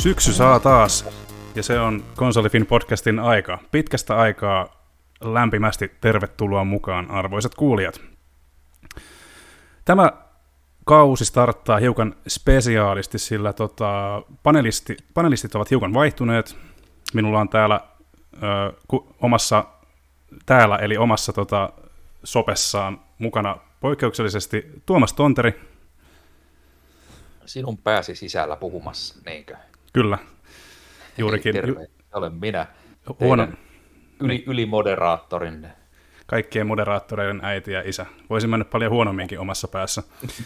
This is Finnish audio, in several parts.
Syksy saa taas, ja se on Konsolifin podcastin aika. Pitkästä aikaa lämpimästi tervetuloa mukaan, arvoisat kuulijat. Tämä kausi starttaa hiukan spesiaalisti, sillä panelistit ovat hiukan vaihtuneet. Minulla on omassa sopessaan mukana poikkeuksellisesti Tuomas Tonteri. Sinun pääsi sisällä puhumassa, niinkö? Kyllä, juurikin. Terve, olen minä, Huono. ylimoderaattorinne. Kaikkien moderaattoreiden äiti ja isä. Voisi mennä paljon huonomminkin omassa päässä.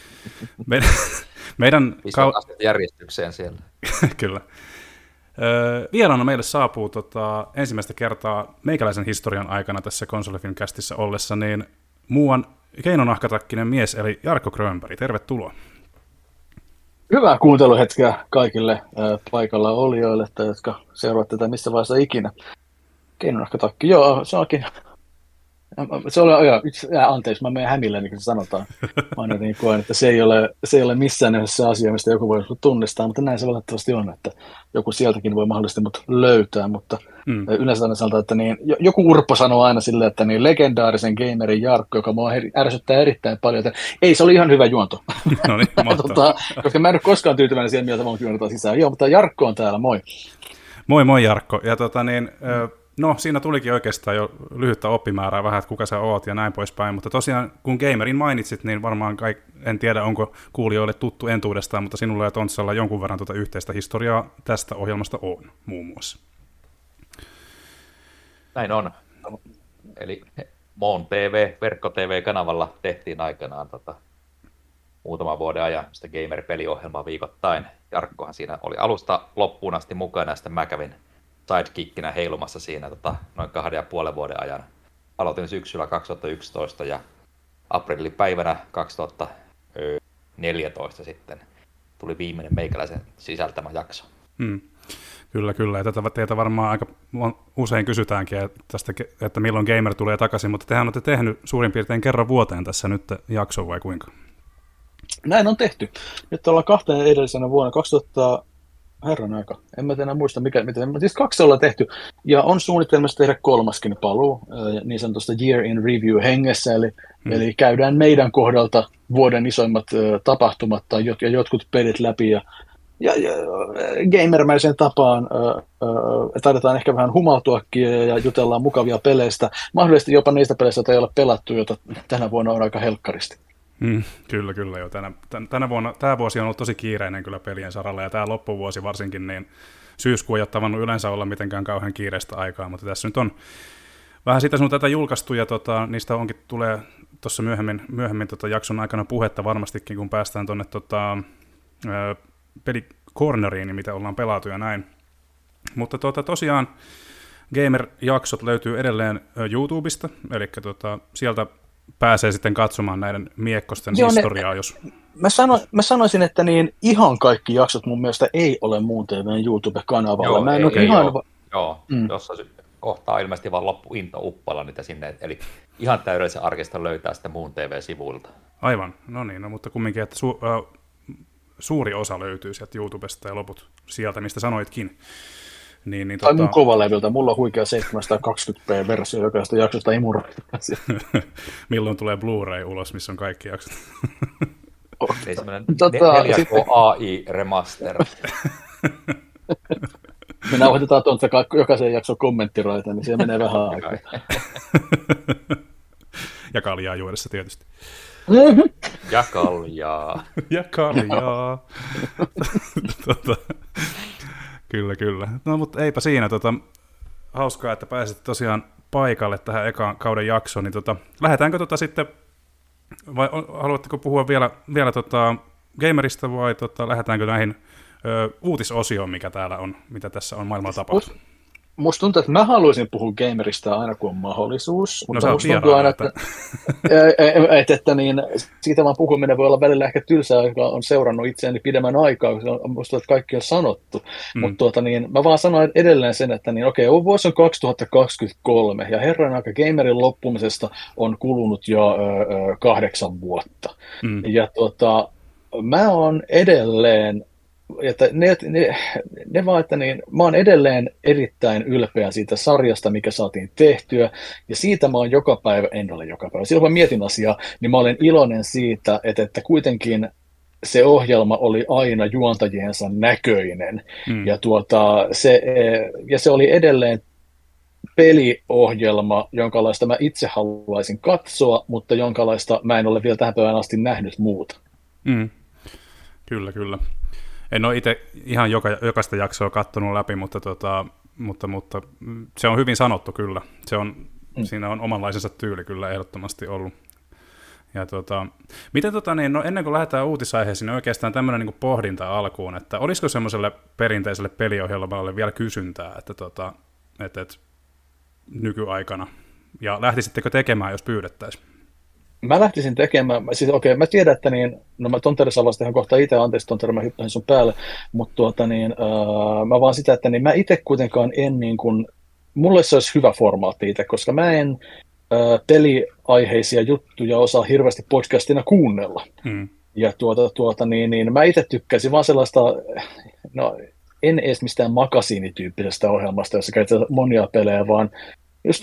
Meidän järjestykseen siellä. Kyllä. Vieraana meille saapuu ensimmäistä kertaa meikäläisen historian aikana tässä Konsolifin kästissä ollessa, niin muuan keinonahkatakkinen mies, eli Jarkko Grönberg. Tervetuloa. Hyvää kuunteluhetkeä kaikille paikalla olijoille, jotka seuraavat tätä missä vaiheessa ikinä. Keinonahkatakki, joo, se onkin. Se oli, anteeksi, mä menen hämille, niin kuin se sanotaan. Mä niin koen, että se ei ole missään nimessä asia, mistä joku voi tunnistaa, mutta näin se valitettavasti on, että joku sieltäkin voi mahdollisesti mut löytää, mutta yleensä sanotaan, että niin, joku Urpo sanoo aina silleen, että niin legendaarisen gamerin Jarkko, joka mua ärsyttää erittäin paljon, että ei, se oli ihan hyvä juonto. No niin, koska mä en ole koskaan tyytyväinen siihen, miltä mun juonnetaan sisään. Joo, mutta Jarkko on täällä, moi. Moi Jarkko, ja no, siinä tulikin oikeastaan jo lyhyttä oppimäärää vähän, että kuka sä oot ja näin poispäin, mutta tosiaan kun gamerin mainitsit, niin varmaan en tiedä, onko kuulijoille tuttu entuudestaan, mutta sinulla ja Tontsalla jonkun verran yhteistä historiaa tästä ohjelmasta on, muun muassa. Näin on. Eli Moon TV, verkko-TV-kanavalla tehtiin aikanaan muutaman vuoden ajan sitä gamer-peliohjelmaa viikoittain. Jarkkohan siinä oli alusta loppuun asti mukana, ja sitten mä kävin sidekickinä heilumassa siinä noin 2,5 vuoden ajan. Aloitin syksyllä 2011 ja aprillipäivänä 2014 sitten tuli viimeinen meikäläisen sisältämä jakso. Kyllä. Ja tätä teiltä varmaan aika usein kysytäänkin tästä, että milloin gamer tulee takaisin, mutta tehän olette tehnyt suurin piirtein kerran vuoteen tässä nyt jakson vai kuinka? Näin on tehty. Nyt ollaan 2 edellisenä vuonna 2000. Herran aika. En mä enää muista, miten. Siis 2 ollaan tehty, ja on suunnitelmassa tehdä 3. paluu, niin sanotusta Year in Review hengessä, eli käydään meidän kohdalta vuoden isoimmat tapahtumat tai jotkut pelit läpi, ja gamermäiseen tapaan taidetaan ehkä vähän humautuakin ja jutellaan mukavia peleistä, mahdollisesti jopa niistä peleistä, joita ei ole pelattu, joita tänä vuonna on aika helkkaristi. Kyllä jo. Tämä vuosi on ollut tosi kiireinen kyllä pelien saralla, ja tämä loppuvuosi varsinkin, niin syyskuu ei ole tavannut yleensä olla mitenkään kauhean kiireistä aikaa, mutta tässä nyt on vähän siitä sun tätä julkaistu, ja niistä tulee tuossa myöhemmin jakson aikana puhetta varmastikin, kun päästään tuonne pelicorneriin, mitä ollaan pelattu ja näin. Mutta tosiaan gamer-jaksot löytyy edelleen YouTubesta, eli sieltä pääsee sitten katsomaan näiden miekkosten historiaa, jos... Mä sanoisin, että niin ihan kaikki jaksot mun mielestä ei ole Muun TV:n YouTube-kanavalla. Jossain kohtaa ilmeisesti vaan loppu into uppalla niitä sinne, eli ihan täydellisen arkista löytää sitten Muun TV-sivuilta. Aivan, mutta kumminkin, että suuri osa löytyy sieltä YouTubesta ja loput sieltä, mistä sanoitkin. Tai mun kovalevyltä. Mulla on huikea 720p-versio jokaisesta jaksosta imura. Milloin tulee Blu-ray ulos, missä on kaikki jaksot? Eli semmoinen 4K AI remaster. Me nauhoitetaan tuonta jokaisen jakson kommenttiraita, niin siellä menee vähän aikaa. Ja kaljaa juodessa tietysti. Ja kaljaa. Kyllä. No, mutta eipä siinä. Hauskaa, että pääsitte tosiaan paikalle tähän ekan kauden jaksoon. Niin lähdetäänkö sitten, vai haluatteko puhua vielä gamerista, vai lähdetäänkö näihin uutisosioon, mikä täällä on, mitä tässä on maailmalla tapahtunut? Musta tuntuu, että mä haluaisin puhua gamerista aina kun on mahdollisuus. Mutta musta tuntuu aina, että niin, siitä vaan puhuminen voi olla välillä ehkä tylsää, joka on seurannut itseäni pidemmän aikaa, koska musta että kaikki on sanottu. Mutta mä vaan sanoin edelleen sen, että niin, vuosi on 2023 ja herran aika gamerin loppumisesta on kulunut jo 8 vuotta. Ja mä oon edelleen että ne vaan, että niin, mä oon edelleen erittäin ylpeä siitä sarjasta, mikä saatiin tehtyä, ja siitä mä oon joka päivä, en ole joka päivä, silloin kun mä mietin asiaa, niin mä olen iloinen siitä, että kuitenkin se ohjelma oli aina juontajiensa näköinen, ja, ja se oli edelleen peliohjelma, jonkalaista mä itse haluaisin katsoa, mutta jonkalaista mä en ole vielä tähän päivään asti nähnyt muuta. Kyllä, kyllä. En ole itse ihan jokaista jaksoa katsonut läpi, mutta se on hyvin sanottu kyllä. Siinä on omanlaisensa tyyli kyllä ehdottomasti ollut. Ja miten no ennen kuin lähdetään uutisaiheisiin, niin oikeastaan tämmöinen niin pohdinta alkuun, että olisiko semmoiselle perinteiselle peliohjelmalle vielä kysyntää, että nykyaikana, ja lähtisittekö tekemään, jos pyydettäisiin? Mä lähtisin tekemään, siis mä tiedän, että mä Tonteri saa vasta ihan kohta itse, anteeksi Tonteri, mä hyppäsin sun päälle, mutta mä vaan sitä, että mä itse kuitenkaan en mulle se olisi hyvä formaatti itse, koska mä en peliaiheisia juttuja osaa hirveästi podcastina kuunnella. Ja mä itse tykkäisin vaan sellaista, en edes mistään makasiinityyppisestä ohjelmasta, jossa käytetään monia pelejä, vaan just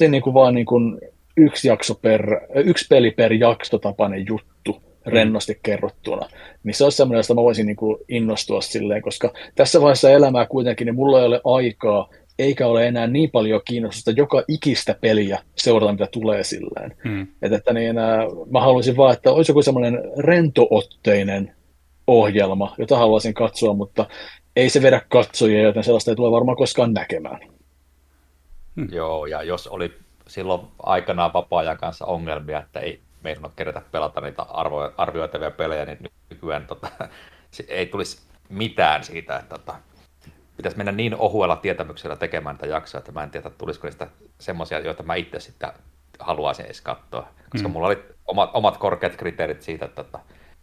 yksi peli per jakso tapainen juttu rennosti kerrottuna, niin se olisi semmoinen, josta mä voisin innostua silleen, koska tässä vaiheessa elämää kuitenkin, niin mulla ei ole aikaa, eikä ole enää niin paljon kiinnostusta joka ikistä peliä seurata, mitä tulee silleen. Mä haluaisin vaan, että olisi joku semmoinen rentootteinen ohjelma, jota haluaisin katsoa, mutta ei se vedä katsojia, joten sellaista ei tule varmaan koskaan näkemään. Joo, ja jos oli silloin aikanaan vapaa-ajan kanssa ongelmia, että ei meidän kerätä pelata niitä arvioitavia pelejä, niin nykyään ei tulisi mitään siitä, että pitäisi mennä niin ohuella tietämyksellä tekemään tätä jaksoa, että mä en tiedä, tulisiko niistä semmoisia, joita mä itse sitten haluaisin edes katsoa. Koska mulla oli omat korkeat kriteerit siitä, että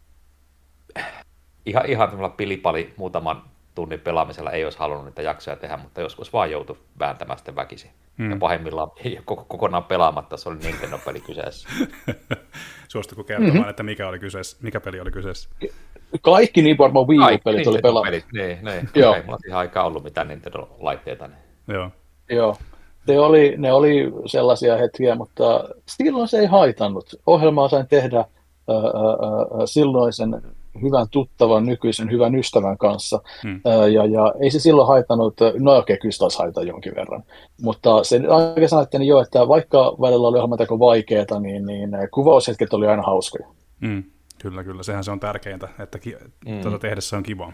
ihan tämmöllä pilipali muutaman tunnin pelaamisella ei olisi halunnut niitä jaksoja tehdä, mutta joskus vaan joutui vääntämään sitten väkisin. Ja pahimmillaan ei ole kokonaan pelaamatta, se oli Nintendo-peli kyseessä. Suostuiko kertomaan, että mikä peli oli kyseessä? Kaikki niin varmaan Wii U-pelit oli pelaamat. Niin. Ei mulla ihan aikaa ollut mitään Nintendo-laitteita. Niin. Joo. Ne oli sellaisia hetkiä, mutta silloin se ei haitannut. Ohjelmaa sain tehdä silloisen hyvän tuttavan, nykyisen hyvän ystävän kanssa. Ja ei se silloin haitannut, kyllä se taas haitaa jonkin verran. Mutta se aika sanottiin jo, että vaikka välillä oli ohjelmateko vaikeaa, niin kuvaushetket oli aina hauskoja. Kyllä, sehän se on tärkeintä, että tehdessä on kivaa.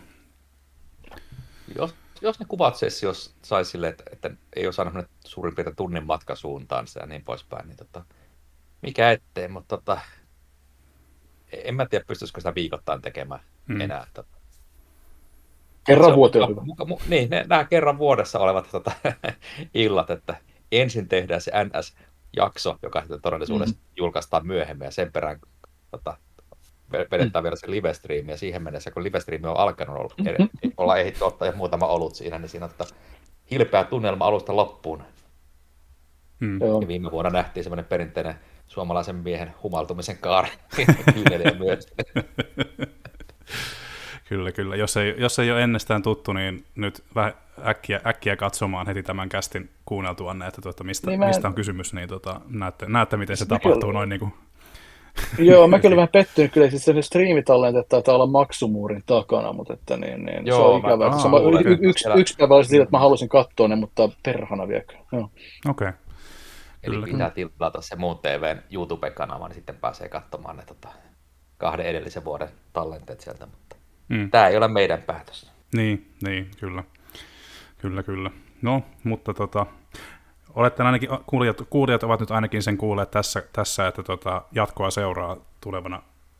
Jos ne kuvat sessiossa sai silleen, että ei ole saanut suurin piirtein tunnin matka suuntaansa ja niin poispäin, niin mikä ettei, mutta en mä tiedä, pystyisikö sitä viikoittain tekemään enää. Kerran vuoteen on hyvä. Niin, nämä kerran vuodessa olevat illat, että ensin tehdään se NS-jakso, joka sitten todellisuudessa julkaistaan myöhemmin, ja sen perään vedetään vielä se live-streami, ja siihen mennessä, kun live-streami on alkanut olla ehditty ottaa ja muutama olut siinä, niin siinä on hilpeä tunnelma alusta loppuun. Ja viime vuonna nähtiin semmoinen perinteinen suomalaisen miehen humaltumisen kaari kyynelien myötä. Kyllä. Jos ei ole ennestään tuttu, niin nyt vähän äkkiä katsomaan heti tämän kästin kuunneltuanne, että mistä on kysymys, niin näette, miten se tapahtuu noin niin kuin. Joo, mä kyllä vähän pettynyt, kyllä siis se striimitallente taitaa olla maksumuurin takana, mutta että se on ikävää. Yksi päivä oli siitä, että mä halusin katsoa ne, mutta perhana viekö. Okei. Eli pitää tilata se muun TVn YouTube-kanava, niin sitten pääsee katsomaan ne 2 edellisen vuoden tallenteet sieltä, mutta tämä ei ole meidän päätös. Niin, kyllä. No, mutta olette ainakin, kuulijat ovat nyt ainakin sen kuulleet tässä että jatkoa seuraa tulevana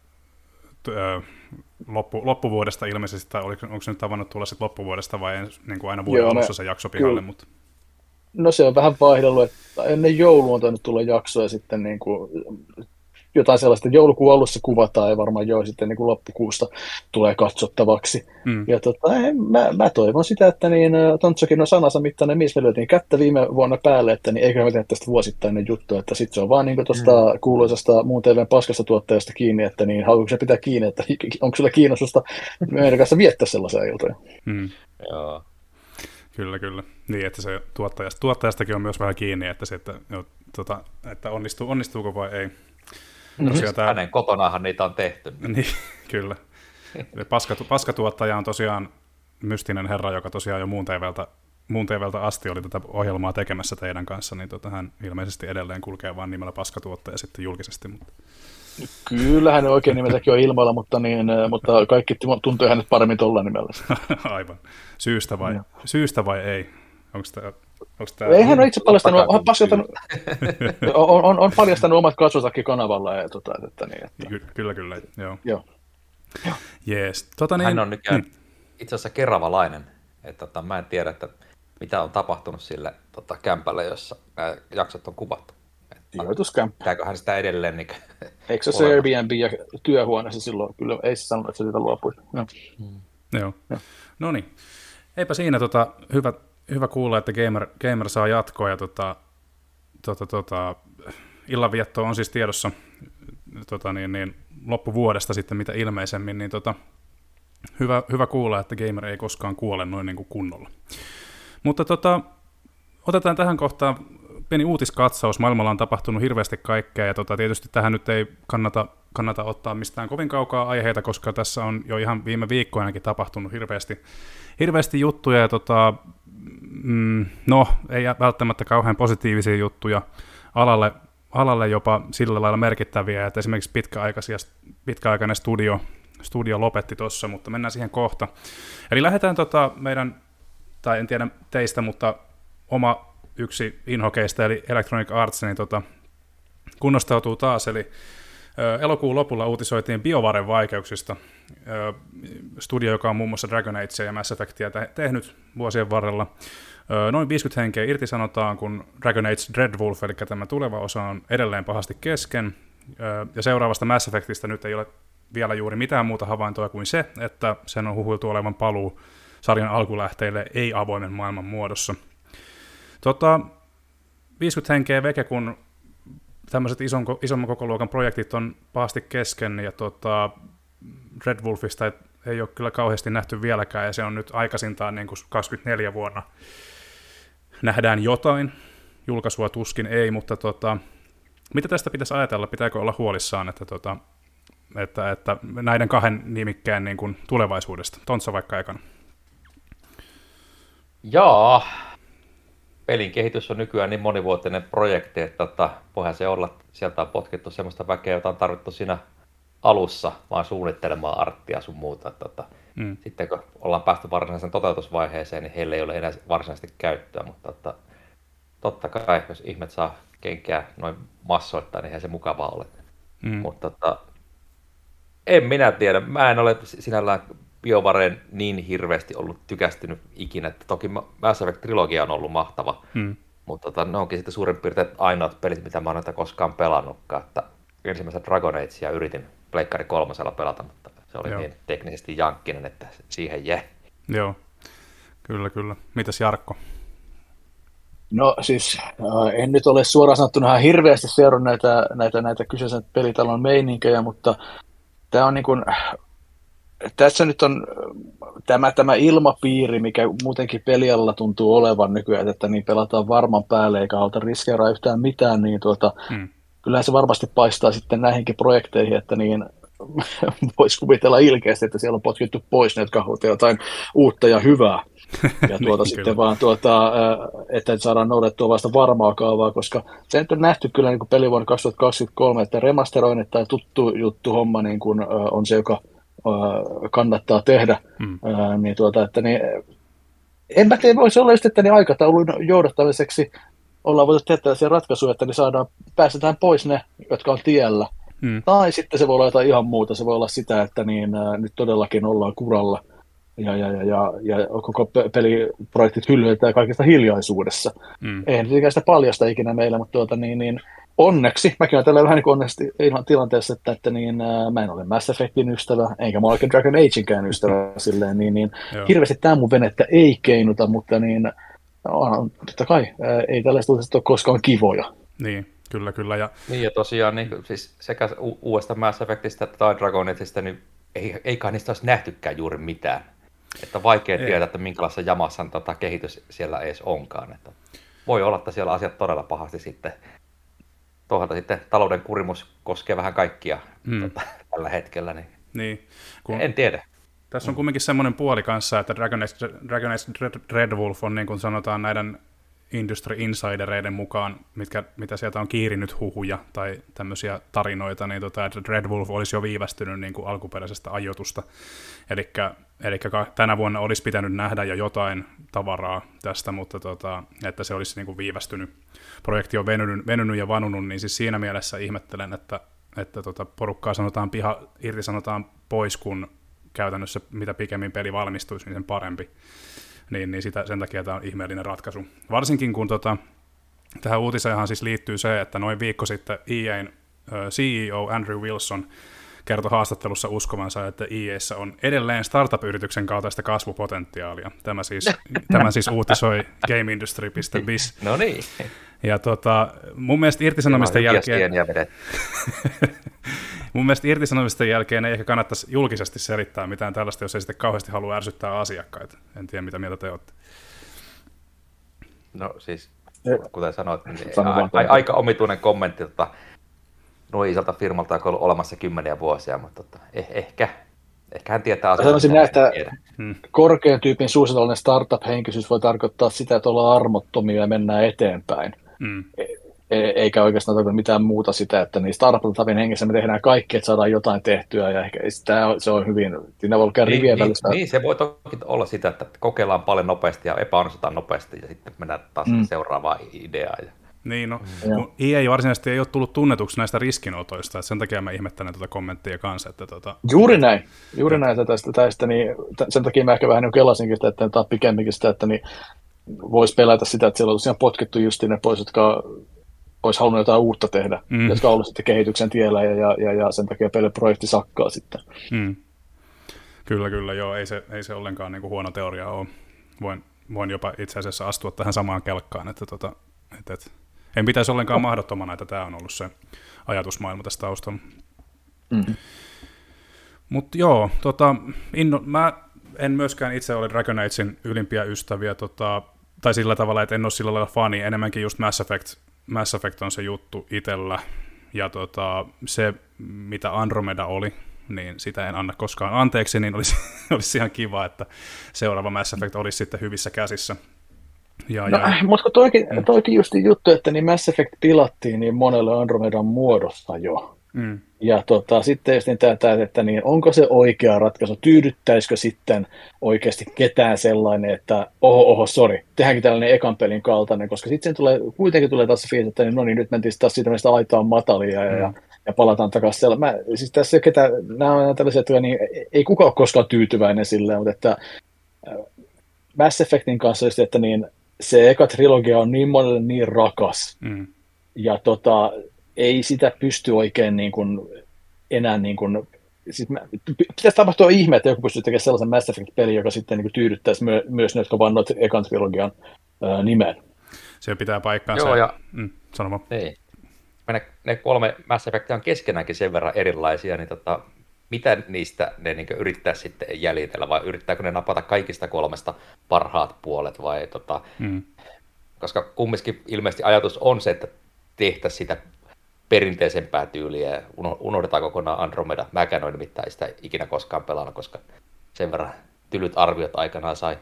loppuvuodesta ilmeisesti, tai onko se nyt tavannut tulla sitten loppuvuodesta vai niin kuin aina vuoden alussa se jakso pihalle? Mutta. No se on vähän vaihdellut, että ennen joulua on tainnut tulla jakso ja sitten niin kuin jotain sellaista, joulukuun alussa kuvataan ja varmaan jo sitten niin kuin loppukuusta tulee katsottavaksi. Ja mä toivon sitä, että niin Tontsokin on sanansa mittainen mies, me lyötiin kättä viime vuonna päälle, että niin eiköhän me tehdä tästä vuosittainen juttu, että sitten se on vaan niin tuosta kuuluisasta muun TVn paskasta tuottajasta kiinni, että niin haluatko se pitää kiinni, että onko sulla kiinnostusta meidän kanssa viettää sellaisia iltoja. Joo. Kyllä. Niin, että se tuottajastakin on myös vähän kiinni, että, että onnistuuko vai ei. Hänen kotonahan niitä on tehty. Niin, kyllä. Paskatuottaja on tosiaan mystinen herra, joka tosiaan jo muun TVltä asti oli tätä ohjelmaa tekemässä teidän kanssa, niin hän ilmeisesti edelleen kulkee vain nimellä Paskatuottaja sitten julkisesti. Mutta... Kyllä, hänen oikein nimensäkin on ilmoilla, mutta kaikki tuntee hänet paremmin tuolla nimellä. Aivan. Syystä vai ei? Onko tämä... Ei, hän on itse on paljastanut omat kasvotakin kanavalla. Ja, Kyllä, joo. Jees. Hän on itse asiassa keravalainen. Että, mä en tiedä, että mitä on tapahtunut sille kämpälle, jossa nämä jaksot on kuvattu. Sijoituskämppä. Pitääköhän sitä edelleen? Niin, eikö se Airbnb ja työhuoneessa silloin? Kyllä ei se sanonut, että se siitä luopuisi. Joo. No niin. Eipä siinä hyvä kuulla, että Gamer saa jatkoa ja illanvietto on siis tiedossa loppuvuodesta sitten mitä ilmeisemmin, niin hyvä kuulla, että Gamer ei koskaan kuole noin niin kuin kunnolla. Mutta otetaan tähän kohtaan pieni uutiskatsaus. Maailmalla on tapahtunut hirveästi kaikkea, ja tietysti tähän nyt ei kannata ottaa mistään kovin kaukaa aiheita, koska tässä on jo ihan viime viikkoinakin tapahtunut hirveästi juttuja, ja ei välttämättä kauhean positiivisia juttuja, alalle jopa sillä lailla merkittäviä, että esimerkiksi pitkäaikainen studio lopetti tuossa, mutta mennään siihen kohta. Eli lähdetään meidän, tai en tiedä teistä, mutta oma yksi inhokeista, eli Electronic Arts, niin kunnostautuu taas, eli elokuun lopulla uutisoitiin BioWaren vaikeuksista. Studio, joka on muun muassa Dragon Agea ja Mass Effectia tehnyt vuosien varrella. Noin 50 henkeä irtisanotaan, kun Dragon Age Dreadwolf, eli tämä tuleva osa, on edelleen pahasti kesken. Ja seuraavasta Mass Effectistä nyt ei ole vielä juuri mitään muuta havaintoa kuin se, että sen on huhuiltu olevan paluu sarjan alkulähteille ei-avoimen maailman muodossa. 50 henkeä veke, kun tämmöiset isomman kokoluokan projektit on pahasti kesken, ja Dreadwolfista ei ole kyllä kauheasti nähty vieläkään, ja se on nyt aikaisintaan niin kuin 24 vuonna. Nähdään jotain, julkaisua tuskin ei, mutta mitä tästä pitäisi ajatella, pitääkö olla huolissaan, että näiden kahden nimikkään niin kuin tulevaisuudesta? Tontsa vaikka ekana. Jaa, pelin kehitys on nykyään niin monivuotinen projekti, että voihan se olla, sieltä on potkittu sellaista väkeä, jota on tarvittu siinä alussa vaan suunnittelemaan arttia sun muuta. Sitten kun ollaan päästy varsinaisen toteutusvaiheeseen, niin heillä ei ole enää varsinaisesti käyttöä, mutta totta kai, jos ihmet saa kenkää noin massoittaa, niin eihän se mukavaa ole. Mutta en minä tiedä, mä en ole sinällään BioWaren niin hirveästi ollut tykästynyt ikinä, että toki Mass Effect-trilogia on ollut mahtava, mutta ne onkin sitten suurin piirtein ainoat pelit, mitä mä oon näitä koskaan pelannutkaan, että ensimmäisen Dragon Agea yritin Pleikkari 3 pelata, mutta se oli niin teknisesti jankkinen, että siihen jäi. Joo, kyllä. Mitäs Jarkko? No siis en nyt ole suoraan sanottuna ihan hirveästi seurannut näitä kyseisen pelitalon meininkejä, mutta tämä on niin kuin, tässä nyt on tämä ilmapiiri, mikä muutenkin pelialalla tuntuu olevan nykyään, että niin pelataan varman päälle eikä haluta riskeeraa yhtään mitään, niin kyllähän se varmasti paistaa sitten näihinkin projekteihin, että niin voisi kuvitella ilkeästi, että siellä on potkittu pois ne, jotka haluavat jotain uutta ja hyvää. Ja niin, sitten vaan että saadaan noudattua vasta varmaa kaavaa, koska se nyt on nähty kyllä niin kuin pelivuonna 2023, että remasteroinnit tai tuttu juttu homma niin kuin, on se, joka kannattaa tehdä. En mä tiedä, voisi olla just, että niin aikataulun johdattamiseksi ollaan voitu tehdä tällaisia ratkaisuja, että niin päästetään pois ne, jotka on tiellä. Tai sitten se voi olla jotain ihan muuta. Se voi olla sitä, että niin, nyt todellakin ollaan kuralla. ja koko peliprojektit hyllytetään kaikesta hiljaisuudessa. Eihän tietenkään sitä paljasta ikinä meillä, mutta onneksi, mäkin olen tällä vähän niin onneksi ihan tilanteessa, että mä en ole Mass Effectin ystävä, enkä mä ole Dragon Ageinkään ystävä, silleen, hirveästi tämä mun venettä ei keinuta, mutta totta kai, ei tällaista ole koskaan kivoja. Niin, kyllä. Ja tosiaan niin, siis sekä uudesta Mass Effectistä tai Dragon Ageista, niin ei kai niistä olisi nähtykään juuri mitään. Että vaikea tietää, että minkälaisessa jamassa kehitys siellä edes onkaan. Että voi olla, että siellä asiat todella pahasti sitten. Toisaalta sitten talouden kurimus koskee vähän kaikkia tällä hetkellä. Niin en tiedä. Tässä on kumminkin semmoinen puoli kanssa, että Dragon Age Red Wolf on niin kuin sanotaan näiden Industry Insidereiden mukaan, mitä sieltä on kiirinyt huhuja tai tämmöisiä tarinoita, niin että Red Wolf olisi jo viivästynyt niin kuin alkuperäisestä ajoitusta. Eli tänä vuonna olisi pitänyt nähdä jo jotain tavaraa tästä, mutta että se olisi niin kuin viivästynyt. Projekti on venynyt ja vanunut, niin siis siinä mielessä ihmettelen, että porukkaa irtisanotaan pois, kun käytännössä mitä pikemmin peli valmistuisi, niin sen parempi. Niin sen takia tämä on ihmeellinen ratkaisu. Varsinkin kun tähän uutiseenhan siis liittyy se, että noin viikko sitten EA:n CEO Andrew Wilson kertoi haastattelussa uskovansa, että EA:ssä on edelleen startup-yrityksen kaltaista kasvupotentiaalia. Tämä siis uutisoi GameIndustry.biz. No niin. Ja mun mielestä irtisanomisten jälkeen ei ehkä kannattaisi julkisesti selittää mitään tällaista, jos ei sitten kauheasti halua ärsyttää asiakkaita. En tiedä, mitä mieltä te olette. No siis, kuten sanoit, niin aika omituinen kommentti. Noin isolta firmalta on ollut olemassa 10 vuosia, mutta ehkä hän tietää asiaa. Sanoisin näin, että korkean tyypin suunnitelmallinen startup-henkisyys voi tarkoittaa sitä, että ollaan armottomia ja mennään eteenpäin. Eikä oikeastaan tarkoita mitään muuta sitä, että niin startup-tapin hengessä me tehdään kaikki, että saadaan jotain tehtyä, ja ehkä se on hyvin, siinä voi käydä rivien välistä. Niin, se voi toki olla sitä, että kokeillaan paljon nopeasti ja epäonnistutaan nopeasti, ja sitten mennään taas seuraavaan ideaan. Niin, EA varsinaisesti ei ole tullut tunnetuksi näistä riskinotoista, että sen takia mä ihmettelen tuota kommenttia kanssa. Että Juuri näin, tästä, niin sen takia mä ehkä vähän kelasinkin sitä, että pikemminkin sitä, että niin voisi pelätä sitä, että siellä on tosiaan potkittu justiin ne pois, jotka olisi halunnut jotain uutta tehdä, jotka on ollut sitten kehityksen tiellä, ja sen takia peliprojekti sakkaa sitten. Kyllä, joo, ei se ollenkaan niin kuin huono teoria ole. Voin jopa itse asiassa astua tähän samaan kelkkaan, että en pitäisi ollenkaan mahdottomana, että tämä on ollut se ajatusmaailma tästä taustalla. Mutta joo, mä en myöskään itse ole Dragon Agein ylimpiä ystäviä, tai sillä tavalla, että en ole sillä lailla fani, enemmänkin just Mass Effect on se juttu itsellä, ja se, mitä Andromeda oli, niin sitä en anna koskaan anteeksi, niin olisi ihan kiva, että seuraava Mass Effect olisi sitten hyvissä käsissä. Mutta toikin just juttu, että niin Mass Effect pilattiin niin monelle Andromedan muodossa jo. Ja sitten just niin että niin onko se oikea ratkaisu, tyydyttäisikö sitten oikeasti ketään sellainen, että sori, tehdäänkin tällainen ekan pelin kaltainen, koska sitten kuitenkin tulee taas se fiilis, että niin nyt mentiin taas siitä meistä aitaan matalia ja palataan takaisin sellainen. Siis tässä nämä on tällaisia, että niin, ei kukaan ole koskaan tyytyväinen silleen, mutta että Mass Effectin kanssa just, että niin se eka trilogia on niin monelle niin rakas, ja ei sitä pysty oikein niin kuin, enää niin kuin, siis pitäisi tapahtua ihme, että joku pystyy tekemään sellaisen Mass Effect-pelin, joka sitten niin kuin tyydyttäisi myös ne, jotka vannoit ekan trilogian nimen. Se pitää paikkaansa. Joo, ja sano niin. Ne 3 Mass Effectia on keskenäänkin sen verran erilaisia, niin mitä niistä ne niin yrittää sitten jäljitellä, vai yrittääkö ne napata kaikista 3 parhaat puolet, vai koska kumminkin ilmeisesti ajatus on se, että tehtäisiin sitä perinteisempää tyyliä ja unohdetaan kokonaan Andromeda. Mäkään en nimittäin sitä ikinä koskaan pelannut, koska sen verran tylyt arviot aikanaan sai.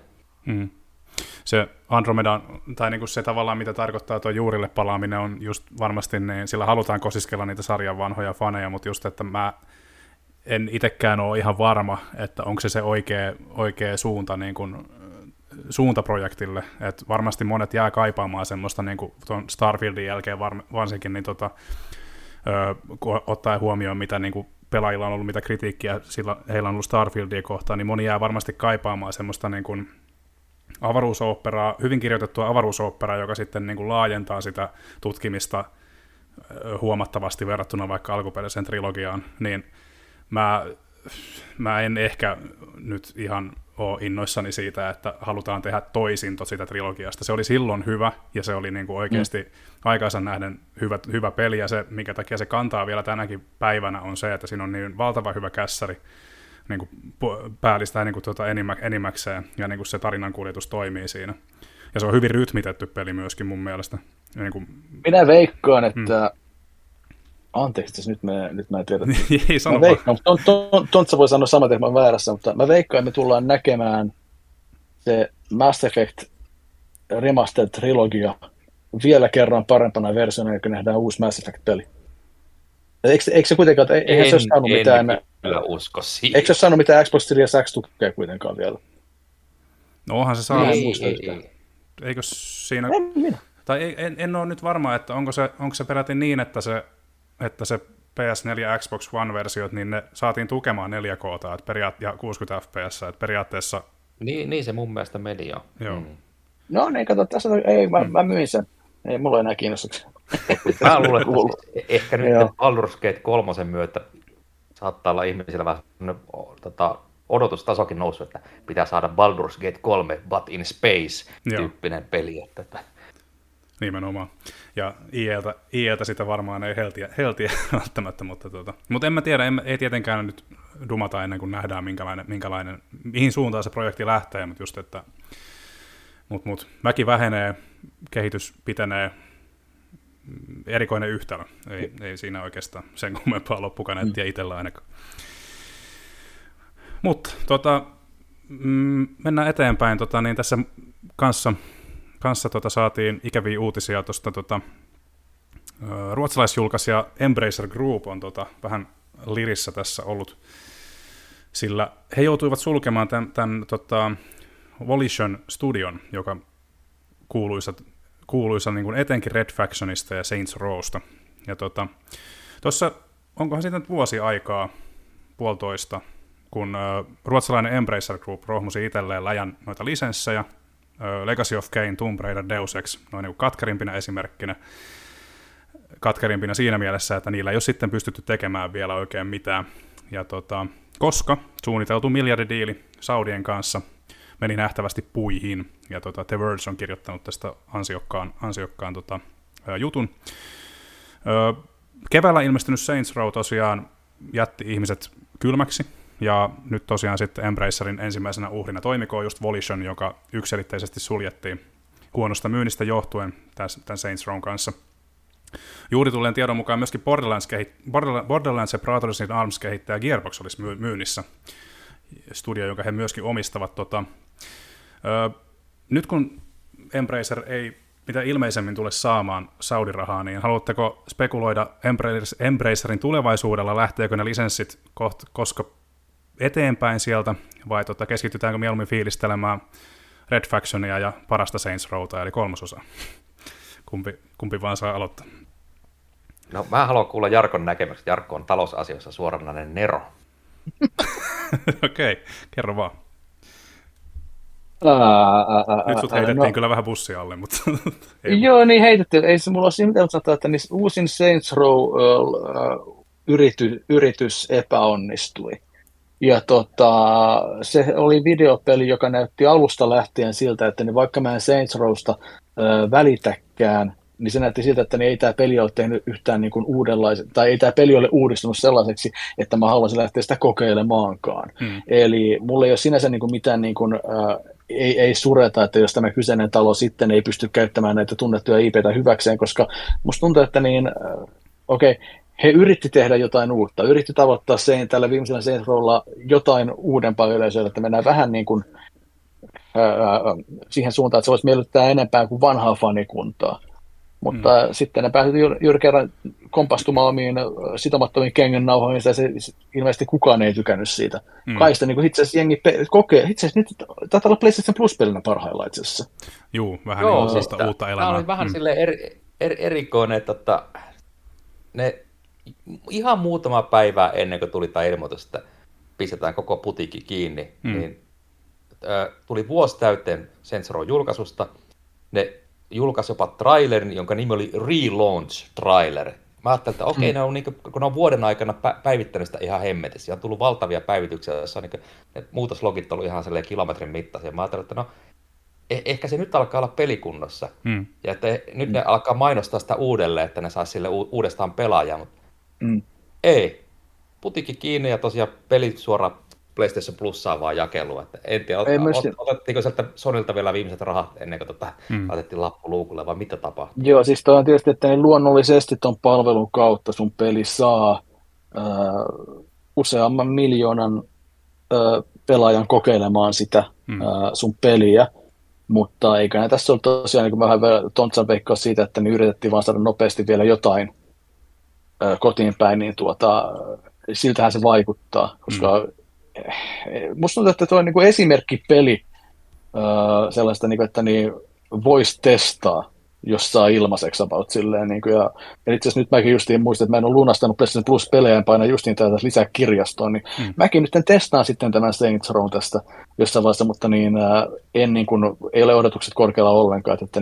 Se Andromeda, tai niinku se tavallaan mitä tarkoittaa tuo juurille palaaminen on just varmasti, niin sillä halutaan kosiskella niitä sarjan vanhoja faneja, mutta just, että mä en itsekään ole ihan varma, että onko se oikea suunta niin kuin suuntaprojektille, että varmasti monet jää kaipaamaan semmoista niin kuin tuon Starfieldin jälkeen varsinkin, niin ottaen huomioon, mitä niin kuin pelaajilla on ollut mitä kritiikkiä, sillä heillä on ollut Starfieldia kohtaan, niin moni jää varmasti kaipaamaan semmoista niin kuin avaruusoopperaa, hyvin kirjoitettua avaruusoopperaa, joka sitten niin kuin laajentaa sitä tutkimista huomattavasti verrattuna vaikka alkuperäiseen trilogiaan, niin mä en ehkä nyt ihan ole innoissani siitä, että halutaan tehdä toisin sitä trilogiasta. Se oli silloin hyvä, ja se oli niin kuin oikeasti aikaansa nähden hyvä peli, ja se, minkä takia se kantaa vielä tänäkin päivänä, on se, että siinä on niin valtava hyvä kässäri niin kuin päällistää niin kuin enimmäkseen, ja niin kuin se tarinankuljetus toimii siinä. Ja se on hyvin rytmitetty peli myöskin mun mielestä. Niin kuin... Minä veikkaan, että... Anteeksi, nyt mä en tiedä. Ei sano vaan. Tontsa voi sanoa samat, että mä oon väärässä, mutta mä veikkaan, että me tullaan näkemään se Mass Effect Remastered trilogia vielä kerran parempana versiona, kun nähdään uusi Mass Effect-peli. Eikö se kuitenkaan, eihän se ole saanut mitään... kyllä usko siihen. Eikö se ole saanut mitään Xbox Series X tukea kuitenkaan vielä? No onhan se saanut. Ei. Eikö siinä... Minä. Tai en ole nyt varma, että onko se peräti niin, että se PS4 ja Xbox One-versiot, niin ne saatiin tukemaan 4K ja 60 fps, että periaatteessa... Niin se mun mielestä meni jo. Joo. No niin, kato, tässä mä myin sen. Ei mulla enää kiinnostuksia. Mä luulen, että ehkä nyt Baldur's Gate 3 myötä saattaa olla ihmisillä vähän odotustasokin noussut, että pitää saada Baldur's Gate 3 but in space-tyyppinen peli. Että... Nimenomaan. Ja IEltä sitä varmaan ei heltiä välttämättä, mutta en mä tiedä, ei tietenkään nyt dumata ennen kuin nähdään mihin suuntaan se projekti lähtee, mutta just, että väki vähenee, kehitys pitenee, erikoinen yhtälö. Ei siinä oikeastaan sen kummempaa loppukaneettia itsellä ainakaan. Mutta mennään eteenpäin. Niin tässä kanssa saatiin ikäviä uutisia tuosta ruotsalaisjulkaisija Embracer Group on vähän lirissä tässä ollut, sillä he joutuivat sulkemaan tämän Volition Studion, joka kuuluisa niin kuin etenkin Red Factionista ja Saints Rowsta. Ja tuossa, onkohan siitä nyt vuosi aikaa, puolitoista, kun ruotsalainen Embracer Group rohmusi itselleen läjän noita lisenssejä, Legacy of Kain, Tomb Raider, Deus Ex, noin niin katkerimpina esimerkkinä. Katkerimpina siinä mielessä, että niillä ei ole sitten pystytty tekemään vielä oikein mitään. Ja koska suunniteltu miljardidiili Saudien kanssa meni nähtävästi puihin, ja The Verge on kirjoittanut tästä ansiokkaan jutun. Keväällä ilmestynyt Saints Row tosiaan jätti ihmiset kylmäksi, ja nyt tosiaan sitten Embracerin ensimmäisenä uhrina toimikoo just Volition, joka yksiselitteisesti suljettiin huonosta myynnistä johtuen tämän Saints Rown kanssa. Juuri tulleen tiedon mukaan myöskin Borderlands ja Brothers in Arms -kehittäjä Gearbox olisi myynnissä, studio, jonka he myöskin omistavat. Nyt kun Embracer ei mitä ilmeisemmin tule saamaan Saudi-rahaa, niin haluatteko spekuloida Embracerin tulevaisuudella, lähteekö ne lisenssit koska eteenpäin sieltä, vai keskitytäänkö mieluummin fiilistelemään Red Factionia ja parasta Saints Rowta, eli 3. Kumpi vaan saa aloittaa? No mä haluan kuulla Jarkon näkemykset. Jarkko on talousasioissa suoranainen nero. Okei, kerro vaan. Nyt sut heitettiin kyllä vähän bussia alle, mutta... Joo, niin heitettiin. Ei se mulla ole siinä mitään sanoa, että uusin Saints Row yritys epäonnistui. Ja se oli videopeli, joka näytti alusta lähtien siltä, että niin vaikka mä en Saints Rowsta välitäkään, niin se näytti siltä, että niin ei tämä peli ole tehnyt yhtään niin kuin uudenlaisen, tai ei tämä peli ole uudistunut sellaiseksi, että mä haluaisin lähteä sitä kokeilemaankaan. Eli mulla ei ole sinänsä niin kuin mitään niin kuin, ei sureta, että jos tämä kyseinen talo sitten ei pysty käyttämään näitä tunnettuja IP:tä hyväkseen, koska musta tuntuu, että niin, he yritti tehdä jotain uutta, yritti tavoittaa tällä viimeisellä Saints Rowlla jotain uudempaa yleisöä, että mennään vähän niin kuin siihen suuntaan, että se voisi miellyttää enempää kuin vanhaa fanikuntaa. Mutta sitten ne pääsivät juuri kerran kompastumaan omiin sitomattomiin kengännauhoihin, ja se ilmeisesti kukaan ei tykännyt siitä. Kai sitä niin itse asiassa jengi kokee, itse asiassa nyt taitaa olla PlayStation Plus-pelinä parhaillaan itse asiassa. Juu, vähän niin uutta elämää. Tämä oli vähän silleen erikoinen, että ne ihan muutama päivää ennen kuin tuli tämä ilmoitus, että pistetään koko putiikki kiinni, niin tuli vuosi täyteen Saints Row julkaisusta. Ne julkaisi jopa trailerin, jonka nimi oli Relaunch Trailer. Mä ajattelin, että okei, kun ne on vuoden aikana päivittänyt sitä ihan hemmetissä. On tullut valtavia päivityksiä, joissa on ne muutoslogit ollut ihan kilometrin mittaisia. Mä ajattelin, että ehkä se nyt alkaa olla pelikunnossa. Ja että nyt ne alkaa mainostaa sitä uudelleen, että ne saisi sille uudestaan pelaajaa. Mutta ei. Putiikki kiinni ja tosiaan pelit suoraan PlayStation Plussaa vaan jakelua. Että en tiedä, otettiinko sieltä Sonylta vielä viimeiset rahat ennen kuin laitettiin lappu luukulle, vai mitä tapahtui? Joo, siis toi on tietysti, että ne luonnollisesti ton palvelun kautta sun peli saa useamman miljoonan pelaajan kokeilemaan sitä sun peliä, mutta eikä ne tässä ole tosiaan, niin kuin mä vähän Tontsan veikkaa siitä, että ne yritettiin vaan saada nopeasti vielä jotain kotiin päin, niin siltähän se vaikuttaa, koska musta tuntuu, että tuo on niin kuin esimerkkipeli sellaista, niin kuin, että voisi testaa, jos saa ilmaiseksi about silleen. Niin kuin, ja itse asiassa nyt mäkin justiin muistan, että mä en ole lunastanut PlayStation Plus-pelejä, en paina justiin tätä lisää kirjastoon, niin mäkin nyt testaan sitten tämän Saints Rown tästä jossain vaiheessa, mutta en niin kuin, ei ole odotukset korkealla ollenkaan, että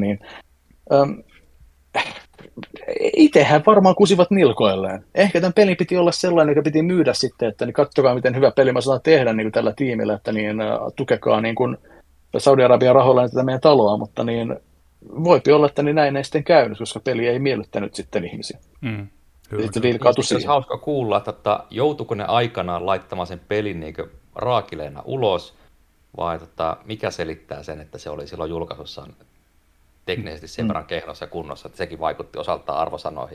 itsehän varmaan kusivat nilkoilleen. Ehkä tämän pelin piti olla sellainen, joka piti myydä sitten, että niin katsokaa, miten hyvä peli mä saan tehdä niin kuin tällä tiimillä, että tukekaa niin kuin Saudi-Arabian rahoilla tätä meidän taloa, mutta voipi olla, että näin ei sitten käynyt, koska peli ei miellyttänyt sitten ihmisiä. Olisi hauska kuulla, että joutuiko ne aikanaan laittamaan sen pelin niin raakileena ulos, vai mikä selittää sen, että se oli silloin julkaisussaan teknisesti sen verran kehnossa ja kunnossa, että sekin vaikutti osaltaan arvosanoihin.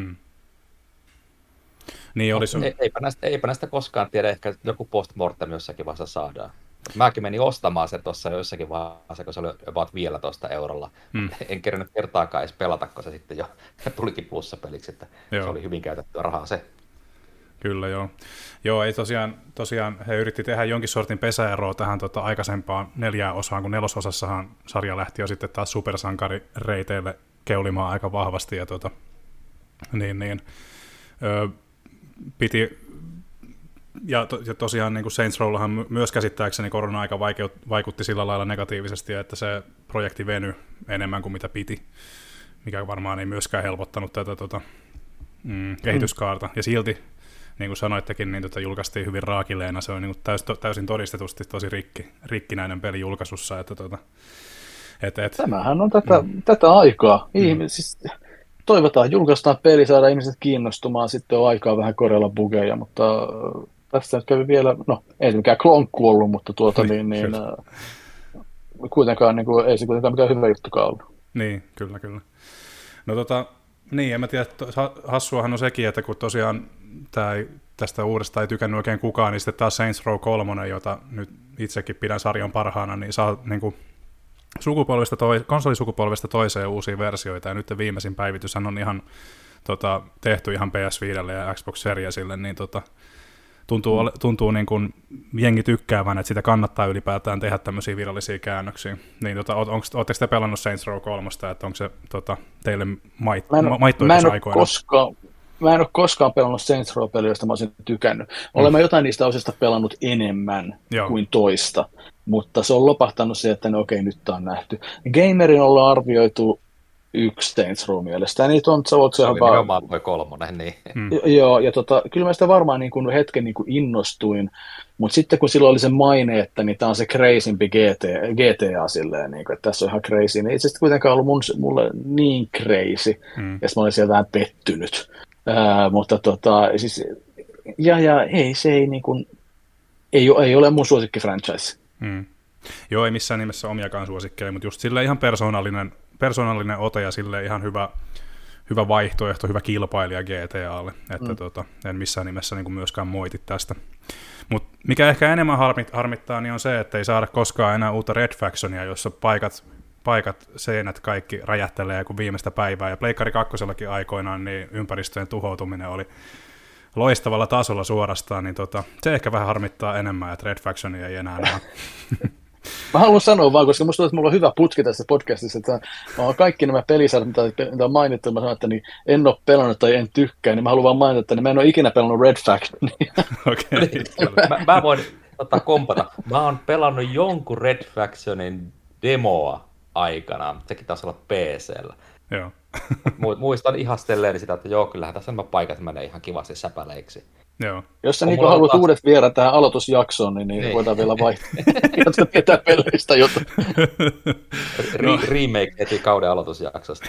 Niin olisi. Eipä näistä koskaan tiedä, ehkä joku postmortem jossakin vaiheessa saadaan. Mäkin menin ostamaan se tuossa jossakin vaiheessa, kun se oli about 15 €. En kerännyt kertaakaan edes pelata, kun se sitten jo tulikin plussapeliksi, että se oli hyvin käytettyä rahaa se. Kyllä, joo. Joo, ei tosiaan he yritti tehdä jonkin sortin pesäeroa tähän aikaisempaan 4 osaan, kun 4. osassahan sarja lähti jo sitten taas supersankarireiteille keulimaan aika vahvasti, ja piti, ja tosiaan niin kuin Saints Rowllahan myös käsittääkseni korona-aika vaikutti sillä lailla negatiivisesti, että se projekti venyi enemmän kuin mitä piti, mikä varmaan ei myöskään helpottanut tätä kehityskaarta, ja silti niin kuin sanoittekin, niin julkaistiin hyvin raakileena. Se on niin kuin täysin todistetusti tosi rikkinäinen peli julkaisussa. Tämähän on tätä aikaa. Siis, toivotaan, julkaistaan peli, saadaan ihmiset kiinnostumaan, sitten on aikaa vähän korjalla bugeja, mutta tässä nyt kävi vielä, ei se mikään klonkku ollut, mutta kuitenkaan, niin kuin, ei se kuitenkaan mikään hyvä juttukaan ollut. Niin, kyllä. Niin, en mä tiedä, hassuahan on sekin, että kun tosiaan tästä uudesta ei tykännyt oikein kukaan, niin sitten taas Saints Row 3, jota nyt itsekin pidän sarjan parhaana, niin saa niin kuin konsolisukupolvesta toiseen uusia versioita, ja nyt viimeisin päivityshän on ihan tehty ihan PS5 ja Xbox Seriesille, niin tuntuu niin kuin jengi tykkäävän, että sitä kannattaa ylipäätään tehdä tämmöisiä virallisia käännöksiä. Niin ootteko te pelannut Saints Row 3, että onko se teille maittoikas aikoina? Mä en ole koskaan pelannut Saints Row-peliä, josta mä olisin tykännyt. Olen jotain niistä osista pelannut enemmän kuin toista, mutta se on lopahtanut se, että nyt tää on nähty. Gamerin ollaan arvioitu 1 Saints Row mielestäni. Niitä on, se on nimenomaan toi 3, niin. Joo, ja kyllä mä sitä varmaan niin kuin hetken niin kuin innostuin, mutta sitten kun silloin oli se maine, että niin tämä on se crazympi GTA silleen, niin kuin, että tässä on ihan crazy, niin itse asiassa kuitenkaan ollut mulle niin crazy, ja mä olin siellä vähän pettynyt. Mutta siis, ei se ei niin kuin, ei ole mun suosikki franchise. Joo, ei missään nimessä omiakaan suosikkeja, mutta just silleen ihan persoonallinen ote ja silleen ihan hyvä vaihtoehto, hyvä kilpailija GTAlle, että en missään nimessä niin kuin myöskään moiti tästä. Mutta mikä ehkä enemmän harmittaa, niin on se, että ei saada koskaan enää uutta Red Factionia, jossa paikat, seinät, kaikki räjähtelee kuin viimeistä päivää, ja Pleikkari 2:llakin aikoinaan niin ympäristöjen tuhoutuminen oli loistavalla tasolla suorastaan, niin se ehkä vähän harmittaa enemmän, että Red Factionia ei enää näe. Mä haluan sanoa vaan, koska musta tuntuu, että mulla on hyvä putki tässä podcastissa, että mä oon kaikki nämä pelisarjat, mitä on mainittu, mä sanon, että niin en ole pelannut tai en tykkää, niin mä haluan vaan mainita, että niin mä en ole ikinä pelannut Red Factionia. Okei. Mä voin kompata. Mä oon pelannut jonkun Red Factionin demoa aikanaan, sekin taisi olla PC:llä. Joo. Muistan ihastelleeni sitä, että joo, kyllähän tässä nämä paikat menee ihan kivasti säpäleiksi. Joo. Jos sä niin haluat uudet viedä tähän aloitusjaksoon, niin voidaan vielä vaihtaa. Jotka tietää peleistä jotain. Remake heti kauden aloitusjaksosta.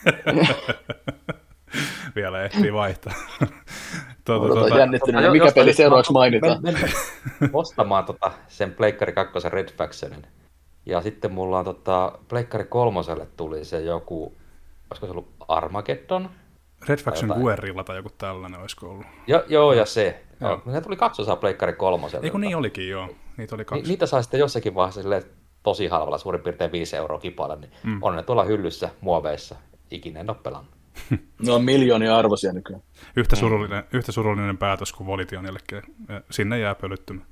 Vielä ehtii vaihtaa. Jännittyneenä, mikä peli seuraavaksi mainitaan. Ostamaan sen Pleikkari 2 Red Factionin. Ja sitten mulla on Pleikkari 3 tuli se joku, olisiko se ollut Armageddon? Red Faction Guerrilla tai joku tällainen olisiko ollut. Joo, ja se. Ne tuli 2 osaa Pleikkari 3. Eiku niin olikin, joo. Niitä oli 2. Niitä saa sitten jossakin vaiheessa tosi halvalla, suurin piirtein 5 € kipalle, niin on ne tuolla hyllyssä muoveissa. Ikinä en ole pelannut. Ne on miljoonia arvoisia nykyään. Yhtä surullinen päätös kuin Volitionillekin. Sinne jää pölyttymään.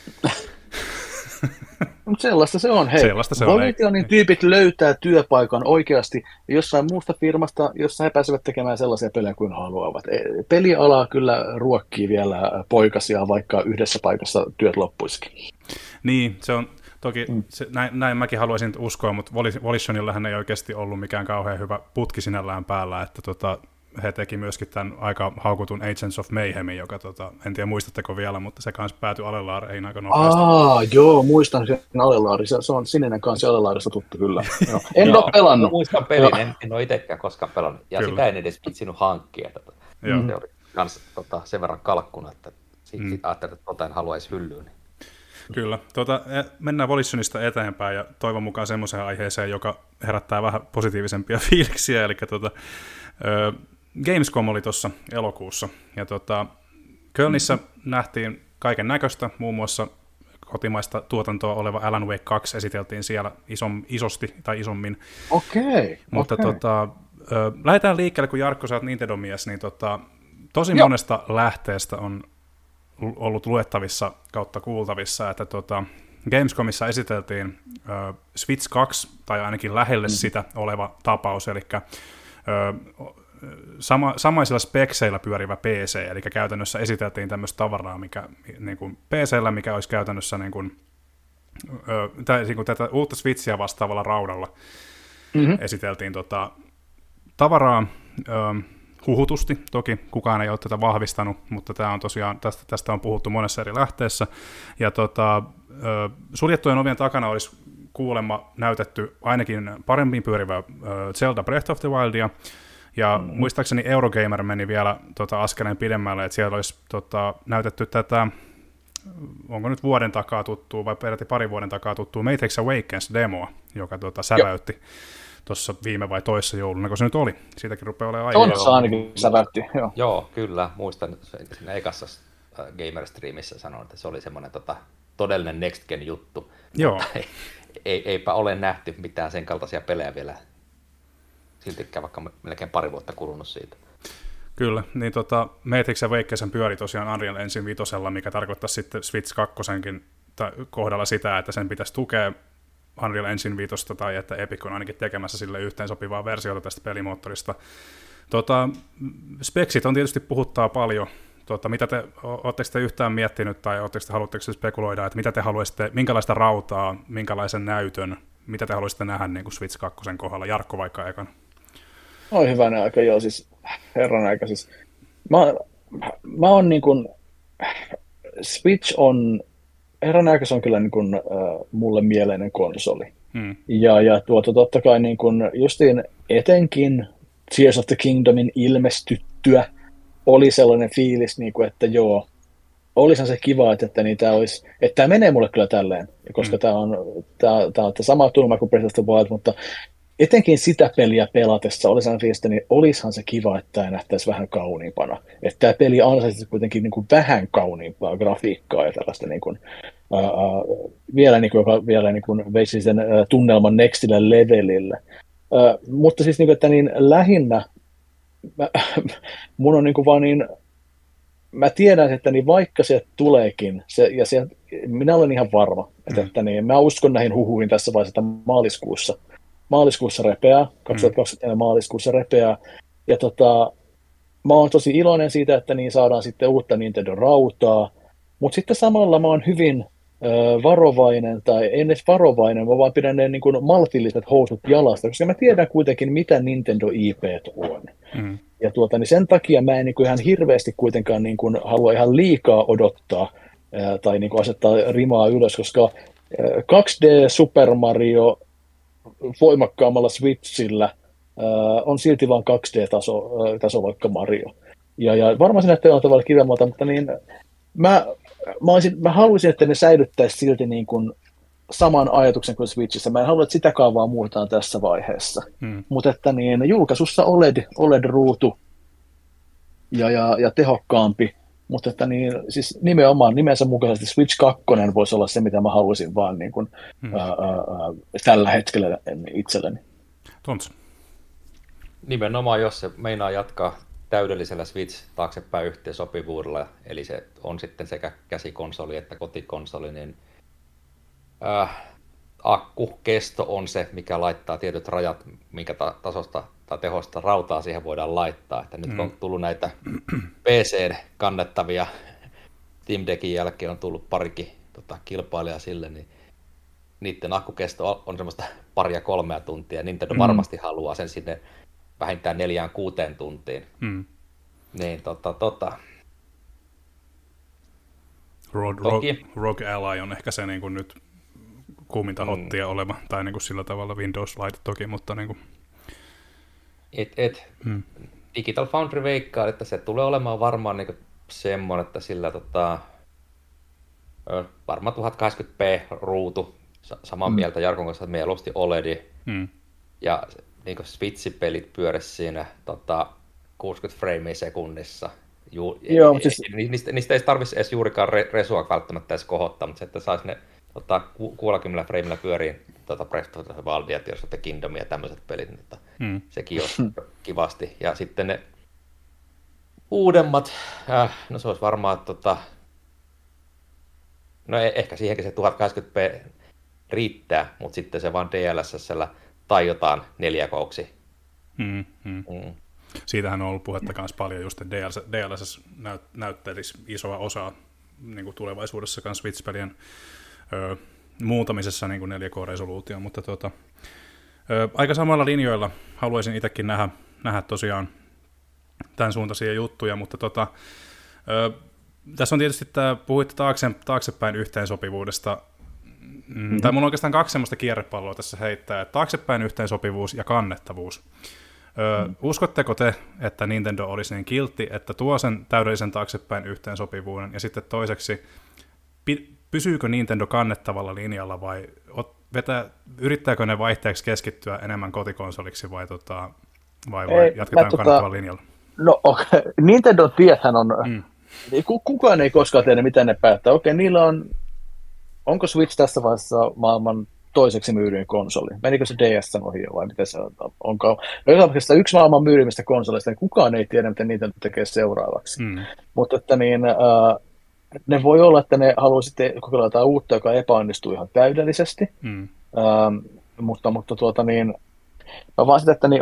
Mutta sellaista se on, hei. Sellaista se on. Volitionin tyypit löytää työpaikan oikeasti jossain muusta firmasta, jossa he pääsevät tekemään sellaisia pelejä kuin haluavat. Peliala kyllä ruokkii vielä poikasia, vaikka yhdessä paikassa työt loppuisikin. Niin, se on toki, näin mäkin haluaisin uskoa, mutta Volitionillähän ei oikeasti ollut mikään kauhean hyvä putki sinällään päällä, että he teki myöskin tämän aika haukutun Agents of Mayhemin, joka en tiedä muistatteko vielä, mutta se kanssa päätyi Alelaareihin aika nopeasti. Joo, muistan sen Alelaari. Se on sininen kanssa Alelaarista tuttu kyllä. En ole pelannut. Muistan pelin, en ole itsekään koskaan pelannut. Ja kyllä. Sitä en edes vitsinyt hankkia. Se oli kans sen verran kalkkuna, että sitten ajattelin, että en haluaisi hyllyyn. Kyllä. Mennään Volitionista eteenpäin ja toivon mukaan semmoiseen aiheeseen, joka herättää vähän positiivisempia fiiliksiä. Eli Gamescom oli tuossa elokuussa, ja Kölnissä nähtiin kaiken näköistä, muun muassa kotimaista tuotantoa oleva Alan Wake 2 esiteltiin siellä isosti tai isommin. Okei. Mutta lähdetään liikkeelle, kun Jarkko, sä oot Nintendo-mies, niin tosi monesta lähteestä on ollut luettavissa kautta kuultavissa, että Gamescomissa esiteltiin Switch 2, tai ainakin lähelle sitä oleva tapaus, eli samaisilla spekseillä pyörivä PC, eli käytännössä esiteltiin tämmöistä tavaraa, mikä niin kuin PC:llä, mikä olisi käytännössä niin kuin, tätä uutta Switchiä vastaavalla raudalla esiteltiin tavaraa huhutusti, toki kukaan ei ole tätä vahvistanut, mutta tämä on tosiaan, tästä on puhuttu monessa eri lähteessä, ja suljettujen ovien takana olisi kuulemma näytetty ainakin paremmin pyörivä Zelda Breath of the Wildia, ja muistaakseni Eurogamer meni vielä askeleen pidemmälle, että siellä olisi näytetty tätä, onko nyt vuoden takaa tuttua vai peräti parin vuoden takaa tuttua Matrix Awakens-demoa, joka säväytti tuossa viime vai toissa jouluna, kun se nyt oli. Siitäkin rupeaa olemaan aikaa. Tuossa ainakin säväytti, joo. Joo, kyllä. Muistan siinä ekassa Gamer-striimissä sanoin, että se oli semmoinen todellinen Next Gen juttu. Joo. Eipä ole nähty mitään sen kaltaisia pelejä vielä siltikään, vaikka melkein pari vuotta kulunut siitä. Kyllä, niin Matrix Awakens pyöri tosiaan Unreal Engine 5, mikä tarkoittaa sitten Switch 2 kohdalla sitä, että sen pitäisi tukea Unreal Engine 5, tai että Epic on ainakin tekemässä sille yhteensopivaa versiota tästä pelimoottorista. Speksit on tietysti puhuttaa paljon. Oletteko te yhtään miettinyt, tai haluatteko te spekuloida, että mitä te haluaisitte, minkälaista rautaa, minkälaisen näytön, mitä te haluaisitte nähdä niin kuin Switch 2 kohdalla? Jarkko vaikka ekana. Oi hyvänä aika, joo, siis herran aika. Siis. Mä oon niin kuin, Switch on, herran aika se on kyllä niin kuin, mulle mieleinen konsoli. Ja totta kai niin kuin, justiin etenkin Tears of the Kingdomin ilmestyttyä oli sellainen fiilis, niin kuin, että joo, olisihan se kiva, että niitä olisi, että tämä menee mulle kyllä tälleen, koska tämä on sama tunnelma kuin Breath of the Wild, mutta etenkin sitä peliä pelatessa olisihan se kiva, että tämä nähtäisi vähän kauniimpana. Että tämä peli ansaitsisi kuitenkin niin kuin vähän kauniimpaa grafiikkaa ja tällaista niin kuin, vielä, niin kuin, joka vielä niin kuin veisi sen tunnelman nextille levelille. Mutta siis niin kuin, että niin lähinnä mun on niin kuin vaan niin, mä tiedän, että niin vaikka se tuleekin, ja minä olen ihan varma, että niin, mä uskon näihin huhuihin tässä vaiheessa, että maaliskuussa repeää, 2024 maaliskuussa repeää, ja mä oon tosi iloinen siitä, että niin saadaan sitten uutta Nintendo-rautaa, mutta sitten samalla mä oon hyvin varovainen, tai en edes varovainen, mä vaan pidän ne niin kuin maltilliset housut jalasta, koska mä tiedän kuitenkin, mitä Nintendo IPt on. Ja niin sen takia mä en niin kuin ihan hirveästi kuitenkaan niin kuin halua ihan liikaa odottaa tai niin kuin asettaa rimaa ylös, koska 2D Super Mario voimakkaammalla Switchillä on silti vain 2D-taso vaikka Mario. Ja varmaan se näyttää tavalla kivemmalta, mutta niin mä haluaisin, että ne säilyttäisi silti niin kuin saman ajatuksen kuin Switchissä. Mä en halua, että sitä kaavaa muutetaan tässä vaiheessa. Mutta että niin, julkaisussa OLED-ruutu ja tehokkaampi, mutta että niin, siis nimenomaan nimensä mukaisesti Switch 2 voisi olla se, mitä mä haluaisin vaan niin kuin, tällä hetkellä itselleni. Tontsa. Nimenomaan, jos se meinaa jatkaa täydellisellä Switch taaksepäin yhteensopivuudella, eli se on sitten sekä käsikonsoli että kotikonsoli, niin akkukesto on se, mikä laittaa tietyt rajat, minkä tasosta tai tehosta rautaa siihen voidaan laittaa. Että nyt on tullut näitä PC-kannettavia, Steam Deckin jälkeen on tullut parikin kilpailijaa sille, niin niiden akkukesto on semmoista 2-3 tuntia. Nintendo varmasti haluaa sen sinne vähintään 4-6 tuntiin. Niin Rogue Ally on ehkä se niin kuin nyt kuuminta hottia oleva, tai niin kuin sillä tavalla Windows-laite toki, mutta niin kuin... Digital Foundry veikkaa, että se tulee olemaan varmaan niin kuin semmoinen, että sillä varmaan 1080p-ruutu, saman mieltä Jarkon kanssa, että mieluusti OLED, ja niin kuin Switch-pelit pyörisi siinä 60 framea sekunnissa. Niistä ei tarvitsisi edes juurikaan resua välttämättä edes kohottaa, mutta se, että saisi ne 60 frameilla pyöriin Breath of the Wild ja Tears of the Kingdom ja tämmöiset pelit, niin sekin olisi kivasti. Ja sitten ne uudemmat, no se olisi varmaan, no ehkä siihenkin se 1080p riittää, mutta sitten se vaan DLSS:llä taiotaan 4K:ksi. Siitähän on ollut puhetta myös paljon, just että DLSS näyttelisi isoa osaa niin kuin tulevaisuudessa myös Switch-pelien muuntamisessa niin kuin 4K-resoluutioon, mutta aika samalla linjoilla haluaisin itsekin nähdä tosiaan tämän suuntaisia juttuja, mutta tässä on tietysti tämä, puhuitte taaksepäin yhteensopivuudesta, tai mulla on oikeastaan 2 semmoista kierrepalloa tässä heittää, että taaksepäin yhteensopivuus ja kannettavuus. Uskotteko te, että Nintendo olisi niin kiltti, että tuo sen täydellisen taaksepäin yhteensopivuuden, ja sitten toiseksi, pysyykö Nintendo kannettavalla linjalla, vai yrittääkö ne vaihteeksi keskittyä enemmän kotikonsoliksi, vai jatketaan kannettavalla linjalla? No Nintendo tiethän on, kukaan ei koskaan tiedä, mitä ne päättää. Okei, niillä onko Switch tässä vaiheessa maailman toiseksi myydyin konsoli? Menikö se DS ohi vai miten se onko? No, yksi maailman myydimmistä konsoleista, niin kukaan ei tiedä, mitä Nintendo tekee seuraavaksi. Mutta että niin, ne voi olla, että ne haluaa sitten kokeilla jotain uutta, joka epäonnistuu ihan täydellisesti. Mutta mä vaan sitä, että niin,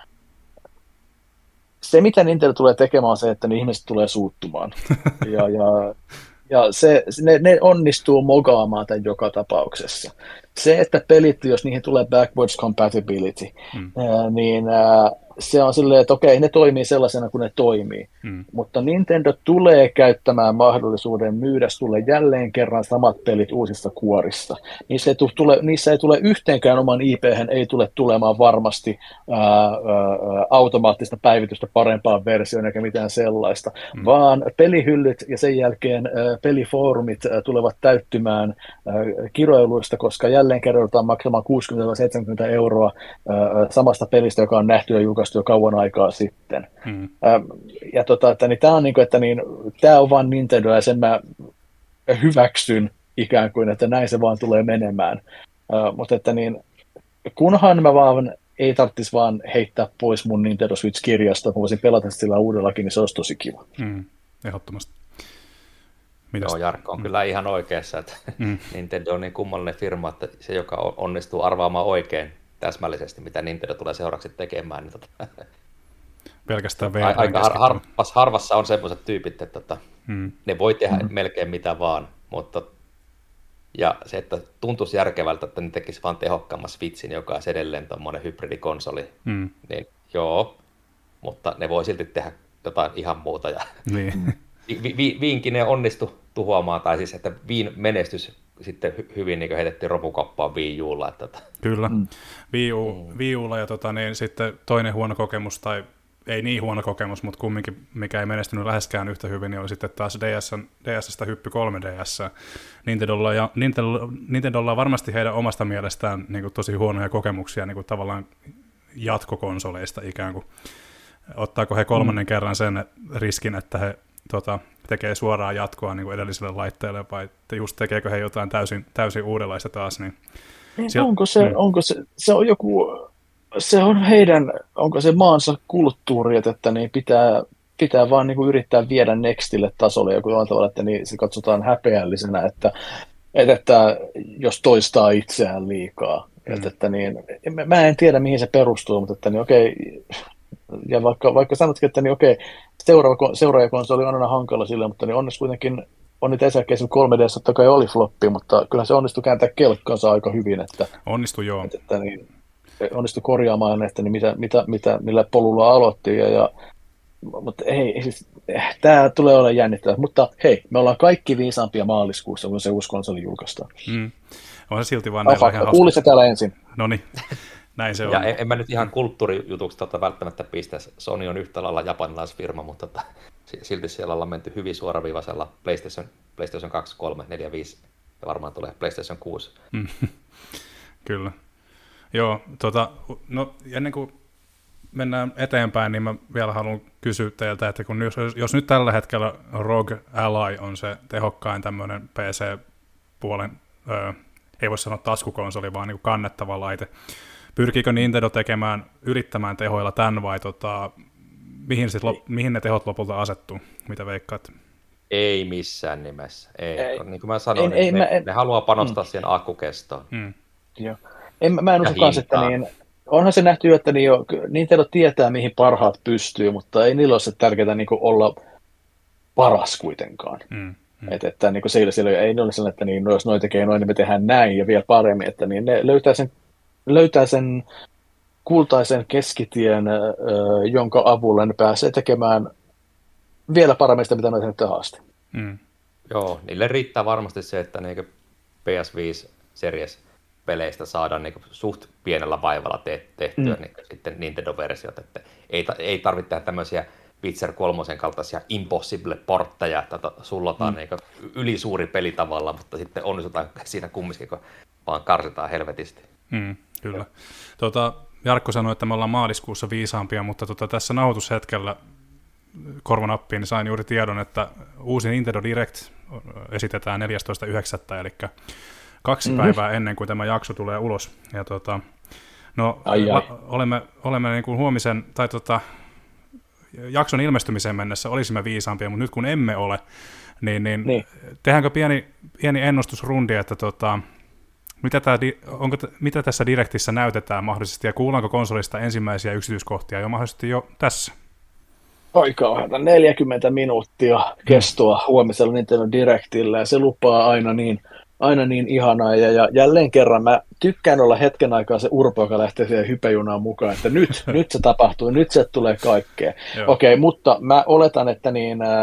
se, mitä Nintendo tulee tekemään, on se, että ne ihmiset tulee suuttumaan. Ja ne onnistuu mogaamaan tämän joka tapauksessa. Se, että pelit, jos niihin tulee backwards compatibility, niin se on silleen, että okei, ne toimii sellaisena kuin ne toimii. Mutta Nintendo tulee käyttämään mahdollisuuden myydä sulle jälleen kerran samat pelit uusista kuorista. Niissä ei tule yhteenkään oman IP-hän, ei tule tulemaan varmasti automaattista päivitystä parempaan versioon eikä mitään sellaista, vaan pelihyllyt ja sen jälkeen pelifoorumit tulevat täyttymään kiroiluista, koska jälleen kerran joudutaan maksamaan 60-70 euroa samasta pelistä, joka on nähty ja julkaistu jo kauan aikaa sitten. Ja tämä on tämä on vaan Nintendo ja sen mä hyväksyn ikään kuin, että näin se vaan tulee menemään. Mutta että kunhan mä vaan ei tarvitsisi vaan heittää pois mun Nintendo Switch-kirjasta, mä voisin pelata sillä uudellakin, niin se olisi tosi kiva. Ehdottomasti. Mitäs? Joo, Jarkko on kyllä ihan oikeassa, että Nintendo on niin kummallinen firma, että se, joka onnistuu arvaamaan oikein täsmällisesti, mitä Nintendo tulee seuraavaksi tekemään, niin Pelkästään aika harvassa on semmoiset tyypit, että ne voi tehdä melkein mitä vaan, mutta ja se, että tuntuisi järkevältä, että ne tekisi vaan tehokkaamman Switchin, joka on edelleen tuommoinen hybridikonsoli, niin joo, mutta ne voi silti tehdä jotain ihan muuta. Ja niin. Viinkin ne onnistu tuhoamaan, tai siis että Viin menestys sitten hyvin niin heitettiin romukappaan Wii Ulla. Kyllä, Wii Ulla ja niin, sitten toinen huono kokemus, tai ei niin huono kokemus, mutta kumminkin mikä ei menestynyt läheskään yhtä hyvin, niin oli sitten taas DS:stä hyppy 3DS. Nintendolla on varmasti heidän omasta mielestään niin kuin tosi huonoja kokemuksia niin kuin tavallaan jatkokonsoleista ikään kuin. Ottaako he kolmannen kerran sen riskin, että he tekee suoraan jatkoa niin kuin edelliselle laitteelle, vai just tekeekö he jotain täysin uudenlaista taas? Niin se on joku, se on heidän, onko se maansa kulttuuri, että niin pitää vaan niin kuin yrittää viedä nextille tasolle joku tavalla, että niin se katsotaan häpeällisenä, että jos toistaa itseään liikaa. Että niin, mä en tiedä mihin se perustuu, mutta että niin okei, ja vaikka sanotkin, että niin okei, seuraajakonsoli on aina hankala sillä, mutta niin onneksi kuitenkin on niitä esimerkiksi 3DS totta kai oli floppi, mutta kyllä se onnistui kääntää kelkkansa aika hyvin. Onnistui joo. Että niin, onnistui korjaamaan, että niin millä polulla aloitti. Mutta ei, siis, tämä tulee olemaan jännittävää. Mutta hei, me ollaan kaikki viisaampia maaliskuussa, kun se uusi konsoli julkaistaan. On se silti vaan näin vähän hauska. Kuuli se täällä ensin. Noniin. Näin se on. Ja en mä nyt ihan kulttuurijutuksi välttämättä pistä. Sony on yhtä lailla japanilaisfirma, mutta silti siellä ollaan menty hyvin suoraviivaisella PlayStation 2, 3, 4, 5 ja varmaan tulee PlayStation 6. Kyllä. Joo, no ennen kuin mennään eteenpäin, niin mä vielä haluan kysyä teiltä, että jos nyt tällä hetkellä Rogue Ally on se tehokkain tämmöinen PC-puolen, ei voi sanoa taskukonsoli, vaan niin kuin kannettava laite, pyrkiikö Nintendo ylittämään tehoilla tämän vai mihin ne tehot lopulta asettuu? Mitä veikkaat? Ei missään nimessä. Ei. Niin kuin mä sanoin, ne haluaa panostaa siihen akkukestoon. Joo. Mä en usko kanssa, että niin, onhan se nähty, että Nintendo tietää, mihin parhaat pystyy, mutta ei niillä ole se tärkeää niin olla paras kuitenkaan. Että niin siellä ei ole sellainen, että niin, jos noi tekee noin, niin me tehdään näin ja vielä paremmin, että niin ne löytää sen kultaisen keskitien, jonka avulla ne pääsee tekemään vielä paremmin sitä, mitä ne on tehnyt tähän asti. Joo, niille riittää varmasti se, että niin PS5 Series-peleistä saadaan niin suht pienellä vaivalla tehtyä niin sitten Nintendo-versiot. Että ei tarvitse tehdä tämmöisiä Witcher 3 kaltaisia impossible-portteja, että sullotaan niin ylisuuri peli tavalla, mutta sitten onnistutaan siinä kumminkin, kun vaan karsitaan helvetisti. Kyllä. Jarkko sanoi, että me ollaan maaliskuussa viisaampia, mutta tässä nauhoitushetkellä korvanappiin niin sain juuri tiedon, että uusi Nintendo Direct esitetään 14.9. eli 2 päivää ennen kuin tämä jakso tulee ulos. Ja olemme niin kuin huomisen, tai jakson ilmestymiseen mennessä olisimme viisaampia, mutta nyt kun emme ole, niin. Tehdäänkö pieni ennustusrundi, että mitä tässä Directissä näytetään mahdollisesti, ja kuullaanko konsolista ensimmäisiä yksityiskohtia jo mahdollisesti jo tässä? Aika 40 minuuttia kestoa huomisella Nintendo Directillä, ja se lupaa aina niin ihanaa, ja jälleen kerran mä tykkään olla hetken aikaa se urpo, joka lähtee siihen hypejunaan mukaan, että nyt se tapahtuu, nyt se tulee kaikkea. Okei, mutta mä oletan, että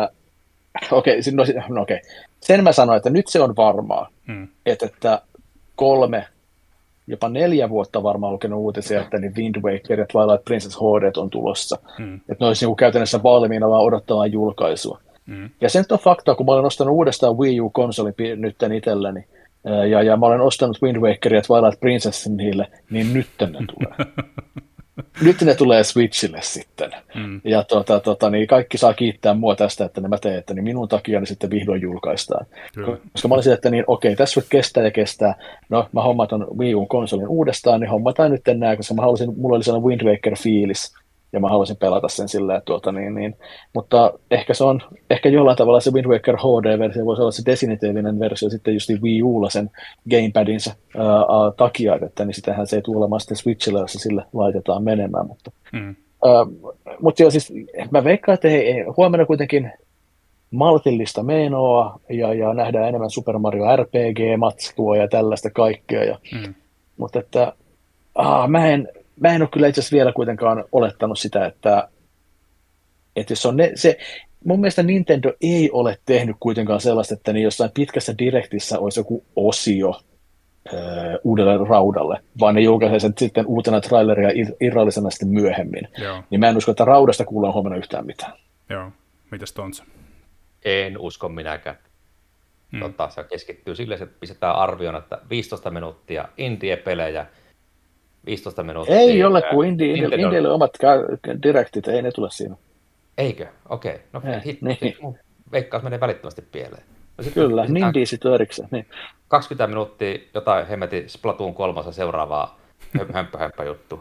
sen mä sanoin, että nyt se on varmaa, että 3, jopa 4 vuotta varmaan lukenut uutisia, että niin Wind Waker ja Twilight Princess HD on tulossa. Että ne olisi käytännössä valmiina vaan odottamaan julkaisua. Ja sen on fakta, kun mä olen ostanut uudestaan Wii U-konsolin nyt itselleni, ja mä olen ostanut Wind Waker ja Twilight Princessin niille, niin nyt ne tulee. Nyt ne tulee Switchille sitten. Ja niin kaikki saa kiittää mua tästä, että mä teen, että niin minun takia ne sitten vihdoin julkaistaan. Kyllä. Koska mä olisin, että niin okei, tässä kestää ja kestää. No, mä hommataan Wii U-konsolin uudestaan, niin hommataan nyt nää, koska mä halusin, mulla oli sellainen Wind Waker-fiilis. ja mä haluaisin pelata sen silleen, mutta ehkä jollain tavalla se Wind Waker HD-versio voisi olla se definitiivinen versio sitten just Wii Ulla sen gamepadinsa takia, että niin sitähän se ei tule olemaan sitten Switchillä, jos se sille laitetaan menemään, mutta joo, siis mä veikkaan, että huomenna kuitenkin maltillista menoa ja nähdään enemmän Super Mario RPG-matskua ja tällaista kaikkea. Mutta että mä en ole kyllä itse asiassa vielä kuitenkaan olettanut sitä, että jos on mun mielestä Nintendo ei ole tehnyt kuitenkaan sellaista, että niin jossain pitkässä direktissä olisi joku osio uudelle raudalle, vaan ne julkaisee sen sitten uutena traileria irrallisena sitten myöhemmin. Joo. Niin mä en usko, että raudasta kuullaan huomenna yhtään mitään. Joo, mitäs Tontsa? En usko minäkään. Se keskittyy silleen, että pistetään arvioon, että 15 minuuttia indie-pelejä, 15 minuuttia... Ei ole, kun Indieille omat direktit, ei ne tule siinä. Eikö? Okei. No niin. Veikkaus menee välittömästi pieleen. No, kyllä, Nindie sitten erikseen. Niin. 20 minuuttia jotain hemmetin Splatoon 3 seuraavaa hömppä juttu.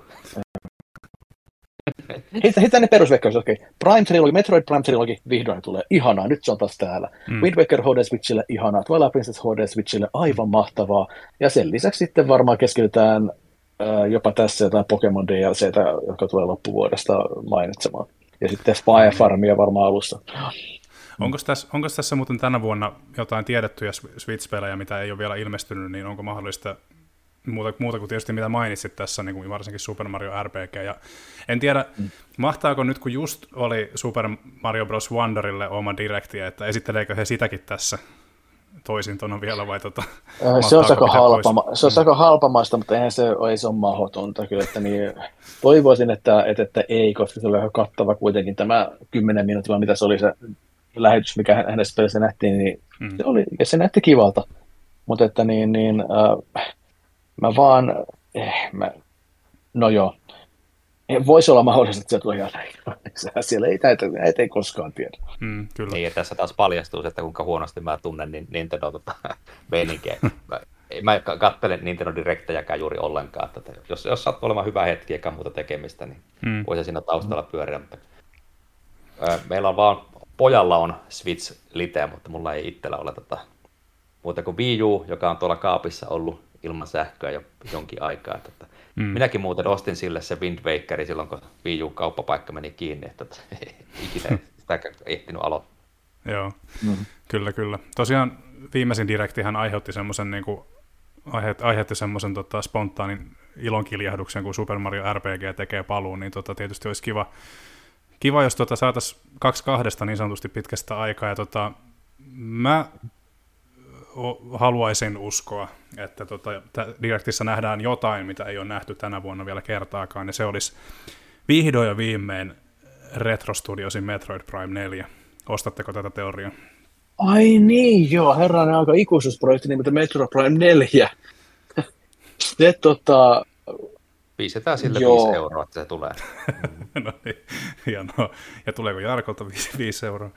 Heitä ne perusveikkaukset, okei. Prime Trilogy, Metroid Prime Trilogy vihdoin tulee. Ihanaa, nyt se on taas täällä. Wind Waker HD Switchille ihanaa. Twilight Princess HD Switchille aivan mahtavaa. Ja sen lisäksi sitten varmaan keskitytään jopa tässä jotain Pokemon DLCtä, joka tulee loppuvuodesta mainitsemaan. Ja sitten Fire Farmia varmaan alussa. Onko tässä muuten tänä vuonna jotain tiedettyjä Switch-pelejä, mitä ei ole vielä ilmestynyt, niin onko mahdollista muuta kuin tietysti mitä mainitsit tässä, niin kuin varsinkin Super Mario RPG. Ja en tiedä, mahtaako nyt, kun just oli Super Mario Bros. Wonderille oma direkti, että esitteleekö he sitäkin tässä toisintona vielä, vai se on aika halpamaista, mutta eihän se ole mahdotonta kyllä, että niin, toivoisin, että ei, koska se oli ihan kattava kuitenkin tämä 10 minuuttia, mitä se oli se lähetys, mikä hänessä pelissä nähtiin, niin se näytti kivalta, mutta että no joo, voisi olla mahdollista, että se tulee jälleen. Siellä ei koskaan tiedä. Kyllä. Niin, ja tässä taas paljastuu, että kuinka huonosti mä tunnen Nintendo meininkiä. Mä en katsele Nintendo Directejäkään juuri ollenkaan. Että jos sattuu olemaan hyvä hetki eikä muuta tekemistä, niin voisi siinä taustalla pyöriä. Mutta, meillä on vaan, pojalla on Switch Lite, mutta mulla ei itsellä ole muuta kuin Wii U, joka on tuolla kaapissa ollut ilman sähköä jo jonkin aikaa. Minäkin muuten ostin sille se Wind Wakeri silloin, kun Wii U-kauppapaikka meni kiinni, että ikinä sitäkään ehtinyt aloittaa. Joo, kyllä. Tosiaan viimeisin direktihän aiheutti semmoisen spontaanin ilonkiljahduksen, kun Super Mario RPG tekee paluun, niin tietysti olisi kiva jos saataisiin 2/2 niin sanotusti pitkästä aikaa, ja mä haluaisin uskoa, että Directissä nähdään jotain, mitä ei ole nähty tänä vuonna vielä kertaakaan, ja se olisi vihdoin ja viimein Retro Studiosin Metroid Prime 4. Ostatteko tätä teoriaa? Ai niin, joo, herranen aika ikuisuusprojekti nimeltä Metroid Prime 4. Se pistetään sille 5 euroa, että se tulee. No niin, hienoa. Ja tuleeko Jarkolta 5 euroa?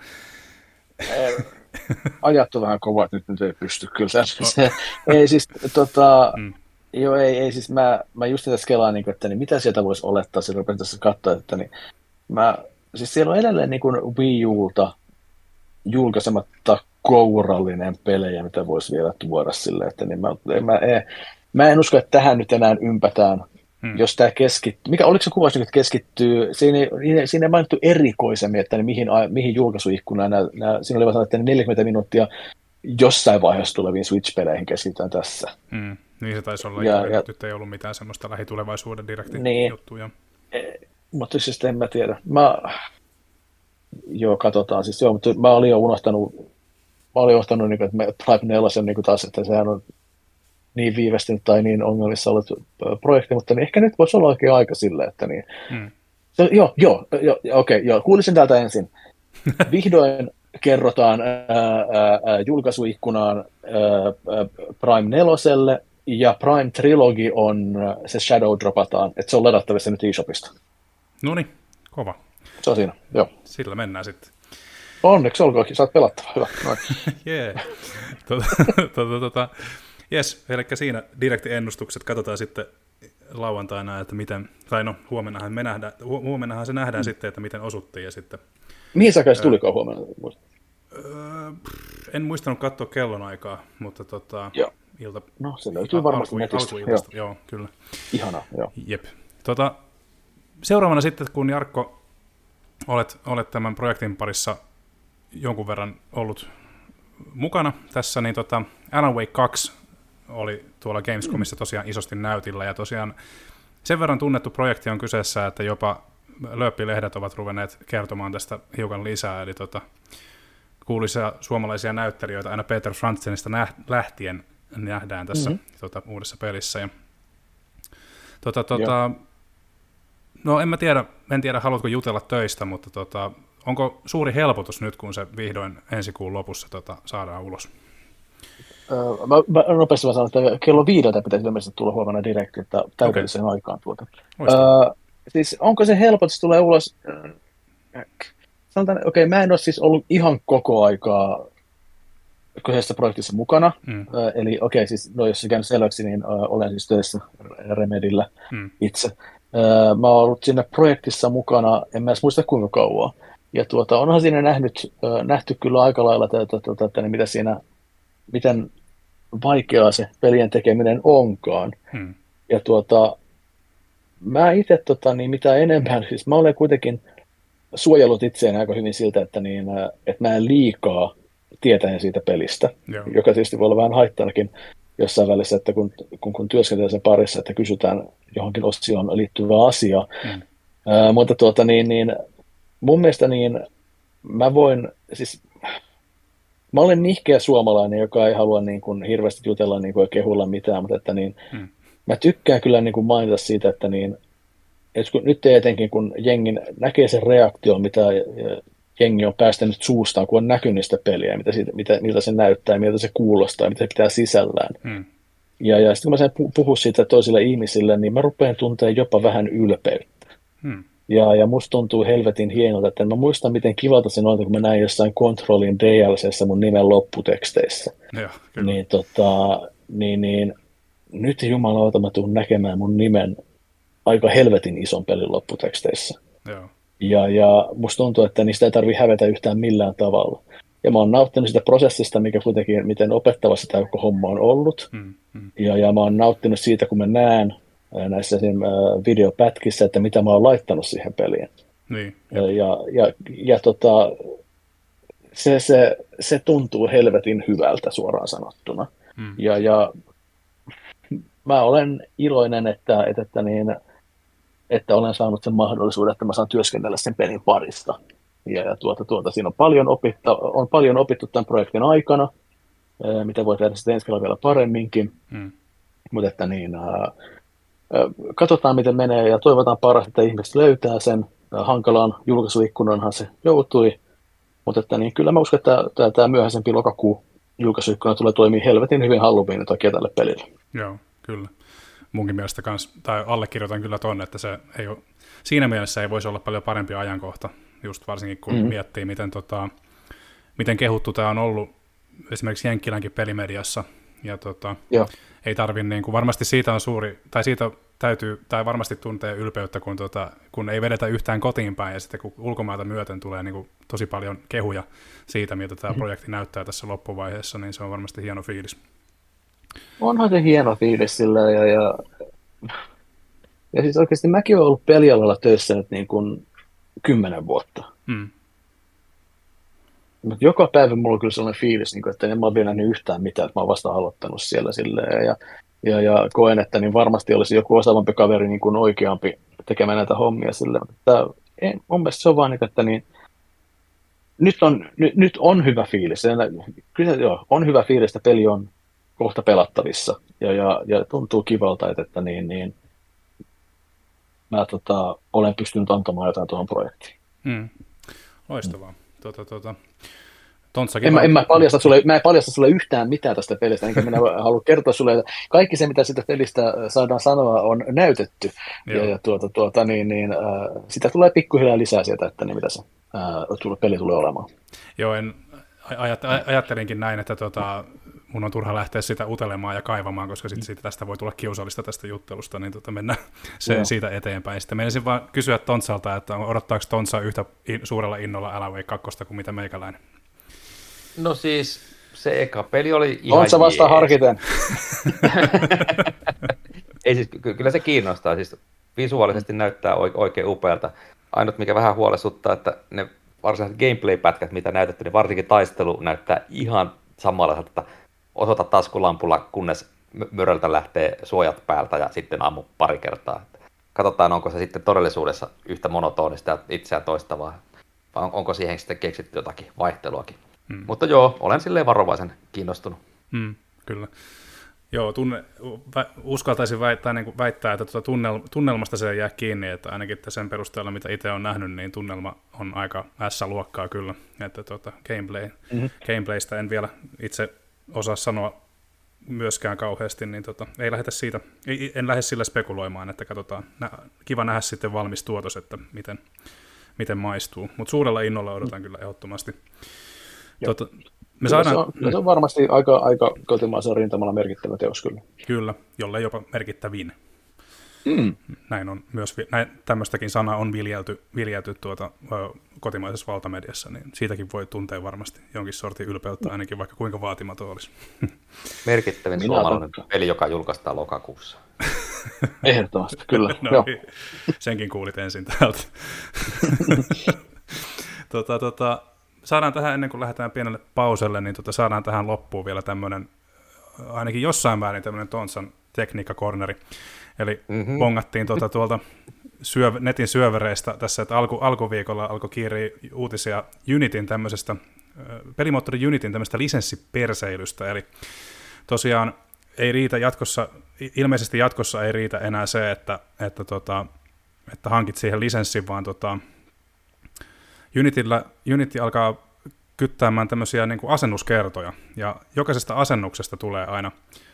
Ajattu vähän kovaa, että nyt ei pysty kyllä. Ei siis, joo, ei siis mä just tässä kelaan, että niin mitä sieltä voisi olettaa, sieltä rupesin tässä katsoa, että niin siis siellä on edelleen niin kuin Wii Ulta julkaisematta kourallinen pelejä, mitä voisi vielä tuoda sille, että niin mä en usko, että tähän nyt enää ympätään. Jos tämä keskittyy, oliko se kuvaus, että keskittyy, siinä ei mainittu erikoisemmin, että mihin julkaisuikkunaan, siinä oli vaan että 40 minuuttia jossain vaiheessa tuleviin Switch-peleihin keskitytään tässä. Niin se taisi olla, nyt ei ollut mitään semmoista lähitulevaisuuden direktin juttuja. Mutta siis en mä tiedä. Katsotaan siis, mutta mä olin jo unohtanut niin, että Prime 4 on niin taas, että sehän on niin viivästynyt tai niin ongelmissa ollut projekti, mutta niin ehkä nyt voisi olla oikein aika sille, että niin. Okei, kuulisin täältä ensin. Vihdoin kerrotaan julkaisuikkunaan Prime 4 ja Prime Trilogy on, se Shadow dropataan, että se on ladattavissa nyt eShopista. Noniin, kova. Se on siinä, joo. Sillä mennään sitten. Onneksi olkoonkin, saat pelattava, hyvä. Jee. Jes, eli siinä Direct-ennustukset, katsotaan sitten lauantaina, että miten, tai no huomennahan se nähdään sitten, että miten osuttiin ja sitten. Mihin saakka se tuliko huomenna? En muistanut katsoa kellonaikaa, mutta Joo. ilta. No se löytyy varmasti netistä. Joo, kyllä. Ihanaa, joo. Jep. Seuraavana sitten, kun Jarkko, olet tämän projektin parissa jonkun verran ollut mukana tässä, niin Alan Wake 2 oli tuolla Gamescomissa tosiaan isosti näytillä, ja tosiaan sen verran tunnettu projekti on kyseessä, että jopa lööppilehdet ovat ruvenneet kertomaan tästä hiukan lisää, eli kuuluisia suomalaisia näyttelijöitä aina Peter Frantzenista lähtien nähdään tässä uudessa pelissä. Ja, no en tiedä haluatko jutella töistä, mutta onko suuri helpotus nyt, kun se vihdoin ensi kuun lopussa saadaan ulos? Mä nopeasti vaan sanon, että kello 5 pitäisi ilmeisesti tulla huomenna direkti, että täydelliseen aikaan tuota. Siis onko se helpotus tulee ulos? Sanotaan, okei, mä en ole siis ollut ihan koko aikaa kyseisessä projektissa mukana. Eli okei, siis jos se käynyt selväksi, niin olen siis töissä Remedillä itse. Mä oon ollut siinä projektissa mukana, en mä edes muista kuinka kauan. Ja onhan siinä nähty kyllä aika lailla, että miten vaikeaa se pelien tekeminen onkaan. Ja mä itse mitä enemmän, siis mä olen kuitenkin suojellut itseäni aika hyvin siltä, että mä en liikaa tietäen siitä pelistä, joka tietysti voi olla vähän haittanakin jossain välissä, että kun työskentelee sen parissa, että kysytään johonkin osioon liittyvää asiaa. Mutta mun mielestä mä olen nihkeä suomalainen, joka ei halua hirveästi jutella ja kehulla mitään, mutta mä tykkään kyllä mainita siitä, että nyt etenkin kun jengi näkee sen reaktion, mitä jengi on päästänyt suustaan, kun on näkynyt niistä peliä, miltä se näyttää, miltä se kuulostaa, mitä se pitää sisällään. Ja sitten kun mä sen puhun siitä toisille ihmisille, niin mä rupean tuntemaan jopa vähän ylpeyttä. Ja musta tuntuu helvetin hienolta, että mä muistan, miten kivalta se on, kun mä näin jossain Controlin DLC:ssä mun nimen lopputeksteissä. Niin nyt jumalauta mä tuun näkemään mun nimen aika helvetin ison pelin lopputeksteissä. Ja musta tuntuu, että niistä ei tarvitse hävetä yhtään millään tavalla. Ja mä oon nauttinut sitä prosessista, mikä kuitenkin, miten opettavassa tämä koko homma on ollut. Ja mä oon nauttinut siitä, kun mä näen näissä videopätkissä, että mitä mä oon laittanut siihen peliin. Se tuntuu helvetin hyvältä suoraan sanottuna. Ja mä olen iloinen, että olen saanut sen mahdollisuuden, että mä saan työskennellä sen pelin parista. Ja siinä on paljon opittu tämän projektin aikana, mitä voi tehdä sitten ensi kerralla vielä paremminkin. Mutta katsotaan miten menee ja toivotaan parasta, että ihmiset löytää sen. Hankalaan julkaisuikkunanhan se joutui, mutta kyllä mä uskon, että tämä myöhäisempi lokakuun julkaisuikkuna tulee toimia helvetin hyvin Halloweenin takia tälle pelille. Joo, kyllä. Munkin mielestä tai allekirjoitan kyllä ton, että se ei ole, siinä mielessä ei voisi olla paljon parempi ajankohta, just varsinkin kun miettii, miten kehuttu tämä on ollut esimerkiksi Jenkkilänkin pelimediassa, ja ei tarvitse, varmasti siitä on suuri, tai siitä täytyy, tai varmasti tuntee ylpeyttä, kun ei vedetä yhtään kotiin päin, ja sitten kun ulkomailta myöten tulee tosi paljon kehuja siitä, miltä tämä projekti näyttää tässä loppuvaiheessa, niin se on varmasti hieno fiilis. Onhan se hieno fiilis sillä, ja siis oikeasti mäkin olen ollut pelialalla töissä nyt 10 vuotta. Mutta joka päivä mulla on kyllä sellainen fiilis, että en mä ole vielä nähnyt yhtään mitään, että mä oon vasta aloittanut siellä silleen, ja koen, että varmasti olisi joku osaavampi kaveri oikeampi tekemään näitä hommia silleen. Mun mielestä se on vaan, että nyt on hyvä fiilis. Kyllä on hyvä fiilis, että peli on kohta pelattavissa, ja tuntuu kivalta, että mä olen pystynyt antamaan jotain tuohon projektiin. Loistavaa. Mä en paljasta sulle yhtään mitään tästä pelistä, enkä minä halua kertoa sulle, että kaikki se, mitä sitä pelistä saadaan sanoa, on näytetty. Ja sitä tulee pikkuhiljaa lisää sieltä, että mitä se peli tulee olemaan. Joo, ajattelinkin näin, että mun on turha lähteä sitä utelemaan ja kaivamaan, koska sitten tästä voi tulla kiusallista tästä juttelusta, niin mennään siitä eteenpäin. Sitten menisin vaan kysyä Tontsalta, että odottaako Tontsa yhtä suurella innolla Alan Wake 2 kuin mitä meikäläinen? No siis se eka peli oli ihan Tontsa vasta harkiten. Ei siis, kyllä se kiinnostaa, siis visuaalisesti näyttää oikein upealta. Ainut mikä vähän huolestuttaa, että ne varsinaiset gameplay-pätkät, mitä näytetty, niin varsinkin taistelu näyttää ihan samanlaiselta, että osoita taskulampulla, kunnes möröltä lähtee suojat päältä ja sitten ammu pari kertaa. Katsotaan, onko se sitten todellisuudessa yhtä monotonista ja itseään toistavaa, vai onko siihen sitten keksitty jotakin vaihteluakin. Mutta joo, olen silleen varovaisen kiinnostunut. Kyllä. Joo, uskaltaisin väittää, että tunnelmasta se ei jää kiinni, että ainakin sen perusteella, mitä itse olen nähnyt, niin tunnelma on aika S-luokkaa kyllä, että gameplaystä en vielä itse osaa sanoa myöskään kauheasti, niin ei lähdetä siitä, en lähde sillä spekuloimaan, että katsotaan, kiva nähdä sitten valmis tuotos, että miten maistuu, mutta suurella innolla odotan kyllä ehdottomasti. Se on varmasti aika kotimaisen rintamalla merkittävä teos kyllä. Kyllä, jollei jopa merkittävin. Näin on myös, tämmöistäkin sanaa on viljelty kotimaisessa valtamediassa, niin siitäkin voi tuntea varmasti jonkin sortin ylpeyttä, ainakin vaikka kuinka vaatimaton olisi. Merkittävin suomalainen peli, joka julkaistaan lokakuussa. Ehdottomasti, kyllä. No, joo. Senkin kuulit ensin täältä. Saadaan tähän, ennen kuin lähdetään pienelle pauselle, niin saadaan tähän loppuun vielä tämmöinen, ainakin jossain määrin tämmöinen Tontsan tekniikkakorneri. Eli bongattiin tuolta netin syövereistä tässä, että alkuviikolla alkoi kiiriä uutisia Unitin tämmöisestä, pelimoottori Unitin tämmöistä lisenssiperseilystä, eli tosiaan ei riitä ilmeisesti jatkossa ei riitä enää se, että hankit siihen lisenssin, vaan Unity alkaa kyttäämään tämmöisiä niin kuin asennuskertoja, ja jokaisesta asennuksesta tulee aina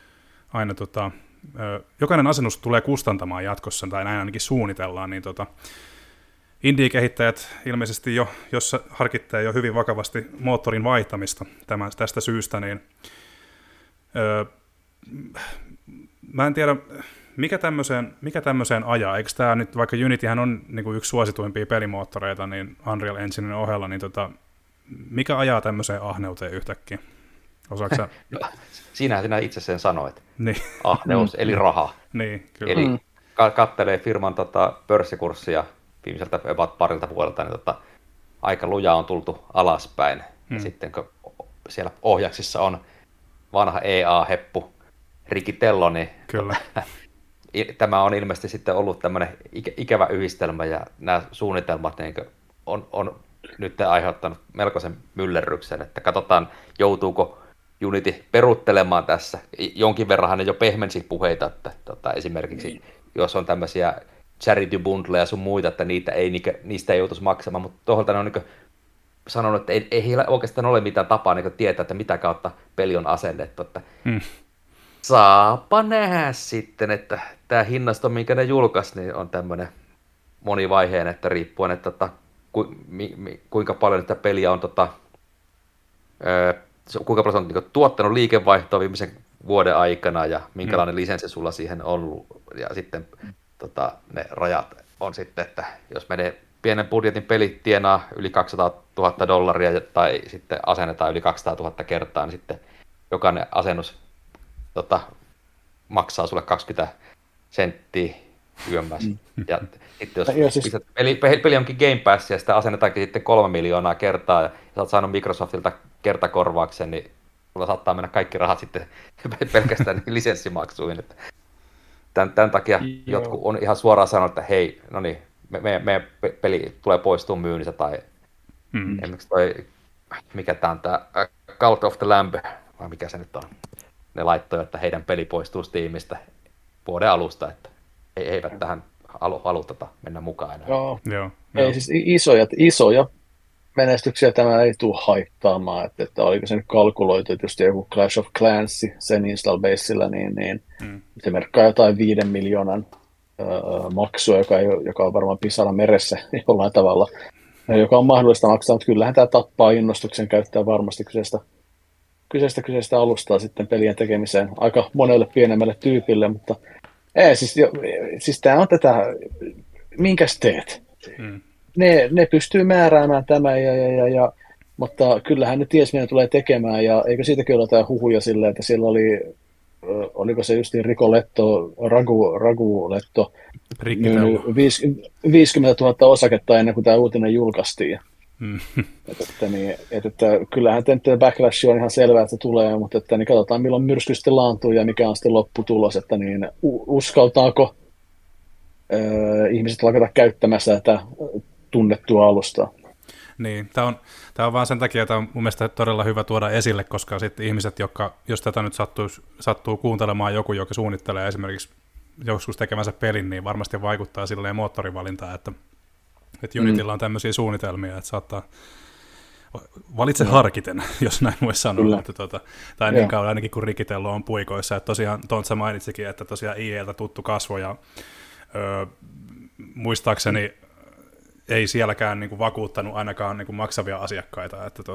jokainen asennus tulee kustantamaan jatkossa, tai näin ainakin suunnitellaan, niin indie-kehittäjät ilmeisesti jos harkittee jo hyvin vakavasti moottorin vaihtamista tästä syystä, niin mä en tiedä, mikä tämmöiseen ajaa. Eikö tämä nyt, vaikka Unityhän on niin kuin yksi suosituimpia pelimoottoreita, niin Unreal Enginen ohella, niin mikä ajaa tämmöiseen ahneuteen yhtäkkiä? Osaatko sä? No, sinä itse sen sanoit. Niin. Ahneus, eli raha. Niin, kyllä. Eli kattelee firman pörssikurssia viimeiseltä about parilta vuodelta, niin aika lujaa on tultu alaspäin. Ja sitten kun siellä ohjaksissa on vanha EA-heppu Rikitello, niin kyllä. Tämä on ilmeisesti sitten ollut tämmöinen ikävä yhdistelmä, ja nämä suunnitelmat niin on nyt aiheuttanut melkoisen myllerryksen, että katsotaan, joutuuko Unity peruuttelemaan tässä. Jonkin verran ne jo pehmensi puheita, että esimerkiksi jos on tämmöisiä charity bundleja sun muita, että niistä ei joutuisi maksamaan, mutta toisaalta ne on niin sanonut, että ei heillä oikeastaan ole mitään tapaa niin tietää, että mitä kautta peli on asennettu. Että saapa nähdä sitten, että tämä hinnasto, minkä ne julkaisi, niin on tämmöinen monivaiheinen, että riippuen, että kuinka paljon tätä peliä on kuinka paljon on niin tuottanut liikevaihtoa viimeisen vuoden aikana ja minkälainen lisenssi sulla siihen on ollut. Ja sitten ne rajat on sitten, että jos menee pienen budjetin peli tienaa yli $200,000 tai sitten asennetaan yli 200,000 kertaa, niin sitten jokainen asennus maksaa sulle 20 senttiä yömmässä. Ja sitten jos peli onkin Game Pass ja sitä asennetaankin sitten 3 miljoonaa kertaa ja sä oot saanut Microsoftilta kertakorvauksen, niin sulla saattaa mennä kaikki rahat sitten pelkästään lisenssimaksuihin. Tämän takia jotkut on ihan suoraan sanonut, että hei, no niin, meidän peli tulee poistua myynnissä tai esimerkiksi mikä tämä on tämä Cult of the Lamb, vai mikä se nyt on. Ne laittoi, että heidän peli poistuu Steamista vuoden alusta, että he eivät tähän halua mennä mukaan enää. Joo. Ei siis isoja menestyksiä tämä ei tule haittaamaan, että oliko se nyt kalkuloitu, että jos joku Clash of Clans sen install baseillä, niin se merkkaa jotain 5 miljoonan maksua, joka on varmaan pisara meressä jollain tavalla, joka on mahdollista maksaa, mutta kyllähän tämä tappaa innostuksen käyttää varmasti kyseistä alustaa sitten pelien tekemiseen aika monelle pienemmälle tyypille, mutta ei, siis tämä on tätä, minkäs teet? Ne pystyy määräämään tämän, mutta kyllähän ne ties, mitä tulee tekemään, ja eikö siitäkin ole jotain huhuja silleen, että siellä oliko se justiin Rico Letto, Ragu Letto, 50 000 osaketta ennen kuin tämä uutinen julkaistiin. Että kyllähän tämä backlash on ihan selvää, että se tulee, mutta että, niin katsotaan milloin myrsky sitten laantuu ja mikä on sitten lopputulos, että niin uskaltaako ihmiset lakata käyttämässä tätä tunnettua alustaa. Niin, tämä on vaan sen takia, että on mun mielestä todella hyvä tuoda esille, koska sitten ihmiset, jos tätä nyt sattuu kuuntelemaan joku, joka suunnittelee esimerkiksi joskus tekemänsä pelin, niin varmasti vaikuttaa silleen moottorivalintaan, että Unitylla on tämmöisiä suunnitelmia, että saattaa valitse harkiten, jos näin voi sanoa, tai niin kauan ainakin kun Rikitello on puikoissa, että tosiaan Tontsa mainitsikin, että tosiaan EA:ltä tuttu kasvo, ja muistaakseni ei sielläkään niin kuin vakuuttanut ainakaan niin kuin maksavia asiakkaita, että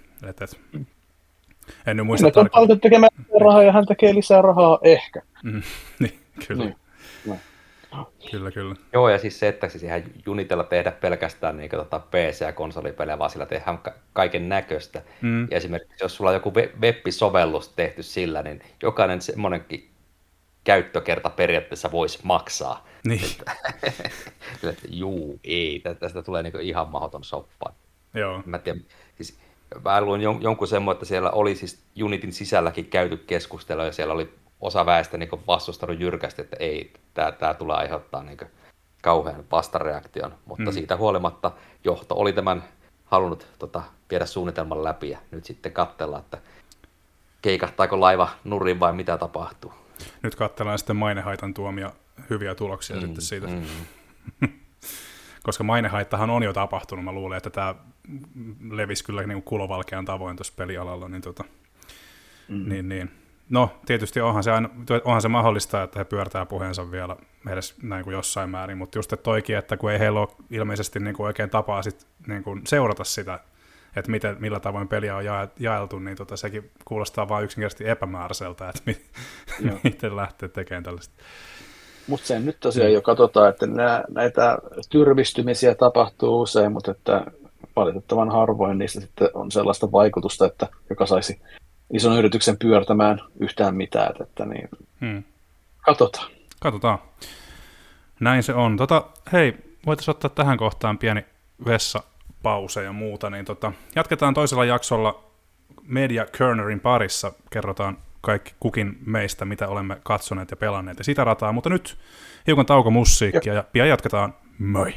en nyt muista tarkkaan. Hän on tekemään rahaa ja hän tekee lisää rahaa ehkä. Niin, kyllä. Kyllä. Joo, ja siis se, että siis ihan Unitella tehdä pelkästään niin PC- ja konsolipelejä, vaan sillä tehdään kaiken näköistä. Ja esimerkiksi jos sulla on joku web-sovellus tehty sillä, niin jokainen semmoinenkin käyttökerta periaatteessa voisi maksaa. Niin. Ei, tästä tulee niin ihan mahdoton soppa. Joo. Mä luin jonkun semmoinen, että siellä oli siis Unitin sisälläkin käyty keskustelua, ja siellä oli osa väestä niin vastustanut jyrkästi, että ei, tämä tulee aiheuttaa niin kauhean vastareaktion, mutta siitä huolimatta johto oli tämän halunnut viedä suunnitelman läpi, ja nyt sitten katsellaan, että keikahtaako laiva nurin vai mitä tapahtuu. Nyt katsellaan sitten mainehaitan tuomia hyviä tuloksia sitten siitä. Koska mainehaittahan on jo tapahtunut, mä luulen, että tämä levisi kyllä niin kulovalkean tavoin tuossa pelialalla, niin. No, tietysti onhan se mahdollista, että he pyörtää puheensa vielä edes näin kuin jossain määrin, mutta just toikin, että kun ei heillä ole ilmeisesti niin kuin oikein tapaa sit, niin kuin seurata sitä, että millä tavoin peliä on jaeltu, niin sekin kuulostaa vain yksinkertaisesti epämääräiseltä, että miten lähtee tekemään tällaista. Mutta sen nyt tosiaan jo katsotaan, että näitä tyrmistymisiä tapahtuu usein, mutta että valitettavan harvoin niistä sitten on sellaista vaikutusta, että joka saisi ison yrityksen pyörtämään yhtään mitään, että niin katsotaan. Näin se on. Hei, voitaisiin ottaa tähän kohtaan pieni vessapause ja muuta, niin jatketaan toisella jaksolla Media Cornerin parissa, kerrotaan kaikki kukin meistä, mitä olemme katsoneet ja pelanneet ja sitä rataa, mutta nyt hiukan taukomusiikkia ja pian jatketaan. Moi!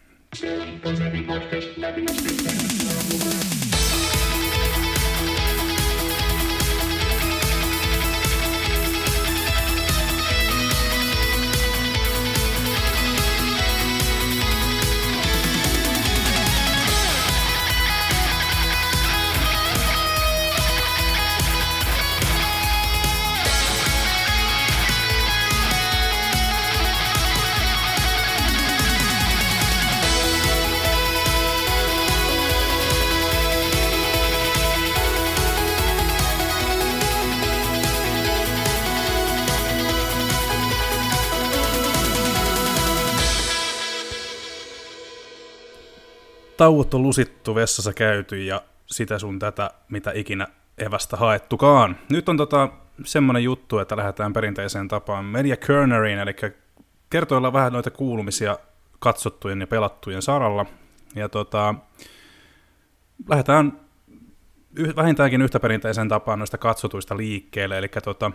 Tauot on lusittu, vessassa käyty ja sitä sun tätä, mitä ikinä evästä haettukaan. Nyt on semmoinen juttu, että lähdetään perinteiseen tapaan Media Corneriin, eli kertoillaan vähän noita kuulumisia katsottujen ja pelattujen saralla. Ja lähdetään vähintäänkin yhtä perinteiseen tapaan noista katsotuista liikkeelle, eli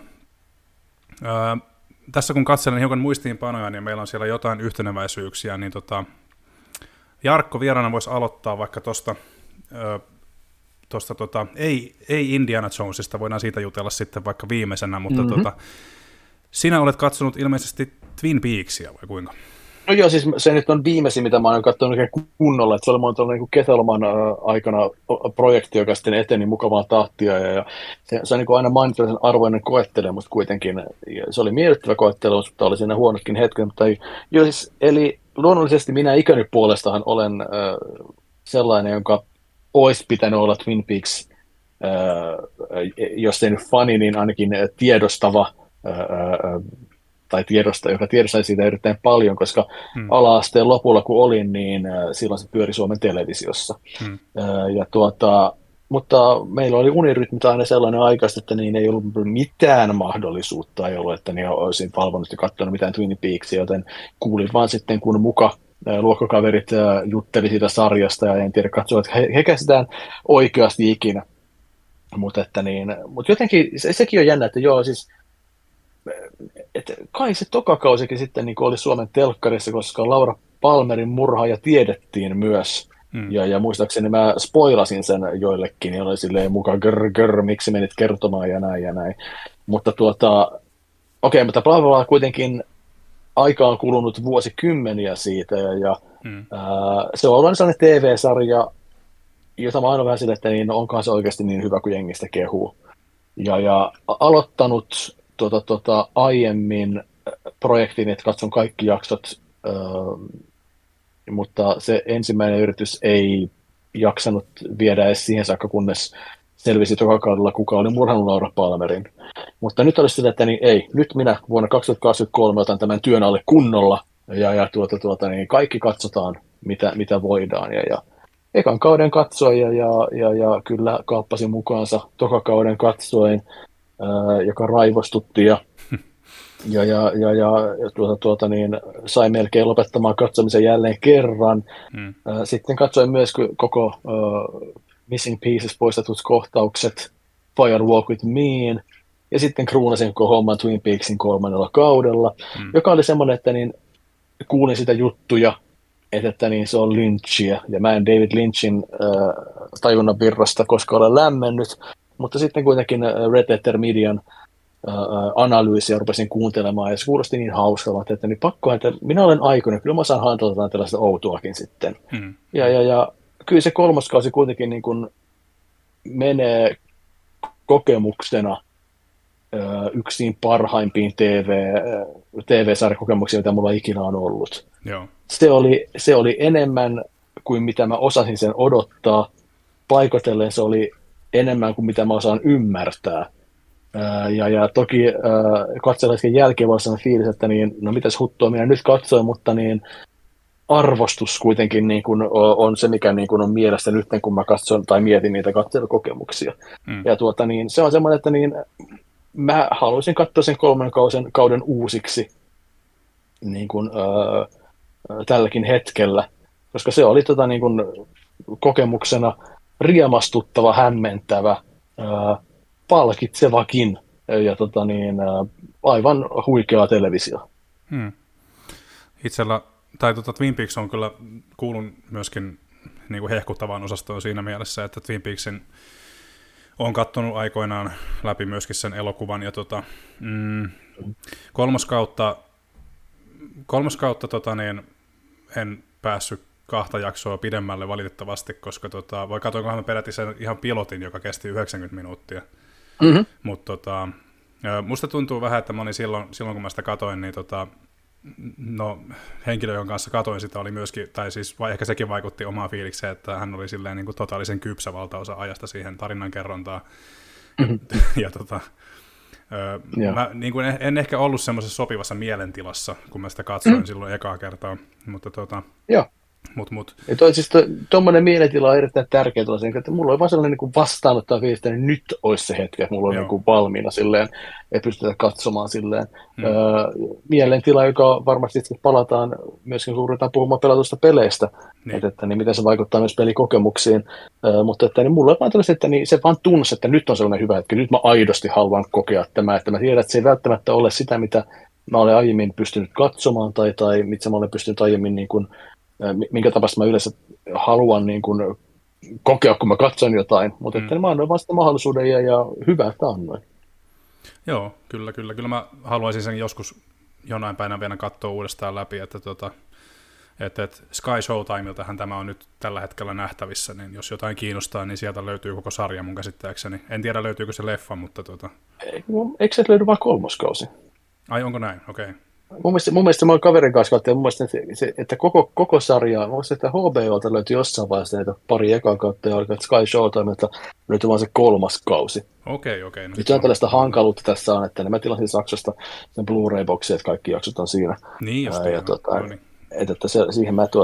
tässä kun katselen hiukan muistiinpanoja, niin meillä on siellä jotain yhteneväisyyksiä, niin Jarkko vieraana voisi aloittaa vaikka tuosta ei Indiana Jonesista, voidaan siitä jutella sitten vaikka viimeisenä, mutta sinä olet katsonut ilmeisesti Twin Peaksia, vai kuinka? No joo, siis se nyt on viimeisin, mitä mä oon katsonut kunnolla, että se oli tuolla niin kesäloman aikana projekti, joka sitten eteni mukavaa tahtia, ja se on niin aina mainitsen arvoinen koettelemus kuitenkin, ja se oli miellyttävä koettelemus, mutta oli siinä huonotkin hetken, mutta joo, siis, eli luonnollisesti minä ikäni puolestahan olen sellainen, jonka olisi pitänyt olla Twin Peaks jos ei nyt fani, niin ainakin tiedostava joka tiedostaa siitä erittäin paljon, koska ala-asteen lopulla kun olin, niin silloin se pyöri Suomen televisiossa. Mutta meillä oli unirytmi aina sellainen aikaista, että niin ei ollut mitään mahdollisuutta, ei ollut, että niin olisin valvonnut ja katsonut mitään Twin Peaksia, joten kuulin vaan sitten, kun luokkakaverit jutteli siitä sarjasta, ja en tiedä katsoa, että he käsitään oikeasti ikinä. Mutta jotenkin sekin on jännä, että joo, siis että kai se tokakausikin sitten niin oli Suomen telkkarissa, koska Laura Palmerin murhaaja tiedettiin myös. Ja muistaakseni mä spoilasin sen joillekin, ja oli silleen mukaan miksi menit kertomaan ja näin. Mutta mutta bla bla bla, kuitenkin aika on kulunut vuosikymmeniä siitä, se on ollut sellainen TV-sarja, jota mä aina vähän silleen, että niin, onkaan se oikeasti niin hyvä kuin jengistä kehuu. Ja aloittanut aiemmin projektin, että katson kaikki jaksot, mutta se ensimmäinen yritys ei jaksanut viedä edes siihen saakka, kunnes selvisi tokakaudella, kuka oli murhannut Laura Palmerin. Mutta nyt olisi sitä, että niin ei, nyt minä vuonna 2023 otan tämän työn alle kunnolla, niin kaikki katsotaan, mitä voidaan. Ja ekan kauden katsoin, ja kyllä kaappasin mukaansa tokakauden katsoin, joka raivostutti, ja sai melkein lopettamaan katsomisen jälleen kerran. Sitten katsoin myös koko Missing Pieces poistetut kohtaukset, Fire Walk with Meen, ja sitten kruunasin koko homman Twin Peaksin 3. kaudella, joka oli semmoinen, että niin kuulin sitä juttuja, että niin se on Lynchia, ja mä en David Lynchin tajunnan virrasta koska olen lämmennyt, mutta sitten kuitenkin Red Letter Median analyysiä rupesin kuuntelemaan, ja se kuulosti niin hauskalta, että niin pakkohan, että minä olen aikuinen, kyllä mä saan hantaltaan tällaista outoakin sitten. Ja kyllä se 3. kausi kuitenkin niin kuin menee kokemuksena yksin parhaimpiin TV-sarjakokemuksia, mitä mulla ikinä on ollut. Joo. Se oli enemmän kuin mitä mä osasin sen odottaa. Paikotellen se oli enemmän kuin mitä mä osaan ymmärtää. Ja toki katselaisken jälkeen voi sanoa fiilis, että niin, no mitäs huttua minä nyt katsoin, mutta niin arvostus kuitenkin niin kuin on se, mikä niin kuin on mielessä nyt, kun mä katson tai mietin niitä katselukokemuksia. Ja niin, se on semmoinen, että niin, mä haluaisin katsoa sen 3. kauden uusiksi niin kuin, tälläkin hetkellä, koska se oli niin kuin, kokemuksena riemastuttava, hämmentävä, palkitsevakin ja aivan huikeaa televisio. Itsellä, Twin Peaks on kyllä kuulun myöskin niin kuin hehkuttavaan osastoon siinä mielessä, että Twin Peaksin olen katsonut aikoinaan läpi myöskin sen elokuvan, ja 3. kautta en päässyt 2 jaksoa pidemmälle valitettavasti, koska voi katsoinkohan mä peräti sen ihan pilotin, joka kesti 90 minuuttia. Mutta musta tuntuu vähän, että mä olin silloin kun mä sitä katoin, niin henkilö, jonka kanssa katoin sitä, oli myöskin, tai siis ehkä sekin vaikutti omaan fiilikseen, että hän oli silleen niin kuin totaalisen kypsä valtaosa ajasta siihen tarinankerrontaan. Ja mä niin kuin en ehkä ollut semmoisessa sopivassa mielentilassa, kun mä sitä katsoin silloin ekaa kertaa, mutta Joo. Ja tuommoinen mielentila on erittäin tärkeä, että mulla on vaan sellainen niin vastaanottava fiilis, että nyt olisi se hetki, että mulla on niin valmiina silleen, että pystytään katsomaan silleen. Mielentila, joka varmasti sitten palataan myöskin, kun ruvetaan puhumaan pelatusta peleistä, että niin miten se vaikuttaa myös pelikokemuksiin. Mutta että niin mulla on vaan tällaista, että niin se vaan tunsi, että nyt on sellainen hyvä hetki, nyt mä aidosti haluan kokea tämä, että mä tiedän, että se ei välttämättä ole sitä, mitä mä olen aiemmin pystynyt katsomaan tai mitä mä olen pystynyt aiemmin niin kuin minkä tapasta mä yleensä haluan niin kuin kokea, kun mä katson jotain, mutta että mä annoin vasta mahdollisuuden ja hyvä, että annoin. Joo, kyllä. Kyllä mä haluaisin sen joskus jonain päivänä vielä katsoa uudestaan läpi, että Sky Showtimeltähän tämä on nyt tällä hetkellä nähtävissä, niin jos jotain kiinnostaa, niin sieltä löytyy koko sarja mun käsittääkseni. En tiedä, löytyykö se leffa, mutta Eikö se löydy vain 3. kausi? Ai, onko näin? Okei. Mun mielestä mä oon kaverin kanssa katsonut, ja mun mielestä että koko sarjaa, mun mielestä, että HBOlta löytyi jossain vaiheessa näitä pari ekaa kautta, ja oliko Sky Showtimelta löytyi vaan se 3. kausi. Okei. No, nyt on tällaista hankaluutta tässä on, että mä tilasin Saksasta sen Blu-ray-boxin, että kaikki jaksot on siinä. Niin just niin. Että siihen mä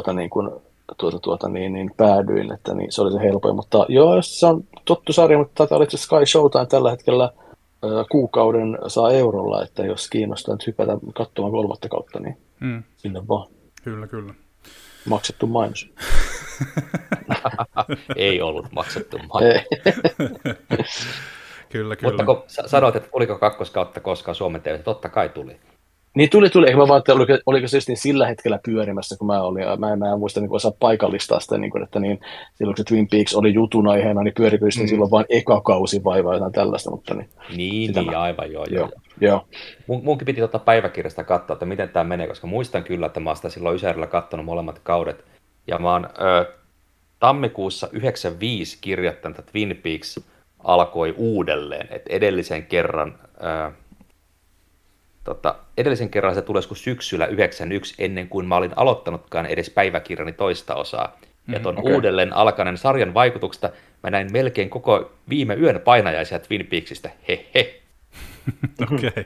päädyin, että niin, se oli se helpoin. Mutta joo, se on tuttu sarja, mutta tämä oli Sky Showtime tällä hetkellä kuukauden saa eurolla, että jos kiinnostaa nyt hypätä katsomaan 3. kautta, niin sinne vaan. Kyllä. Maksettu mainos. Ei ollut maksettu mainos. Kyllä. Mutta kun sanoit, että oliko 2. kautta koskaan Suomen TV, totta kai tuli. Niin tuli. Eikä mä vaan, että oliko se just niin sillä hetkellä pyörimässä, kun mä olin. Mä en muista niin osaa paikallistaa sitä, niin että niin, silloin kun se Twin Peaks oli jutun aiheena, niin pyörikö niin silloin vain eka kausi vai jotain tällaista. Mutta niin aivan joo. Munkin piti päiväkirjasta katsoa, että miten tämä menee, koska muistan kyllä, että mä oon sitä silloin Ysärillä katsonut molemmat kaudet. Ja mä oon tammikuussa 1995 kirjoittanut, että Twin Peaks alkoi uudelleen, että edellisen kerran se tuli joskus syksyllä 1991, ennen kuin mä olin aloittanutkaan edes päiväkirjani toista osaa. Ja ton uudelleen alkaneen sarjan vaikutuksesta mä näin melkein koko viime yön painajaisia Twin Peaksista. Hehe. Okei.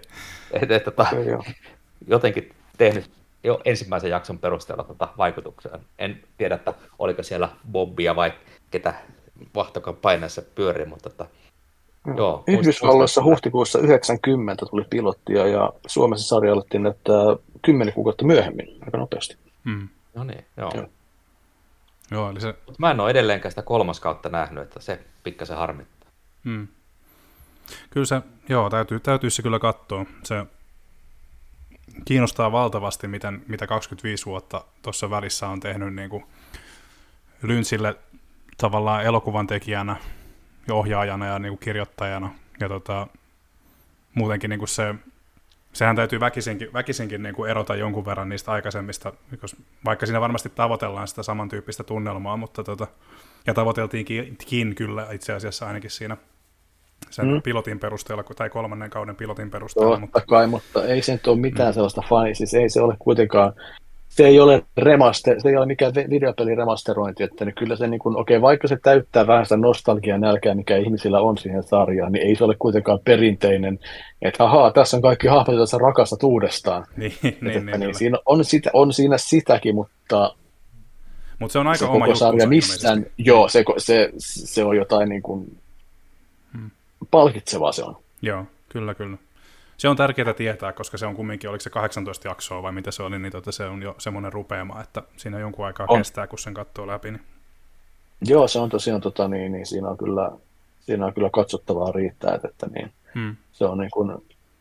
Jotenkin tehnyt jo ensimmäisen jakson perusteella vaikutuksia. En tiedä, että oliko siellä Bobbia vai ketä vahtokan painaessa pyörii, mutta joo. Yhdysvalloissa huhtikuussa 90 tuli pilottia ja Suomessa sarja alettiin näyttää 10 kuukautta myöhemmin, aika nopeasti. No niin, joo. Joo, eli se... Mä en ole edelleenkään sitä 3. kautta nähnyt, että se pikkasen harmittaa. Kyllä se, täytyy se kyllä katsoa. Se kiinnostaa valtavasti, mitä 25 vuotta tuossa välissä on tehnyt niin kuin Lynchille tavallaan elokuvan tekijänä, ohjaajana ja niin kuin kirjoittajana. Ja muutenkin niin kuin sehän täytyy väkisinkin niin kuin erota jonkun verran niistä aikaisemmista, vaikka siinä varmasti tavoitellaan sitä samantyyppistä tunnelmaa, mutta ja tavoiteltiinkin kyllä itse asiassa ainakin siinä sen pilotin perusteella, tai 3. kauden pilotin perusteella. Mutta ei se nyt ole mitään sellaista fani, siis ei se ole kuitenkaan, se ei ole mikään videopelin remasterointi, että niin kyllä se niin kuin, vaikka se täyttää vähän sitä nostalgian nälkää, mikä ihmisillä on siihen sarjaan, niin ei se ole kuitenkaan perinteinen, että tässä on kaikki hahmot, joita sä rakastat uudestaan. Siinä on siinä sitäkin, mutta se on aika oma juttu. Missään, joo, se on jotain niin kuin palkitsevaa se on. Joo, kyllä. Se on tärkeää tietää, koska se on kumminkin, oliko se 18 jaksoa vai mitä se oli, niin se on jo semmoinen rupeama, että siinä jonkun aikaa kestää, kun sen katsoo läpi. Niin. Joo, se on tosiaan, siinä on kyllä katsottavaa riittää, että niin, se on niin kuin,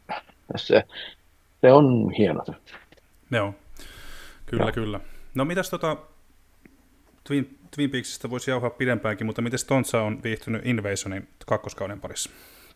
se on hieno. Joo, kyllä. No mitäs Twin Peaksista voisi jauhaa pidempäänkin, mutta miten Tontsa on viihtynyt Invasionin 2. kauden parissa?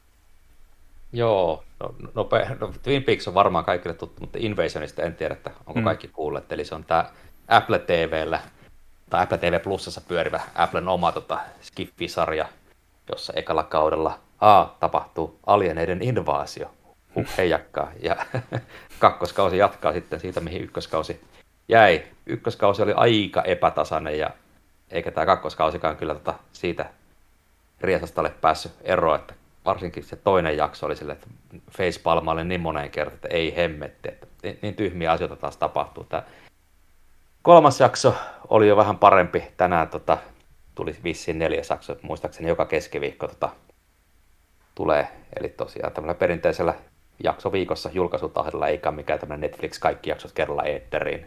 Joo, no Twin Peaks on varmaan kaikille tuttu, mutta Invasionista en tiedä, että onko kaikki kuulleet. Eli se on tämä Apple TV:llä, tai Apple TV Plusassa pyörivä Applen oma Skiffi-sarja, jossa ekalla kaudella tapahtuu alieneiden invaasio. Heijakkaa. Ja 2. kausi jatkaa sitten siitä, mihin 1. kausi jäi. 1. kausi oli aika epätasainen, ja eikä tämä 2. kausikaan kyllä siitä riesasta ole päässyt eroon, että varsinkin se toinen jakso oli silleen, että facepalmaili niin moneen kertaan, että ei hemmetti, että niin tyhmiä asioita taas tapahtuu. Tämä 3. jakso oli jo vähän parempi. Tänään tuli vissiin 4. jakso, että muistaakseni joka keskiviikko tulee. Eli tosiaan tämmöisellä perinteisellä jaksoviikossa julkaisutahdella, eikä mikään tämmöinen Netflix kaikki jaksot kerralla eetteriin.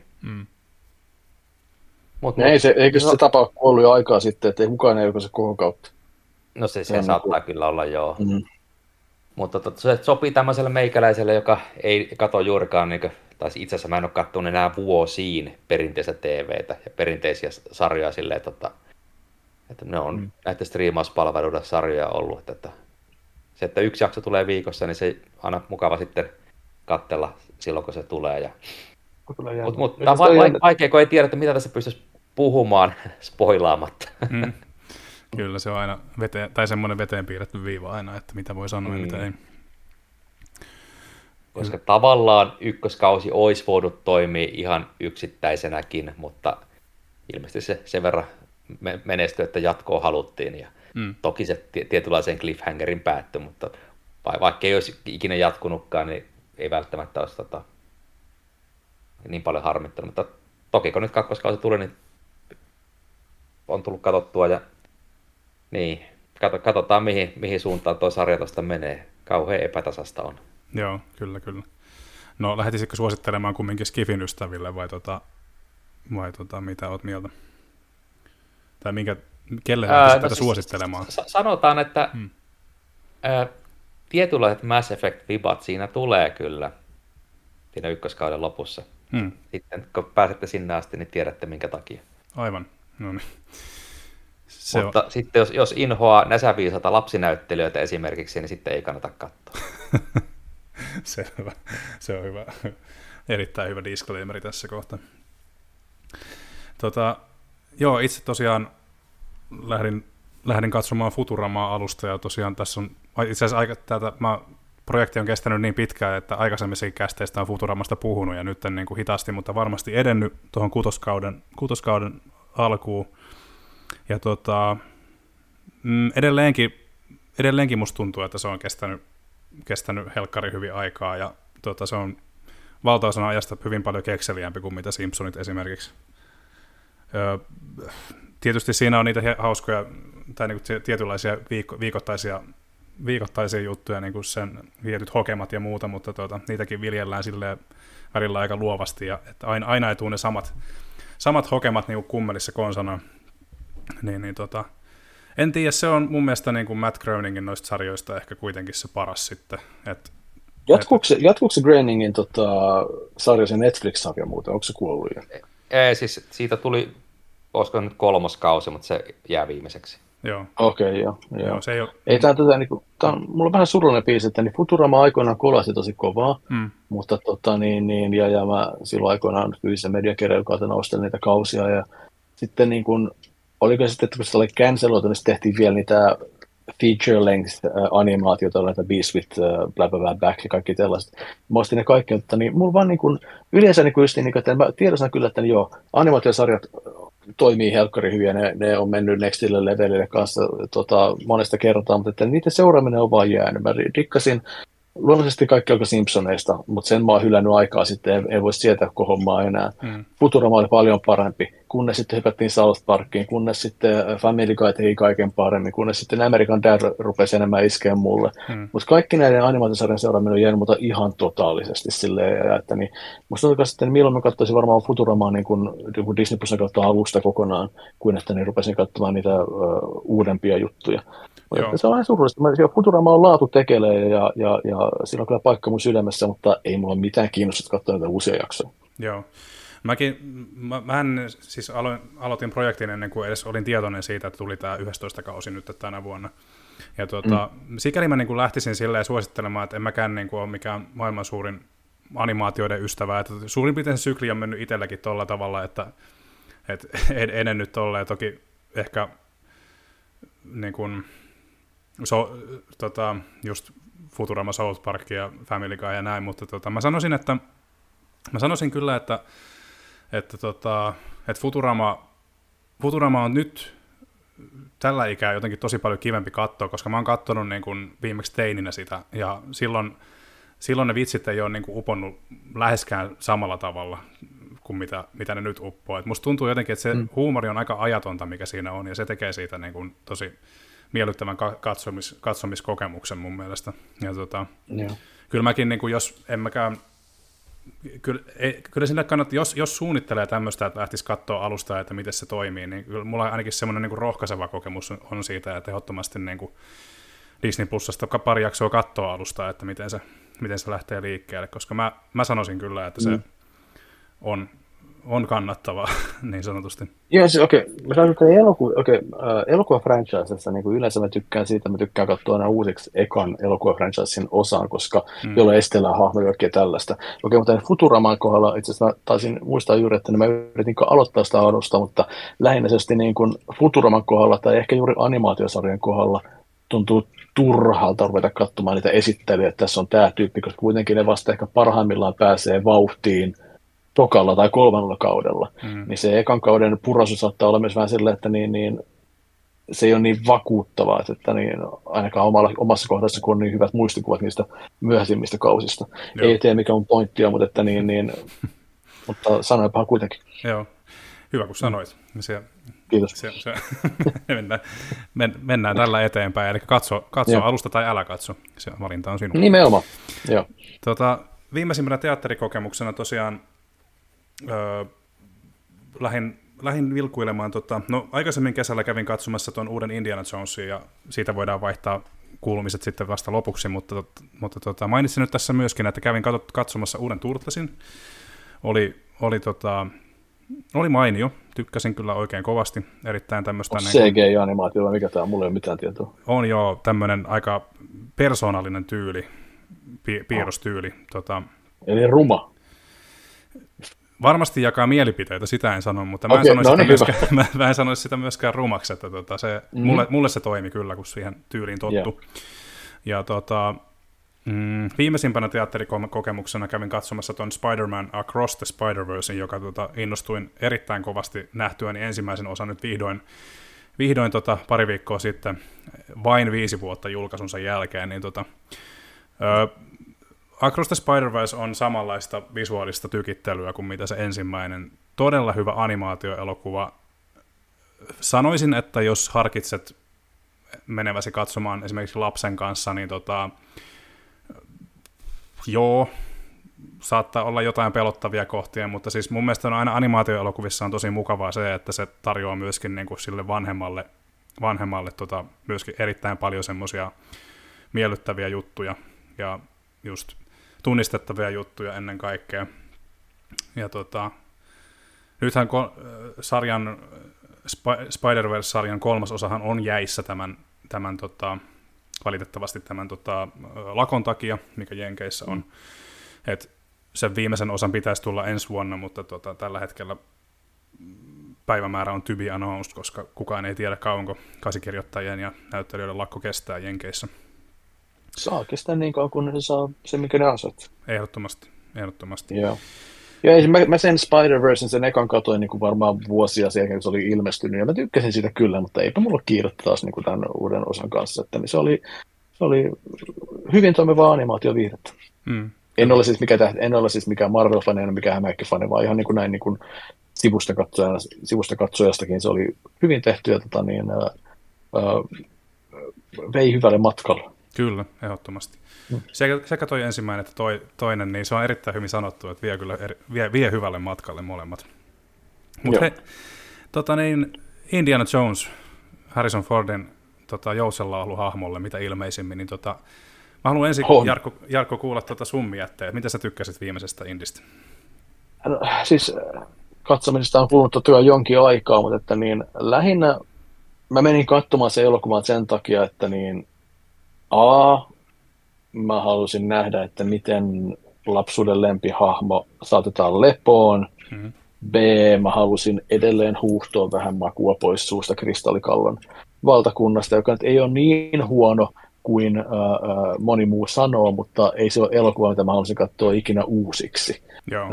Eikö se tapa ollut jo aikaa sitten, että ei kukaan ei julkaise koko kautta? No se saattaa kyllä olla, joo. Mutta se sopii tämmöiselle meikäläiselle, joka ei katso juurikaan, tai itse asiassa mä en ole katsonut enää vuosiin perinteistä TVtä ja perinteisiä sarjoja silleen, että ne on näiden striimauspalveluiden sarjoja ollut. Että se, että 1 jakso tulee viikossa, niin se on aina mukava sitten katsella silloin, kun se tulee. Mutta tämä on vaikea, kun ei tiedä, että mitä tässä pystyisi puhumaan spoilaamatta. Kyllä se on aina semmoinen veteen piirretty viiva aina, että mitä voi sanoa ja mitä ei. Koska tavallaan ykköskausi olisi voinut toimia ihan yksittäisenäkin, mutta ilmeisesti se sen verran menestyi, että jatkoa haluttiin. Ja toki se tietynlaisen cliffhangerin päättyi, mutta vaikka ei olisi ikinä jatkunutkaan, niin ei välttämättä olisi niin paljon harmittanut. Mutta toki kun nyt kakkoskausi tuli, niin on tullut katsottua ja niin, katsotaan mihin suuntaan tuo sarja tuosta menee. Kauhean epätasasta on. Joo, kyllä. No lähtisitkö suosittelemaan kumminkin Skifin ystäville vai mitä oot mieltä? Tai kelle lähtisit tätä suosittelemaan? Sanotaan, että tietynlaiset Mass Effect-vibat siinä tulee kyllä siinä ykköskauden lopussa. Sitten kun pääsette sinne asti, niin tiedätte minkä takia. Aivan, no niin. Mutta sitten jos inhoaa näsäviisata lapsinäyttelijöitä esimerkiksi, niin sitten ei kannata katsoa. Selvä. Se on hyvä. Erittäin hyvä disclaimeri tässä kohtaa. Joo, itse tosiaan lähdin katsomaan Futuramaa alusta, ja tosiaan tässä on itse asiassa projekti on kestänyt niin pitkään, että aikaisemmissakin kästeistä on Futuramasta puhunut, ja nyt niin kuin hitaasti, mutta varmasti edennyt tuohon kutoskauden alkuun. Ja edelleenkin musta tuntuu, että se on kestänyt helkkari hyvin aikaa, ja se on valtaosana ajasta hyvin paljon kekseliämpi kuin mitä Simpsonit esimerkiksi. Tietysti siinä on niitä hauskoja tai niinku tietynlaisia viikoittaisia juttuja, niin kuin sen vietyt hokemat ja muuta, mutta niitäkin viljellään silleen välillä aika luovasti, ja että aina ei tule ne samat hokemat niin kuin kummelissa konsana. En tiedä, se on mun mielestä niin kuin Matt Groeningin noista sarjoista ehkä kuitenkin se paras sitten. Jatkuuko se Groeningin sarja, se Netflix-sarja muuten, onko se kuollut jo? Ei, siis siitä tuli, olisiko nyt 3. kausi, mutta se jää viimeiseksi. Joo. Okei, joo. Se ei ole... mulla on vähän surullinen biisi, että niin Futurama aikoinaan kolasi tosi kovaa, mutta ja mä silloin aikoinaan fyysisen mediakerran kautta ostelin niitä kausia, ja sitten niin kuin, oliko se sitten, että kun se oli canceloitu, niin tehtiin vielä niitä feature-length-animaatioita, näitä Beast with blah blah blah back ja kaikki tällaiset. Mä ostin ne kaikki, mutta niin, mulla vaan niin kuin, yleensä niin kuin just niin, että mä tiedostan kyllä, että niin joo, animaatiosarjat toimii helkkari hyvin, ja ne on mennyt nextille levelille kanssa monesta kertaa, mutta että niiden seuraaminen on vaan jäänyt. Mä dikkasin luonnollisesti kaikki alkoi Simpsoneista, mutta sen mä oon hylännyt aikaa sitten, ei voi sietää koko hommaa enää. Futurama oli paljon parempi, kunnes sitten hypättiin South Parkiin, kunnes sitten Family Guy teki kaiken paremmin, kunnes sitten American Dad rupesi enemmän iskeä mulle. Mutta kaikki näiden animaatiosarjan seuraaminen on jäänyt mutta ihan totaalisesti silleen, että niin, musta tuntuu sitten, milloin mä katsoisin varmaan Futuramaa niin kuin Disney Plusin kautta alusta kokonaan, kuin että niin rupesin katsomaan niitä uudempia juttuja. Se on vähän surullista. Futurama on laatu tekelee ja siinä on kyllä paikka mun sydämessä, mutta ei mulla ole mitään kiinnostusta katsoa näitä uusia jaksoja. Joo. Mä siis aloitin projektin ennen kuin edes olin tietoinen siitä, että tuli tämä 11. kausi nyt tänä vuonna. Ja sikäli mä niin kuin lähtisin silleen suosittelemaan, että en mäkään niin kuin ole mikään maailman suurin animaatioiden ystävä. Että suurin piirtein se sykli on mennyt itselläkin tuolla tavalla, että edennyt tolleen. Toki ehkä niin kuin just Futurama, South Park ja Family Guy ja näin, mutta mä sanoisin kyllä, että Futurama on nyt tällä ikää jotenkin tosi paljon kivempi katsoa, koska mä oon katsonut niin kuin viimeksi teininä sitä, ja silloin ne vitsit ei ole niin kuin uponnut läheskään samalla tavalla kuin mitä ne nyt uppoo. Et musta tuntuu jotenkin, että se huumori on aika ajatonta, mikä siinä on, ja se tekee siitä niin kuin tosi miellyttävän katsomiskokemuksen mun mielestä. Ja kyllä mäkin, niin kuin jos en mäkään, kyllä sinne kannattaa, jos suunnittelee tämmöistä, että lähtisi katsoa alusta, että miten se toimii, niin kyllä mulla ainakin semmoinen niin kuin rohkaiseva kokemus on siitä, että ehdottomasti niin kuin Disney Plusasta pari jaksoa katsoa alusta, että miten se lähtee liikkeelle, koska mä sanoisin kyllä, että se on kannattavaa, niin sanotusti. Joo, siis mä sanon, että elokuva-franchisessa niin yleensä mä tykkään katsoa aina uusiksi ekan elokuva-franchisin osan, koska jolla estellään hahmoja ja tällaista. Mutta Futuraman kohdalla itse asiassa mä taisin muistaa juuri, että mä yritin aloittaa sitä alusta, mutta lähinnä niin kuin Futuraman kohdalla tai ehkä juuri animaatiosarjan kohdalla tuntuu turhalta ruveta katsomaan niitä esittelyjä, että tässä on tämä tyyppi, koska kuitenkin ne vasta ehkä parhaimmillaan pääsee vauhtiin tokalla tai 3. kaudella. Niin se ekan kauden purasu saattaa olla myös vähän silleen, että se ei ole niin vakuuttavaa, että ainakaan omassa kohdassa, kun on niin hyvät muistikuvat niistä myöhäisimmistä kausista. Joo. Ei tiedä, mikä on pointtia, mutta, mutta sanoipahan kuitenkin. Joo, hyvä kun sanoit. Kiitos. Mennään tällä eteenpäin, eli katso alusta tai älä katso. Se valinta on sinun. Nimenomaan, joo. Viimeisimmänä teatterikokemuksena tosiaan lähdin vilkuilemaan, aikaisemmin kesällä kävin katsomassa tuon uuden Indiana Jonesin, ja siitä voidaan vaihtaa kuulumiset sitten vasta lopuksi, mutta mainitsin nyt tässä myöskin, että kävin katsomassa uuden Turtlesin. Oli mainio, tykkäsin kyllä oikein kovasti, erittäin tämmöistä... CGI-animaatio, mikä tämä on, mulla ei ole mitään tietoa. On jo tämmöinen aika persoonallinen tyyli, piirrostyyli. Eli ruma. Varmasti jakaa mielipiteitä, sitä en sano, mutta mä en sanoisi sitä myöskään rumaksi, että mulle se toimi kyllä, kun siihen tyyliin tottu. Ja viimeisimpänä teatterikokemuksena kävin katsomassa ton Spider-Man Across the Spider-Versen, joka innostuin erittäin kovasti nähtyäni ensimmäisen osan nyt vihdoin pari viikkoa sitten, vain 5 vuotta julkaisunsa jälkeen, niin Across the Spider-Verse on samanlaista visuaalista tykittelyä kuin mitä se ensimmäinen. Todella hyvä animaatioelokuva. Sanoisin, että jos harkitset meneväsi katsomaan esimerkiksi lapsen kanssa, niin joo, saattaa olla jotain pelottavia kohtia, mutta siis mun mielestä on aina animaatioelokuvissa on tosi mukavaa se, että se tarjoaa myöskin niin kuin sille vanhemmalle myöskin erittäin paljon semmoisia miellyttäviä juttuja ja just tunnistettavia juttuja ennen kaikkea. Ja nythän Spider-Verse-sarjan 3. osahan on jäissä tämän valitettavasti tämän lakon takia, mikä Jenkeissä on. Et sen viimeisen osan pitäisi tulla ensi vuonna, mutta tällä hetkellä päivämäärä on to be announced, koska kukaan ei tiedä kauanko käsikirjoittajien ja näyttelijöiden lakko kestää Jenkeissä. Saa kestää niin kauan, kun se saa se, mikä ne asut. Ehdottomasti. Joo. Ja mä sen Spider-Versen sen ekan katoin niin kuin varmaan vuosia sen jälkeen, kun se oli ilmestynyt, ja mä tykkäsin siitä kyllä, mutta eipä mulla kiirettä taas niin kuin tämän uuden osan kanssa. Että se oli hyvin toimivaa animaatioviihdettä. En ole siis mikään Marvel-fani, en mikään Hämähäkki-fani, vaan ihan niin kuin näin niin kuin sivusta katsojastakin se oli hyvin tehty ja vei hyvälle matkalle. Kyllä, ehdottomasti. Sekä toi ensimmäinen että toinen, niin se on erittäin hyvin sanottu, että vie hyvälle matkalle molemmat. Mutta Indiana Jones, Harrison Fordin joussenlauluhahmolle, mitä ilmeisimmin, niin mä haluan ensin, Jarkko, kuulla sun mietteet. Mitä sä tykkäsit viimeisestä Indistä? No, siis katsomisesta on kulunut jo jonkin aikaa, mutta että lähinnä mä menin katsomaan se elokuvan sen takia, että mä halusin nähdä, että miten lapsuuden lempihahmo saatetaan lepoon. B, mä halusin edelleen huuhtoa vähän makua pois suusta Kristallikallon valtakunnasta, joka nyt ei ole niin huono kuin moni muu sanoo, mutta ei se ole elokuva, mitä mä halusin katsoa ikinä uusiksi.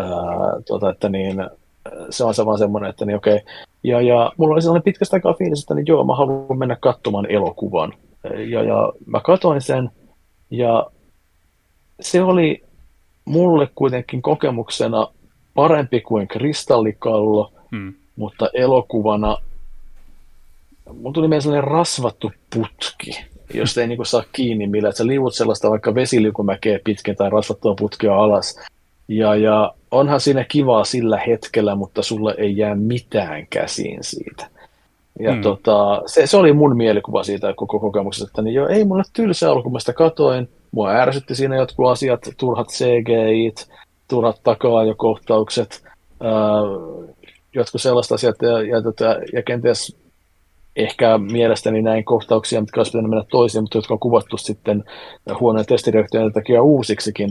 Se on vaan semmoinen, että okei. Ja mulla oli sellainen pitkästä aikaa fiilis, että mä haluan mennä katsomaan elokuvan. Ja mä katsoin sen, ja se oli mulle kuitenkin kokemuksena parempi kuin Kristallikallo, mutta elokuvana mulla tuli meidän sellainen rasvattu putki, josta ei saa kiinni millään, että sä liuut sellaista vaikka vesiliukumäkeä pitkin tai rasvattua putkea alas. Ja onhan siinä kivaa sillä hetkellä, mutta sulle ei jää mitään käsiin siitä. Ja se oli mun mielikuva siitä koko kokemuksesta, että ei mulle tylsä ollut, kun mä sitä katoin. Mua ärsytti siinä jotkut asiat, turhat CGI-t, turhat takaajokohtaukset, jotkut sellaiset asiat, ja kenties ehkä mielestäni näin kohtauksia, mitkä olisi pitänyt mennä toisiin, mutta jotka on kuvattu sitten huoneen testidirektojen takia uusiksikin.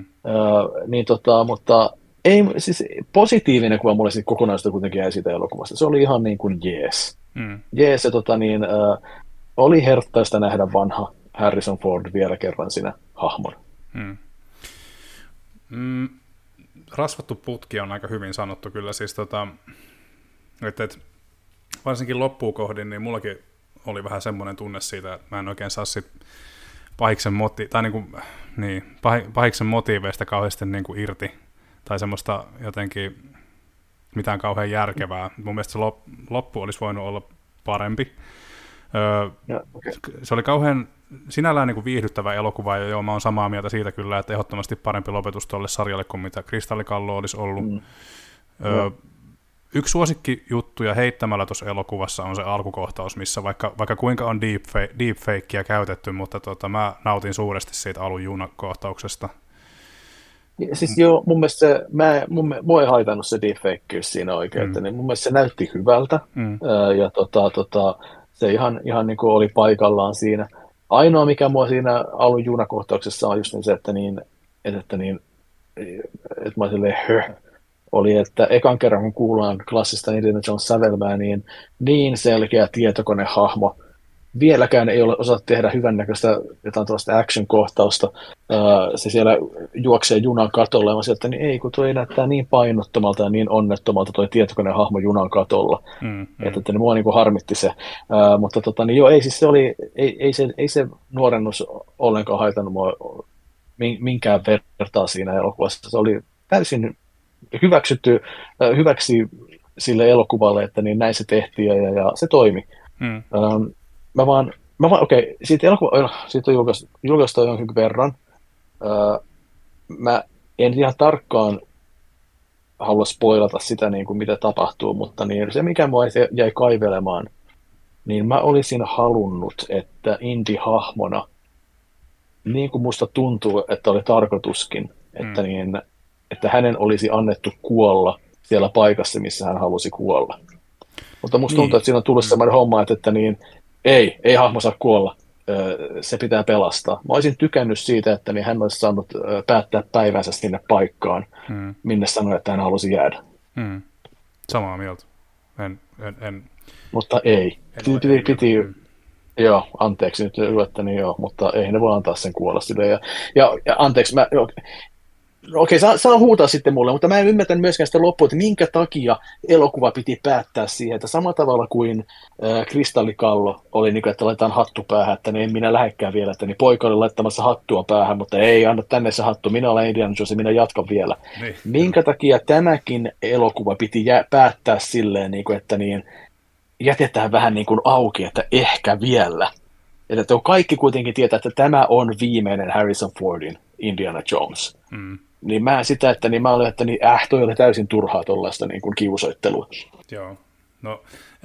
Mutta ei, siis positiivinen kuva mulle sitten kokonaisuudesta kuitenkin jäi siitä elokuvasta. Se oli ihan niin kuin jees. Jees, ja oli herttaista nähdä vanha Harrison Ford vielä kerran siinä hahmona. Rasvattu putki on aika hyvin sanottu kyllä, siis että varsinkin loppuun kohdin, niin mullakin oli vähän semmoinen tunne siitä, että mä en oikein saa sit pahiksen motiiveista kauheasti niin kuin irti, tai semmoista jotenkin mitään kauhean järkevää. Mun mielestä se loppu olisi voinut olla parempi. Se oli kauhean sinällään niin kuin viihdyttävä elokuva, ja joo, mä oon samaa mieltä siitä kyllä, että ehdottomasti parempi lopetus tuolle sarjalle kuin mitä Kristallikallo olisi ollut. Yksi suosikkijuttuja heittämällä tuossa elokuvassa on se alkukohtaus, missä vaikka kuinka on deepfakea käytetty, mutta mä nautin suuresti siitä alun junakohtauksesta. Siis joo, mun mielestä mua ei haitannut se deepfakeys siinä oikein, että niin mun mielestä se näytti hyvältä, ja se ihan niin kuin oli paikallaan siinä. Ainoa, mikä mua siinä alun junakohtauksessa on just se, että mä silleen oli, että ekan kerran kun kuullaan klassista Indiana Jones sävelmää, niin selkeä tietokonehahmo. Vieläkään ei ole osattu tehdä hyvännäköistä jotain tuollaista action-kohtausta. Se siellä juoksee junan katolla, ja mä sieltä, niin ei, kun toi näyttää niin painottomalta ja niin onnettomalta toi tietokonehahmo junan katolla. Että mua niin kuin harmitti se. Mutta niin joo, ei siis se oli, ei se nuorennus ollenkaan haitannut mua minkään vertaa siinä elokuvassa. Se oli täysin hyväksi sille elokuvalle, että niin näin se tehtiin ja se toimi. Okei, siitä on julkaistu jonkin verran. Mä en ihan tarkkaan halua spoilata sitä, niin kuin mitä tapahtuu, mutta niin se, mikä mua jäi kaivelemaan, niin mä olisin halunnut, että Indy-hahmona, niin kuin musta tuntuu, että oli tarkoituskin, että hänen olisi annettu kuolla siellä paikassa, missä hän halusi kuolla. Mutta musta tuntuu, että siinä on tullut sellainen homma, että ei hahmo saa kuolla, se pitää pelastaa. Mä olisin tykännyt siitä, että niin hän olisi saanut päättää päivänsä sinne paikkaan, minne sanoi, että hän halusi jäädä. Samaa mieltä. Mutta ei. Joo, anteeksi nyt, että niin joo, mutta ei ne voi antaa sen kuolla sille. Ja anteeksi, okei, saa huutaa sitten mulle, mutta mä en ymmärtänyt myöskään sitä loppua, että minkä takia elokuva piti päättää siihen, että samalla tavalla kuin Kristallikallo oli, niin kuin, että laitetaan hattu päähän, että en minä lähdekään vielä, että niin poika oli laittamassa hattua päähän, mutta ei, anna tänne se hattu, minä olen Indiana Jones ja minä jatkan vielä. Niin. Minkä takia tämäkin elokuva piti päättää silleen, niin kuin, että niin, jätetään vähän niin kuin auki, että ehkä vielä. Että kaikki kuitenkin tietää, että tämä on viimeinen Harrison Fordin Indiana Jones. Niin mä sitä, että niin mä olin, että toi oli täysin turhaa tuollaista niin kuin kiusoittelua. Joo, no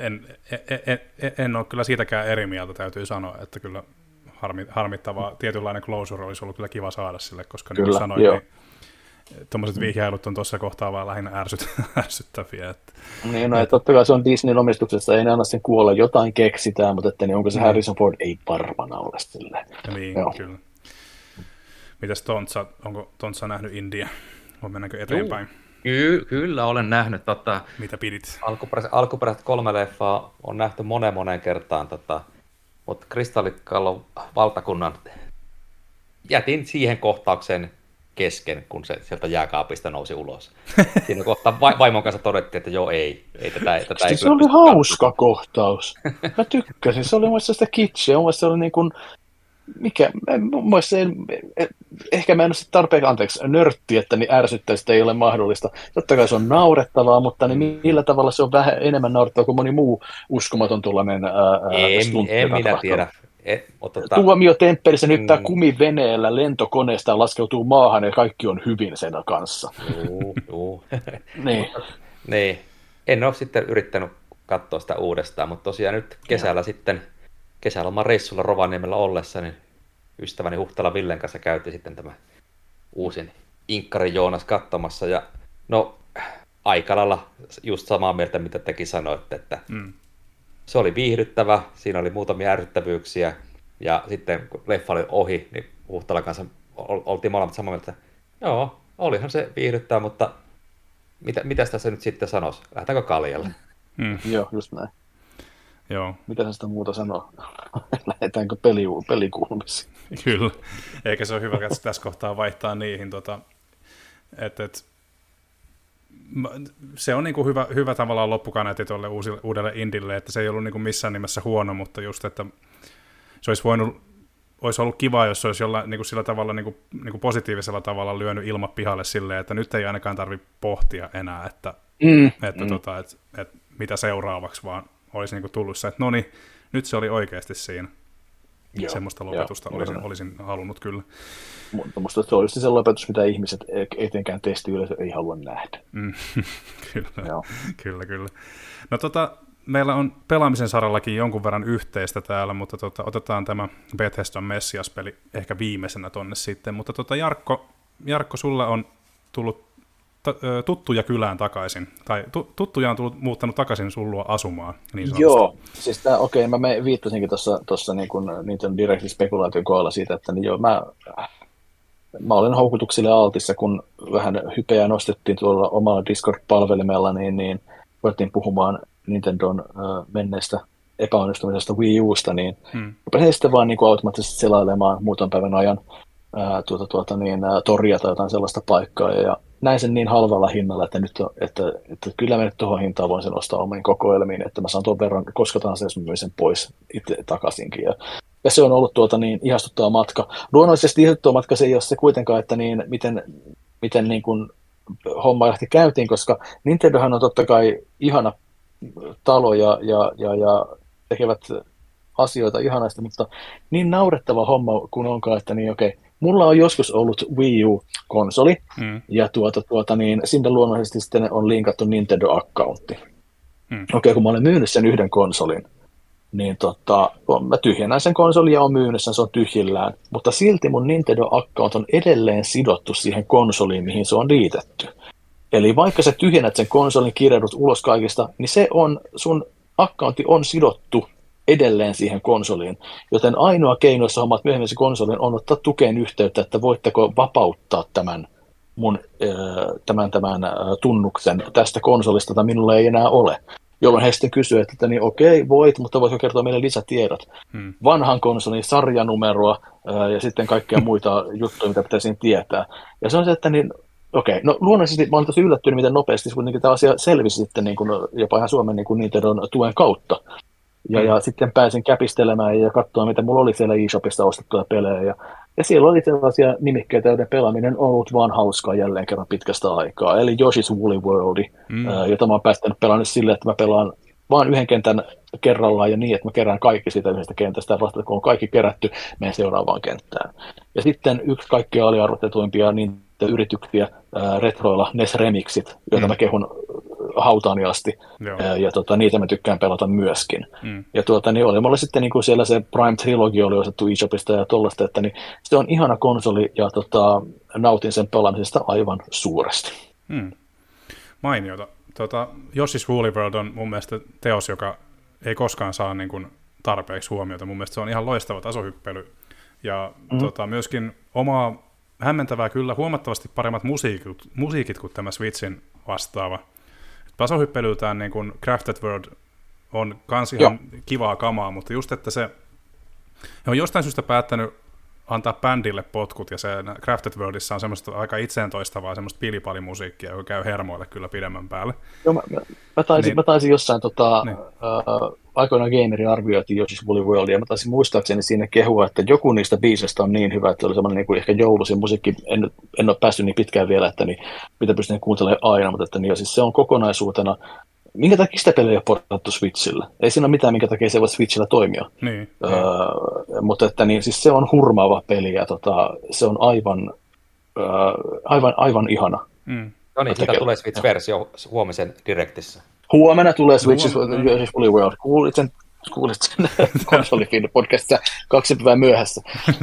en ole kyllä siitäkään eri mieltä, täytyy sanoa, että kyllä harmittavaa, tietynlainen closure olisi ollut kyllä kiva saada sille, koska niin kuin sanoin, niin tuommoiset vihjailut on tuossa kohtaa vaan lähinnä ärsyttäviä. Että, niin, no, totta kai se on Disneyn omistuksessa, ei ne anna sen kuolla, jotain keksitään, mutta että, niin onko se Harrison Ford, ei varmana ole silleen. Niin, kyllä. Mitäs Tontsa, onko Tontsa nähnyt India? Vai mennäänkö eteenpäin? Kyllä olen nähnyt. Mitä pidit? Alkuperäiset 3 leffaa on nähty moneen kertaan, mutta Kristallikallon valtakunnan jätin siihen kohtaukseen kesken, kun se sieltä jääkaapista nousi ulos. Siinä kohtaa vaimon kanssa todettiin, että joo, ei tätä ei. Se oli hauska kohtaus. Mä tykkäsin. Se oli mun mielestä sitä kitschiä. Mun mielestä se oli niin kuin ehkä mä en ole tarpeeksi nörtti, että niin ärsyttäisi, että ei ole mahdollista. Totta kai se on naurettavaa, mutta niin millä tavalla se on vähän enemmän naurettavaa kuin moni muu uskomaton tuollainen En minä tiedä. Tuomio Temppelissä hyppää kumiveneellä lentokoneesta ja laskeutuu maahan ja kaikki on hyvin sen kanssa. Joo. Niin. En ole sitten yrittänyt katsoa sitä uudestaan, mutta tosiaan nyt kesällä sitten kesäloman reissulla Rovaniemellä ollessa, niin ystäväni Huhtala Villen kanssa käytiin sitten tämä uusin Inkkari Joonas katsomassa. Ja no, aika lailla just samaa mieltä, mitä tekin sanoitte, että se oli viihdyttävä, siinä oli muutamia ärsyttävyyksiä, ja sitten kun leffa oli ohi, niin Huhtalan kanssa oltiin molemmat samaa mieltä, että joo, olihan se viihdyttävä, mutta mitäs tässä nyt sitten sanoisi? Lähdetäänkö kaljalle? Joo, just näin. Joo. Mitä sitä muuta sanoo? Lähdetäänkö pelikuulumisiin? Kyllä, eikä se ole hyvä tässä kohtaa vaihtaa niihin. Se on niin kuin hyvä tavallaan loppukaneetti tuolle uudelle indille, että se ei ollut niin kuin missään nimessä huono, mutta just, että se olisi ollut kiva, jos se olisi jollain niin kuin sillä tavalla niin kuin positiivisella tavalla lyönyt ilmat pihalle silleen, että nyt ei ainakaan tarvitse pohtia enää, että mitä seuraavaksi, vaan olisi niin kuin tullut se, että no niin, nyt se oli oikeasti siinä. Joo, semmoista lopetusta olisin halunnut kyllä. Mutta musta se olisi se lopetus, mitä ihmiset etenkään testiyleisö ei halua nähdä. Kyllä. No meillä on pelaamisen sarallakin jonkun verran yhteistä täällä, mutta otetaan tämä Bethesdan Messias-peli ehkä viimeisenä tonne sitten. Mutta Jarkko, sulla on tullut tuttuja kylään takaisin, tai tuttuja on muuttanut takaisin sun luo asumaan, niin sanotusti. Joo, siis mä viittasinkin tuossa niin niiden Directin spekulaation kohdalla siitä, että niin joo, mä olen houkutuksille altissa, kun vähän hypeä nostettiin tuolla omalla Discord-palvelimella, niin voitiin puhumaan Nintendon menneestä epäonnistumisesta Wii Usta, niin rupesin sitten vaan niin kuin automaattisesti selailemaan muutaman päivän ajan toria tai jotain sellaista paikkaa, ja näin sen niin halvalla hinnalla, että kyllä mä nyt tuohon hintaan voin sen ostaa omiin kokoelmiin, että mä saan tuon verran, koska tahansa, jos mä myyn sen pois itse takaisinkin. Ja se on ollut ihastuttava matka. Luonnollisesti ihastuttava matka se ei ole se kuitenkaan, että miten niin kuin homma lähti käyntiin, koska Nintendohan on totta kai ihana talo ja tekevät asioita ihanasti, mutta niin naurettava homma kun onkaan, että niin okei, mulla on joskus ollut Wii U-konsoli, ja sinne luonnollisesti sitten on linkattu Nintendo-accountti. Okei, kun mä olen myynyt sen yhden konsolin, niin mä tyhjennän sen konsolin ja on myynyt sen, se on tyhjillään, mutta silti mun Nintendo-account on edelleen sidottu siihen konsoliin, mihin se on liitetty. Eli vaikka sä tyhjennät sen konsolin, kirjaudut ulos kaikista, niin sun accountti on sidottu edelleen siihen konsoliin, joten ainoa keino, jos hommat myöhemmin se konsolin, on ottaa tukeen yhteyttä, että voitteko vapauttaa tämän tunnuksen tästä konsolista, jota minulla ei enää ole. Jolloin he sitten kysyy, että niin okei, voit, mutta voitko kertoa meille lisätiedot? Vanhan konsolin sarjanumeroa ja sitten kaikkia muita juttuja, mitä pitäisi tietää. Ja se on se, että niin okei, no luonnollisesti mä olen tosi yllättynyt, miten nopeasti kuitenkin tämä asia selvisi sitten niin kuin, jopa ihan Suomen niin kuin Nintendon tuen kautta. Ja sitten pääsin käpistelemään ja katsoa, mitä mulla oli siellä eShopista ostettuja pelejä. Ja siellä oli sellaisia nimikkeitä, joiden pelaaminen on ollut vaan hauskaa jälleen kerran pitkästä aikaa. Eli Yoshi's Woolly World, jota mä oon päästänyt pelannut silleen, että mä pelaan vaan yhden kentän kerrallaan ja niin, että mä kerään kaikki siitä yhdestä kentästä. Ja vasta kun on kaikki kerätty, menen seuraavaan kenttään. Ja sitten yksi kaikkein aliarvotetuimpia yrityksiä retroilla NES Remixit, joita mä kehun hautaani asti, ja niitä mä tykkään pelata myöskin. Ja niin oli mulla sitten niin siellä se Prime Trilogy oli ostettu eShopista ja tollaista, että niin se on ihana konsoli, ja nautin sen pelaamisesta aivan suuresti. Mainiota. Yoshi's Woolly World on mun mielestä teos, joka ei koskaan saa niin kuin tarpeeksi huomiota. Mun mielestä se on ihan loistava tasohyppely, ja myöskin omaa hämmentävää kyllä huomattavasti paremmat musiikit kuin tämä Switchin vastaava. Tasohyppelyltään niin kuin Crafted World on kans ihan kivaa kamaa, mutta just, että se on jostain syystä päättänyt antaa bändille potkut, ja se Crafted Worldissa on semmoista aika itseentoistavaa, semmoista pilipalimusiikkia, joka käy hermoille kyllä pidemmän päälle. Joo, mä taisin jossain aikoinaan Gameri arvioitiin Yoshi's Woolly World, ja mä taisin muistaakseni siinä kehua, että joku niistä biiseistä on niin hyvä, että oli semmoinen niin kuin ehkä joulusin musiikki, en ole päässyt niin pitkään vielä, että mitä pystyn kuuntelemaan aina, mutta että niin, siis se on kokonaisuutena. Minkä takia sitä peliä ei ole portattu Switchillä? Ei siinä ole mitään, minkä takia se voi Switchillä toimia. Mutta että niin, siis se on hurmaava peli, ja se on aivan ihana. No niin, sitä tulee Switch-versio huomisen Directissä. Huomenna tulee Switch's Woolly World. Kuulit sen konsolifin podcastissa 2 päivää myöhässä.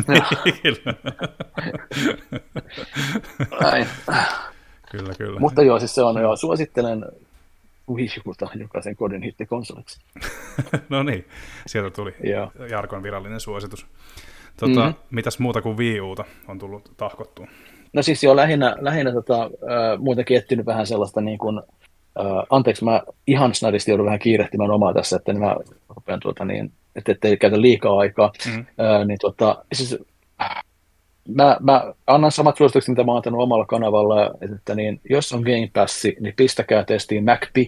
Kyllä. Mutta joo, siis se on, suosittelen Wii Uta jokaisen kodin hittikonsoliksi. No niin, sieltä tuli Jarkon virallinen suositus. Mitäs muuta kuin Wii Uta on tullut tahkottua? No siis joo, lähinnä muutenkin etsinyt vähän sellaista niin kuin, anteeksi, mä ihan snadisti joudun vähän kiirehtimään omaa tässä, että mä rupean ettei käytä liikaa aikaa, niin siis mä annan samat suositukset, mitä mä oon antanut omalla kanavalla, että niin, jos on Game Pass, niin pistäkää testiin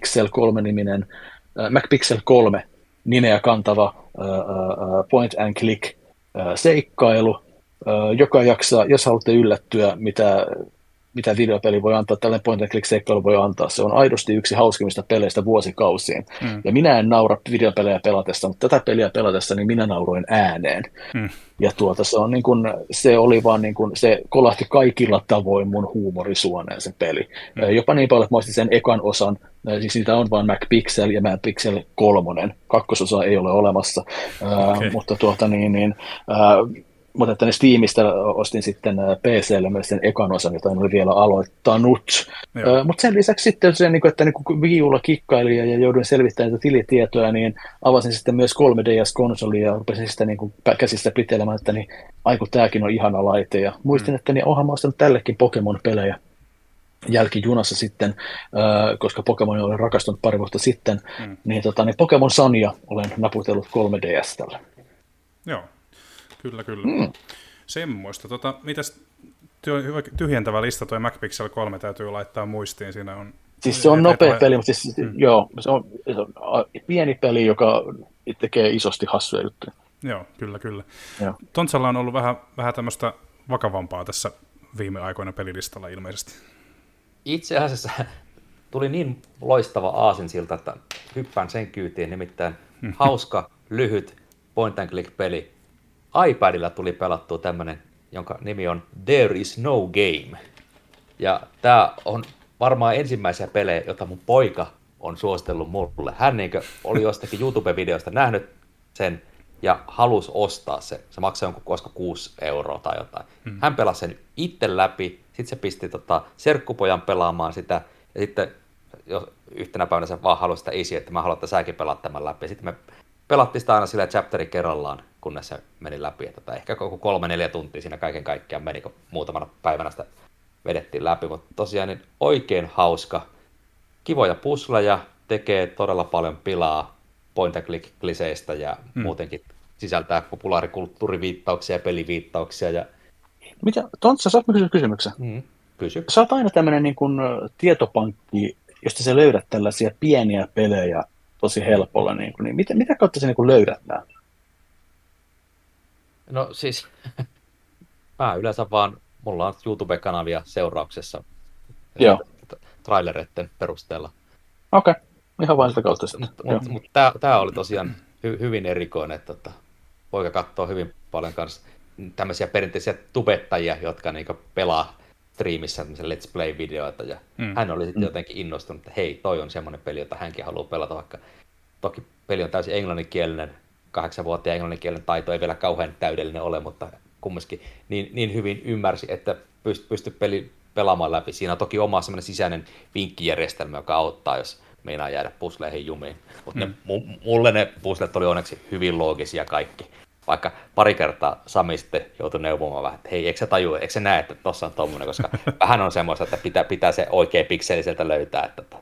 MacPixel 3 nimeä kantava point and click seikkailu, joka jaksaa, jos haluatte yllättyä, mitä videopeli voi antaa, tällainen point and click seikkailu voi antaa. Se on aidosti yksi hauskimmista peleistä vuosikausiin. Ja minä en naura videopelejä pelatessa, mutta tätä peliä pelatessa, niin minä nauroin ääneen. Ja se on se oli vaan se kolahti kaikilla tavoin mun huumorisuoneen se peli. Jopa niin paljon, että mä ostin sen ekan osan, siis niitä on vain MacPixel ja MacPixel 3, kakkososa ei ole olemassa, mutta mutta että ne Steamista ostin sitten PC:lle myös sen ekan osan, jota en ole vielä aloittanut. Mutta sen lisäksi sitten se, että Wii Ulla kikkaili ja jouduin selvittämään tätä tilitietoa, niin avasin sitten myös 3DS-konsolia ja rupesin sitä käsissä pitelemään, että aiku tämäkin on ihana laite. Ja muistin, että onhan mä ostanut tällekin Pokemon-pelejä jälkijunassa sitten, koska Pokemon olen rakastunut pari vuotta sitten, niin Pokemon Sunya olen naputellut 3DS-tällä. Joo. Kyllä. Semmoista. Mitäs tyhjentävä lista tuo MacPixel 3 täytyy laittaa muistiin. Siinä on siis se on nopea peli, mutta siis, joo, se on pieni peli, joka tekee isosti hassuja juttuja. Joo, kyllä. Tontsalla on ollut vähän tämmöistä vakavampaa tässä viime aikoina pelilistalla ilmeisesti. Itse asiassa tuli niin loistava aasinsilta, että hyppään sen kyytiin, nimittäin hauska, lyhyt point and click peli. iPadilla tuli pelattua tämmönen, jonka nimi on There is no game. Ja tää on varmaan ensimmäisiä pelejä, jota mun poika on suositellut mulle. Hän oli jostakin YouTube-videosta nähnyt sen ja halusi ostaa sen. Se maksaa jonkun koska 6 € tai jotain. Hän pelasi sen itse läpi, sitten se pisti serkkupojan pelaamaan sitä, ja sitten yhtenä päivänä se vaan halusi sitä isi, että mä haluan, että säkin pelaat tämän läpi. Sitten me pelattiin sitä aina sillä chapterin kerrallaan, kunnes se meni läpi. Ehkä koko 3-4 tuntia siinä kaiken kaikkiaan meni, kun muutamana päivänä sitä vedettiin läpi. Mutta tosiaan niin oikein hauska. Kivoja pusleja, tekee todella paljon pilaa point and click -kliseistä ja muutenkin sisältää populaarikulttuuriviittauksia ja peliviittauksia. Ja Tontsa, saat kysyä kysymyksen? Kysy. Sä oot aina tämmöinen tietopankki, josta sä löydät tällaisia pieniä pelejä tosi helpolla. Niin mitä kautta sä löydät nämä? No siis, mä yleensä vaan, mulla on YouTube-kanavia seurauksessa trailereiden perusteella. Okei, ihan vain sitä kautta sitten. Mutta tää oli tosiaan hyvin erikoinen, että poika katsoo hyvin paljon kanssa tämmöisiä perinteisiä tubettajia, jotka pelaa striimissä let's play-videoita, ja hän oli sitten jotenkin innostunut, että hei, toi on semmoinen peli, jota hänkin haluaa pelata, vaikka toki peli on täysin englanninkielinen, 8-vuotiaan englanninkielinen taito ei vielä kauhean täydellinen ole, mutta kumminkin niin hyvin ymmärsi, että pystyi pelaamaan läpi. Siinä on toki oma semmoinen sisäinen vinkkijärjestelmä, joka auttaa, jos meinaa jäädä pusleihin jumiin. Mutta mulle ne puslet oli onneksi hyvin loogisia kaikki. Vaikka pari kertaa Sami sitten joutui neuvomaan vähän, että hei, eikö sä tajua, eikö sä näe, että tossa on tommoinen, koska vähän on semmoista, että pitää se oikea pikseli sieltä löytää, että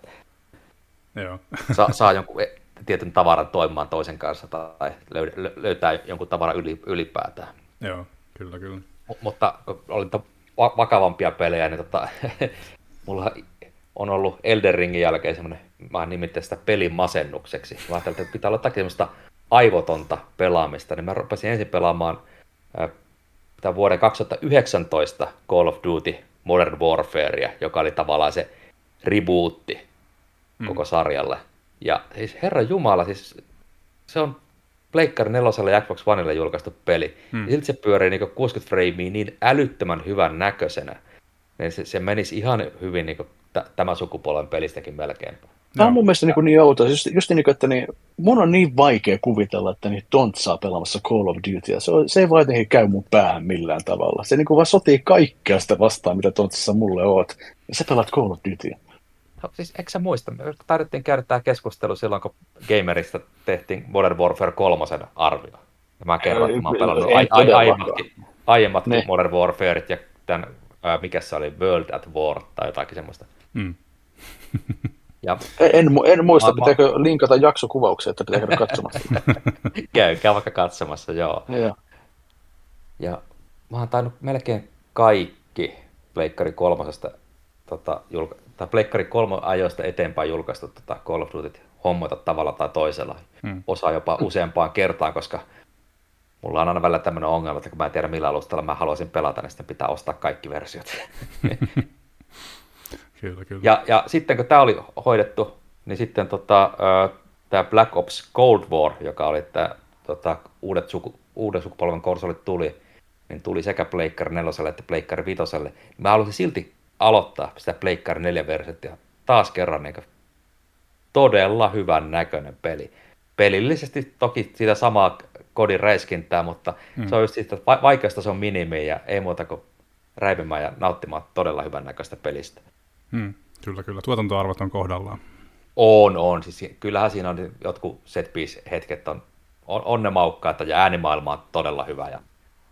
saa jonkun tietyn tavaran toimimaan toisen kanssa tai löytää jonkun tavaran ylipäätään. Joo, kyllä. Mutta oli vakavampia pelejä, niin mulla on ollut Elden Ringin jälkeen semmoinen, mä nimittäin sitä pelin masennukseksi. Mä ajattelin, että pitää olla jotakin semmoista aivotonta pelaamista, niin mä rupesin ensin pelaamaan tämän vuoden 2019 Call of Duty Modern Warfarea, joka oli tavallaan se rebootti koko sarjalle. Ja siis herran jumala, siis se on Pleikkari 4 ja Xbox Onelle julkaistu peli. Ja silti se pyörii niin 60 freimiä niin älyttömän hyvän näköisenä. Niin se menisi ihan hyvin niin tämän sukupolven pelistäkin melkein. Tämä on mun mielestä niin outoa. Just että mun on niin vaikea kuvitella, että tontsaa pelaamassa Call of Dutyä. Se ei vaan jotenkin käy mun päähän millään tavalla. Se vaan sotii kaikkea sitä vastaan, mitä tontsassa mulle oot. Ja sä pelaat Call of Dutyä. No, siis eikö sä muista? Me tarvittiin käydä tämä keskustelu silloin, kun Gamerista tehtiin Modern Warfare 3 arvio. Ja mä kerron, että mä oon pelannut aiemmatkin Modern Warfareit ja tämän, mikä se oli, World at War tai jotakin semmoista. Ja En muista, pitääkö linkata jaksokuvauksia, että pitää käydä katsomassa. käy vaikka katsomassa, joo. Ja mä oon tainnut melkein kaikki Pleikkari 3:sta tai Pleikkari 3 ajoista eteenpäin julkaistu Call of Duty hommata tavalla tai toisella. Osa jopa useampaan kertaan, koska mulla on aina välillä tämmöinen ongelma, että kun mä en tiedä millä alustalla mä haluaisin pelata, niin sitten pitää ostaa kaikki versiot. Kyllä. Ja sitten kun tämä oli hoidettu, niin sitten tämä Black Ops Cold War, joka oli tämä uuden sukupolven konsolit niin tuli sekä Pleikkari 4 että Pleikkari 5. Mä halusin silti aloittaa sitä Pleikkari 4-versiota. Taas kerran niin todella hyvän näköinen peli. Pelillisesti toki sitä samaa kodin räiskintää, mutta se on just siitä, että vaikeasta se on minimi ja ei muuta kuin räipimään ja nauttimaan todella hyvän näköistä pelistä. Kyllä. Tuotantoarvot on kohdallaan. On. Siis kyllähän siinä on jotkut set piece hetket on ne maukkaita ja äänimaailma on todella hyvä. Ja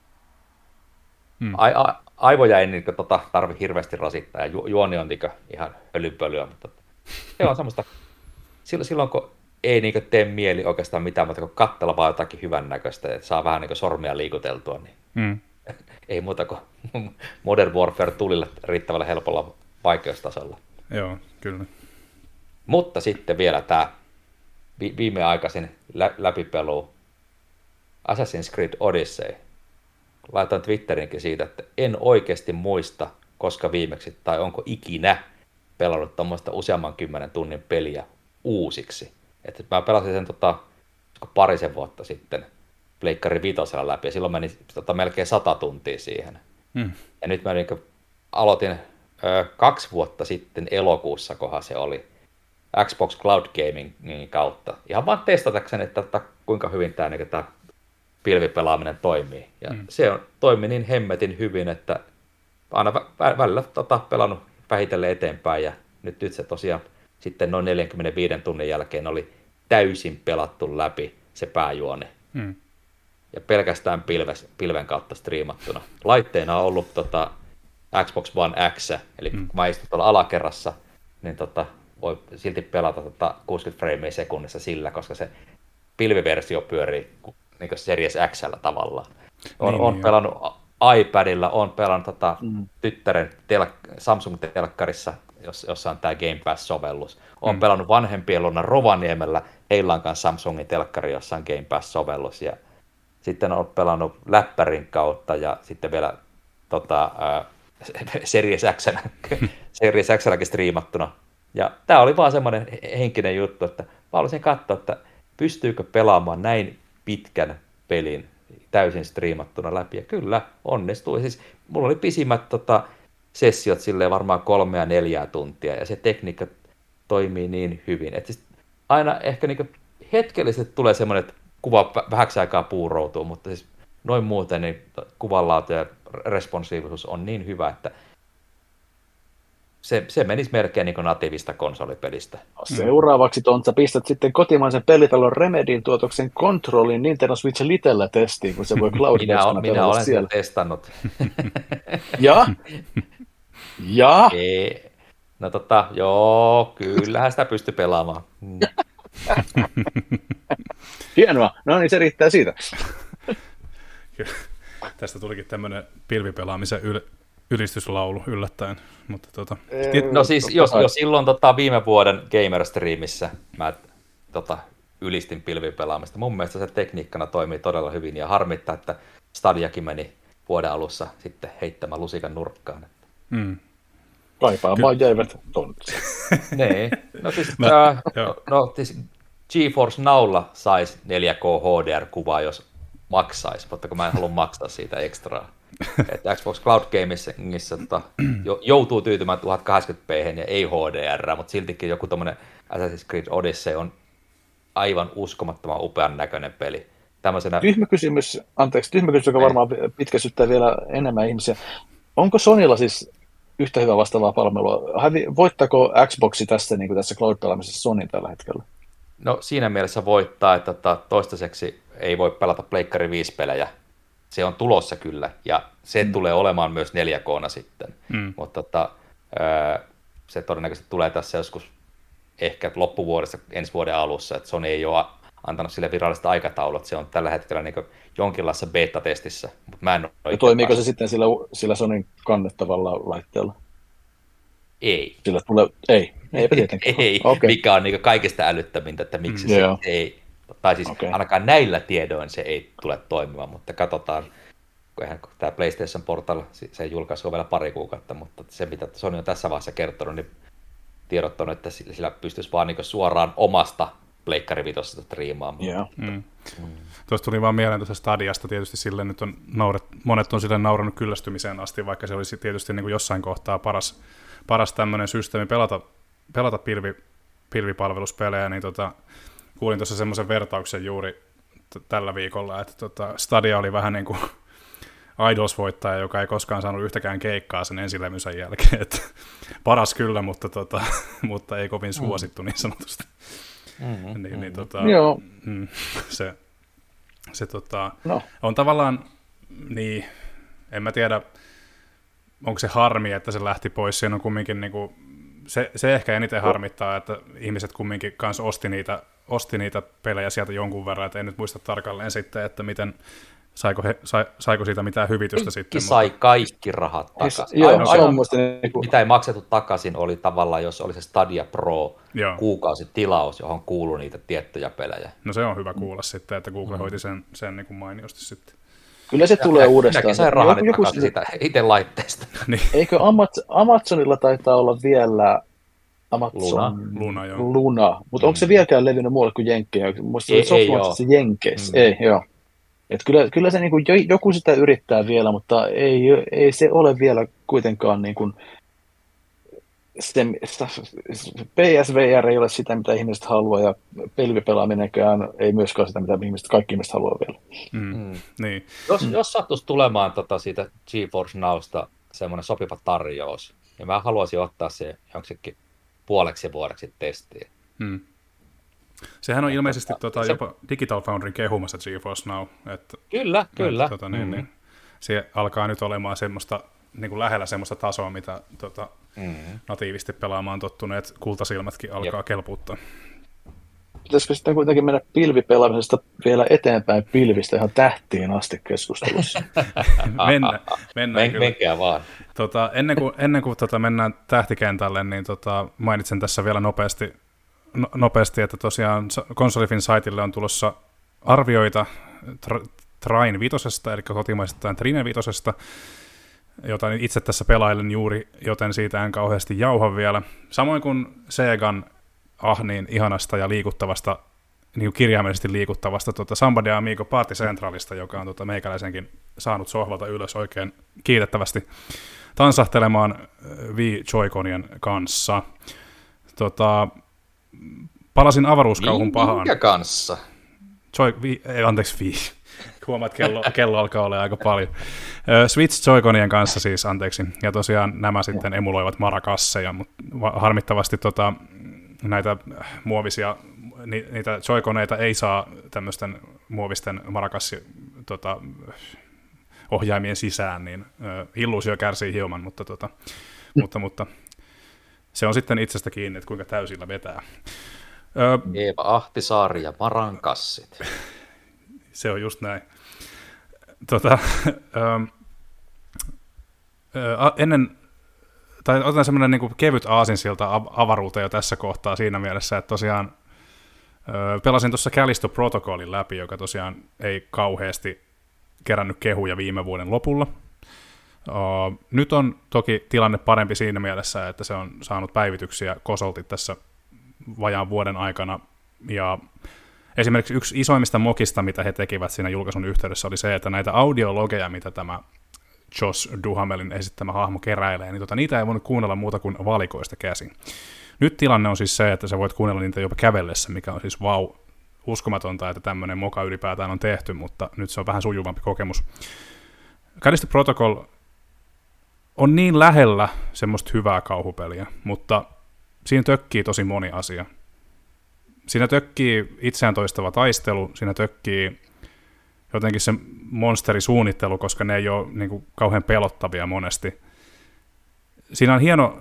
aivoja ei niin tarvi hirveästi rasittaa ja juoni on niin ihan hölynpölyä, mutta se on semmoista, silloin kun ei niin tee mieli oikeastaan mitään, mutta kun katsella vaan jotakin hyvän näköistä, että saa vähän niin sormia liikuteltua, niin ei muuta kuin Modern Warfare tulille riittävällä helpolla vaikeustasolla. Joo, kyllä. Mutta sitten vielä tämä viimeaikaisin läpipelu Assassin's Creed Odyssey. Laitan Twitterinkin siitä, että en oikeasti muista, koska viimeksi tai onko ikinä pelannut tuommoista useamman 10 tunnin peliä uusiksi. Että mä pelasin sen parisen vuotta sitten Pleikkari 5 läpi ja silloin meni melkein 100 tuntia siihen. Ja nyt mä aloitin 2 vuotta sitten elokuussa, kohan se oli, Xbox Cloud Gamingin kautta. Ihan vaan testatakseni, että kuinka hyvin tämä pilvipelaaminen toimii. Ja se toimi niin hemmetin hyvin, että aina välillä pelannut vähitellen eteenpäin. Ja nyt se tosiaan sitten noin 45 tunnin jälkeen oli täysin pelattu läpi se pääjuoni. Ja pelkästään pilven kautta striimattuna. Laitteena on ollut Xbox One X, eli kun mä istun tuolla alakerrassa, niin voi silti pelata 60 freimiä sekunnissa sillä, koska se pilviversio pyörii niin Series X:llä tavallaan. On pelannut iPadilla, on pelannut tyttären Samsung-telkkarissa, jossa on tämä Game Pass-sovellus. On pelannut vanhempien luona Rovaniemellä, heillä on kanssa Samsungin telkkari, jossa on Game Pass-sovellus. Ja sitten on pelannut läppärin kautta ja sitten vielä Series X:lläkin striimattuna. Ja tämä oli vaan semmoinen henkinen juttu, että mä haluaisin katsoa, että pystyykö pelaamaan näin pitkän pelin täysin striimattuna läpi. Ja kyllä, onnistui. Siis mulla oli pisimmät sessiot silleen varmaan 3 ja 4 tuntia, ja se tekniikka toimii niin hyvin. Että siis aina ehkä niinku hetkellisesti tulee semmoinen, että kuva vähäksi aikaa puuroutuu, mutta siis noin muuten niin kuvanlaatu ja responsiivisuus on niin hyvä, että se menisi melkein niin kuin natiivista konsolipelistä. Seuraavaksi Tontsa pistät sitten kotimaisen pelipelon Remedyn tuotoksen Controlin Nintendo Switch Litellä testiin, kun se voi cloud minä olen siellä testannut. Ja? No joo, kyllähän sitä pystyy pelaamaan. Hienoa, no niin se riittää siitä. Tästä tulikin tämmöinen pilvipelaamisen ylistyslaulu yllättäen. Mutta no siis jos silloin viime vuoden Gamer-striimissä mä ylistin pilvipelaamista. Mun mielestä se tekniikkana toimii todella hyvin ja harmittaa, että Stadiakin meni vuoden alussa sitten heittämään lusikan nurkkaan. Kaipaamaan jäivät Tontsa. Nee. No siis GeForce Nowlla saisi 4K HDR-kuvaa, jos maksaisi, mutta kun mä en halua maksaa siitä ekstraa. Että Xbox Cloud Gamingissa joutuu tyytymään 1080p ja ei HDR, mutta siltikin joku tommonen Assassin's Creed Odyssey on aivan uskomattoman upean näköinen peli. Tämmöisenä... Tyhmä kysymys, joka varmaan pitkästyttää vielä enemmän ihmisiä. Onko Sonylla siis yhtä hyvä vastaavaa palvelua? Voittaako Xboxi tässä, niin kuin tässä cloud-pelaamisessa Sonyin tällä hetkellä? No siinä mielessä voittaa, että toistaiseksi ei voi pelata Pleikkari 5-pelejä. Se on tulossa kyllä, ja se tulee olemaan myös 4K:na sitten. Mutta se todennäköisesti tulee tässä joskus ehkä loppuvuodesta ensi vuoden alussa, että Sony ei ole antanut sille virallista aikataulua, että se on tällä hetkellä niin jonkinlaisessa beta-testissä, mutta mä en ole. Ja toimiiko se sitten sillä Sonyn kannettavalla laitteella? Ei. Sillä tulee, eipä tietenkään. Ei, okay. Mikä on niin kaikista älyttävintä, että miksi se ei, tai siis ainakaan näillä tiedoin se ei tule toimimaan, mutta katsotaan, kun tämä PlayStation Portal, se julkaisi on vielä pari kuukautta, mutta se mitä Sony on tässä vaiheessa kertonut, niin tiedottanut, että sillä pystyisi vaan niin suoraan omasta Pleikkari Vitosesta striimaamaan. Yeah. Tuosta tuli vaan mieleen tuosta Stadiasta, tietysti sille nyt on monet on sille naurannut kyllästymiseen asti, vaikka se olisi tietysti niin kuin jossain kohtaa paras tämmöinen systeemi pelata pilvipalveluspelejä, niin kuulin tuossa semmoisen vertauksen juuri tällä viikolla, että Stadia oli vähän niin kuin Idols-voittaja, joka ei koskaan saanut yhtäkään keikkaa sen ensilevynsä jälkeen, että paras kyllä, mutta ei kovin suosittu niin sanotusti. On tavallaan, niin, en mä tiedä, onko se harmi, että se lähti pois, siinä on kumminkin, niin kuin, se ehkä eniten harmittaa, että ihmiset kumminkin kanssa osti niitä pelejä sieltä jonkun verran, että en nyt muista tarkalleen sitten, että miten, saiko siitä mitään hyvitystä sitten. Sai kaikki rahat takaisin. Mitä ei maksettu takaisin oli tavallaan, jos oli se Stadia Pro kuukausitilaus, johon kuului niitä tiettyjä pelejä. No se on hyvä kuulla sitten, että Google hoiti sen niin kuin mainiosti sitten. Kyllä se tulee uudestaan. Minäkin sain rahat takaisin siitä itse laitteesta. Niin. Eikö Amazonilla taitaa olla vielä Luna. Mutta onko se vieläkään levinnyt muualle kuin Jenkkejä? Ei ole. Se Jenkeissä. Ei, joo. Et kyllä se niin kuin, joku sitä yrittää vielä, mutta ei se ole vielä kuitenkaan niin kuin, PSVR ei ole sitä, mitä ihmiset haluaa, ja pelivipelaaminenkään ei myöskään sitä, mitä kaikki ihmiset haluaa vielä. Niin. Jos sattuisi tulemaan siitä GeForce Nowsta semmoinen sopiva tarjous, niin mä haluaisin ottaa se jonksikin puoleksi vuodeksi testiin. Sehän on ilmeisesti jopa Digital Foundryn kehumassa GeForce Now. Että, kyllä. Niin. Se alkaa nyt olemaan semmoista, niin kuin lähellä semmoista tasoa, mitä natiivisti pelaamaan tottuneet kultasilmätkin alkaa kelpuuttaa. Pitäisikö sitten kuitenkin mennä pilvipelaamisesta vielä eteenpäin pilvistä ihan tähtiin asti keskustelussa? Menkää vaan. Ennen kuin mennään tähtikentälle, niin mainitsen tässä vielä nopeasti, että tosiaan Konsolifin saitille on tulossa arvioita Trine 5, eli kotimaisestaan Trine 5, jota itse tässä pelailen juuri, joten siitä en kauheasti jauha vielä. Samoin kuin Segan niin ihanasta ja liikuttavasta, niin kirjaimellisesti liikuttavasta Samba de Amigo Party Centralista, joka on meikäläisenkin saanut sohvalta ylös oikein kiitettävästi tansahtelemaan Joy-Conien kanssa. Palasin avaruuskauhun pahaan. Minkä kanssa? Anteeksi. Huomaat, kello alkaa olla aika paljon. Switch Joy-Conien kanssa siis, anteeksi. Ja tosiaan nämä sitten emuloivat marakasseja, mutta harmittavasti näitä muovisia, niitä Joy-Coneita ei saa tämmöisten muovisten marakassi ohjaimien sisään, niin illuusio kärsii hieman, mutta se on sitten itsestä kiinni, että kuinka täysillä vetää. Eeva Ahtisaari ja marankassit. Se on just näin. Otan semmoinen niin kuin kevyt aasinsilta avaruuteen jo tässä kohtaa siinä mielessä, että tosiaan pelasin tuossa Callisto Protocolin läpi, joka tosiaan ei kauheasti kerännyt kehuja viime vuoden lopulla. Nyt on toki tilanne parempi siinä mielessä, että se on saanut päivityksiä kosolti tässä vajaan vuoden aikana, ja esimerkiksi yksi isoimmista mokista, mitä he tekivät siinä julkaisun yhteydessä, oli se, että näitä audiologeja, mitä tämä Josh Duhamelin esittämä hahmo keräilee, niin niitä ei voinut kuunnella muuta kuin valikoista käsin. Nyt tilanne on siis se, että sä voit kuunnella niitä jopa kävellessä, mikä on siis uskomatonta, että tämmöinen moka ylipäätään on tehty, mutta nyt se on vähän sujuvampi kokemus. Callisto Protocol on niin lähellä semmoista hyvää kauhupeliä, mutta siinä tökkii tosi moni asia. Siinä tökkii itseään toistava taistelu, siinä tökkii jotenkin se monsterisuunnittelu, koska ne ei ole niin kuin kauhean pelottavia monesti. Siinä on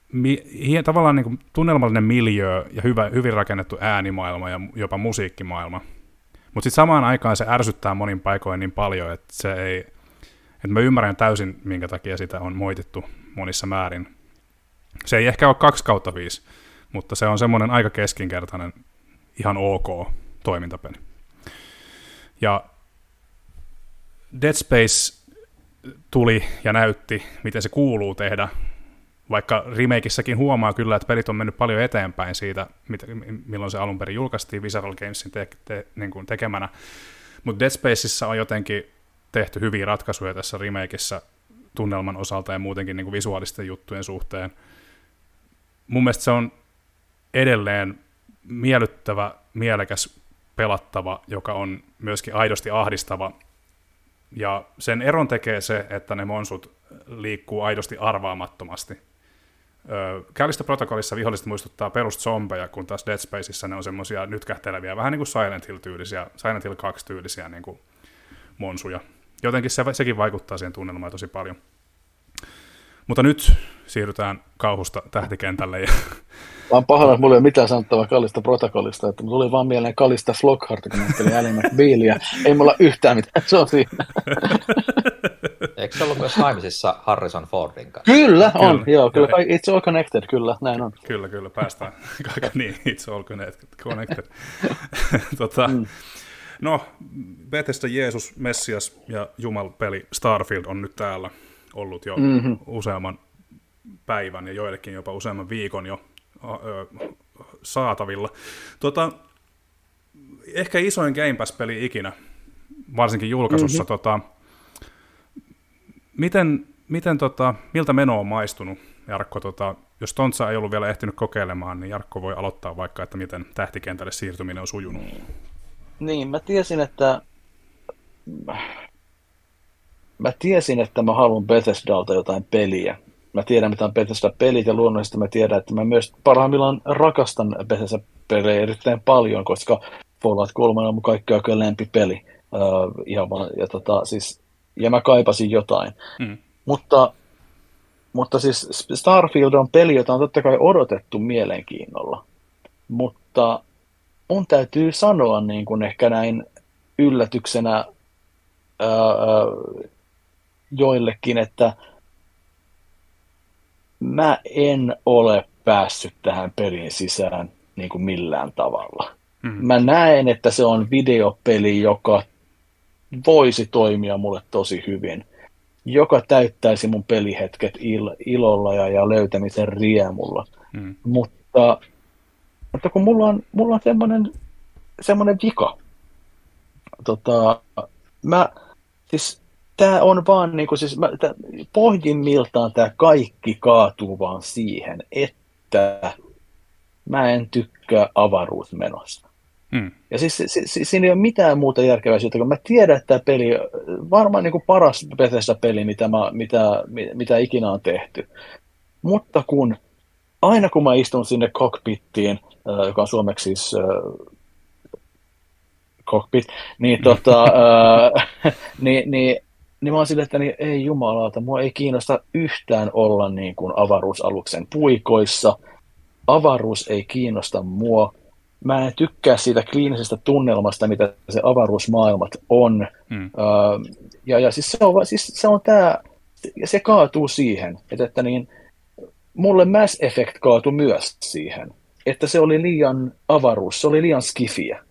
tavallaan niin kuin tunnelmallinen miljöö ja hyvin rakennettu äänimaailma ja jopa musiikkimaailma. Mutta sitten samaan aikaan se ärsyttää monin paikoin niin paljon, että mä ymmärrän täysin, minkä takia sitä on moitittu monissa määrin. Se ei ehkä ole 2/5, mutta se on semmoinen aika keskinkertainen, ihan ok toimintapeli. Ja Dead Space tuli ja näytti, miten se kuuluu tehdä, vaikka remakeissäkin huomaa kyllä, että pelit on mennyt paljon eteenpäin siitä, milloin se alun perin julkaistiin Visceral Gamesin niin kuin tekemänä. Mutta Dead Spaceissa on jotenkin tehty hyviä ratkaisuja tässä remakeissa tunnelman osalta ja muutenkin niin kuin visuaalisten juttujen suhteen. Mun mielestä se on edelleen miellyttävä, mielekäs, pelattava, joka on myöskin aidosti ahdistava. Ja sen eron tekee se, että ne monsut liikkuu aidosti arvaamattomasti. Callisto Protocolissa viholliset muistuttaa peruszombeja, kun taas Dead Spaceissa ne on semmoisia nytkähteleviä, vähän niin kuin Silent Hill-tyylisiä, Silent Hill 2-tyylisiä niin kuin monsuja. Jotenkin sekin vaikuttaa siihen tunnelmaan tosi paljon. Mutta nyt siirrytään kauhusta tähtikentälle. Mä oon pahoilla, että mulla ei ole mitään sanottavaa Callisto Protocolista, että mulla tuli vaan mieleen Calista Flockhart, kun näytteli Ally McBealia. Ei mulla yhtään mitään, se on siinä. Eikö se ollut myös naimisissa Harrison Fordin kanssa? Kyllä on, joo, kyllä. It's all connected, kyllä, näin on. Kyllä, päästään. Niin, it's all connected. No, Bethesda Jeesus, Messias ja Jumal-peli Starfield on nyt täällä ollut jo useamman päivän ja joillekin jopa useamman viikon jo saatavilla. Ehkä isoin Game Pass-peli ikinä, varsinkin julkaisussa. Miltä meno on maistunut, Jarkko? Jos Tontsa ei ollut vielä ehtinyt kokeilemaan, niin Jarkko voi aloittaa vaikka, että miten tähtikentälle siirtyminen on sujunut. Niin, mä tiesin, että mä haluan Bethesdalta jotain peliä. Mä tiedän, mitä on Bethesda-pelit, ja luonnollisesti mä tiedän, että mä myös parhaimmillaan rakastan Bethesda-pelejä erittäin paljon, koska Fallout 3 on mun kaikki oikein lempipeli. Ja mä kaipasin jotain. Mutta siis Starfield on peli, jota on totta kai odotettu mielenkiinnolla. Mutta mun täytyy sanoa niin kuin ehkä näin yllätyksenä joillekin, että mä en ole päässyt tähän peliin sisään niin kuin millään tavalla. Mä näen, että se on videopeli, joka voisi toimia mulle tosi hyvin, joka täyttäisi mun pelihetket ilolla ja löytämisen riemulla. Mutta kun mulla on semmoinen vika. Tää on vaan niinku pohjimmiltaan tää kaikki kaatuu vaan siihen, että mä en tykkää avaruusmenosta. Ja siis siinä ei ole mitään muuta järkevää syytä, kun mä tiedän, että tämä peli varmaan niin kuin paras Bethesda-peli, mitä ikinä on tehty. Mutta aina kun mä istun sinne cockpittiin, joka on suomeksi siis cockpit, niin, niin mä oon silleen, että ei jumalauta, mua ei kiinnosta yhtään olla niin kuin avaruusaluksen puikoissa. Avaruus ei kiinnosta mua. Mä en tykkää siitä kliinisestä tunnelmasta, mitä se avaruusmaailmat on. Ja siis se on tää, se kaatuu siihen, että mulle Mass Effect kaatui myös siihen, että se oli liian avaruus, se oli liian skifiä.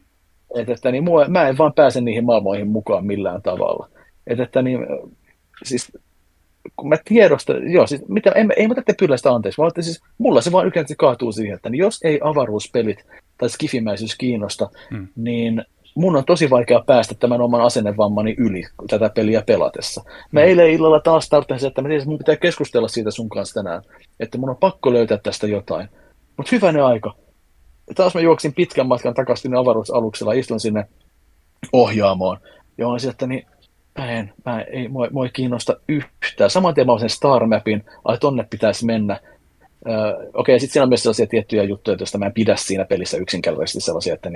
Mä en vaan pääse niihin maailmoihin mukaan millään tavalla. Siis kun mä tiedostan, ei mä tätä pyllästä anteeksi, vaan siis mulla se vaan yksinkertaisesti kaatuu siihen, että jos ei avaruuspelit tai skifimäisyys kiinnosta, niin mun on tosi vaikea päästä tämän oman asennevammani yli tätä peliä pelatessa. Mä eilen illalla taas tarvitsin, että mä tiesin, että mun pitää keskustella siitä sun kanssa tänään, että mun on pakko löytää tästä jotain. Mutta hyvänen aika. Taas mä juoksin pitkän matkan takaisin avaruusaluksella, istun sinne ohjaamoon, ja olen sieltä, mua ei kiinnosta yhtään. Saman tien mä olen sen Star Mapin, tonne pitäisi mennä. Okei, sitten siinä on myös sellaisia tiettyjä juttuja, joista mä en pidä siinä pelissä yksinkertaisesti sellaisia, että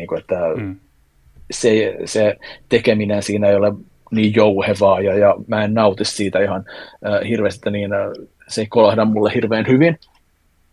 se tekeminen siinä ei ole niin jouhevaa, ja mä en nauti siitä ihan hirveästi, että se ei kolahda mulle hirveän hyvin.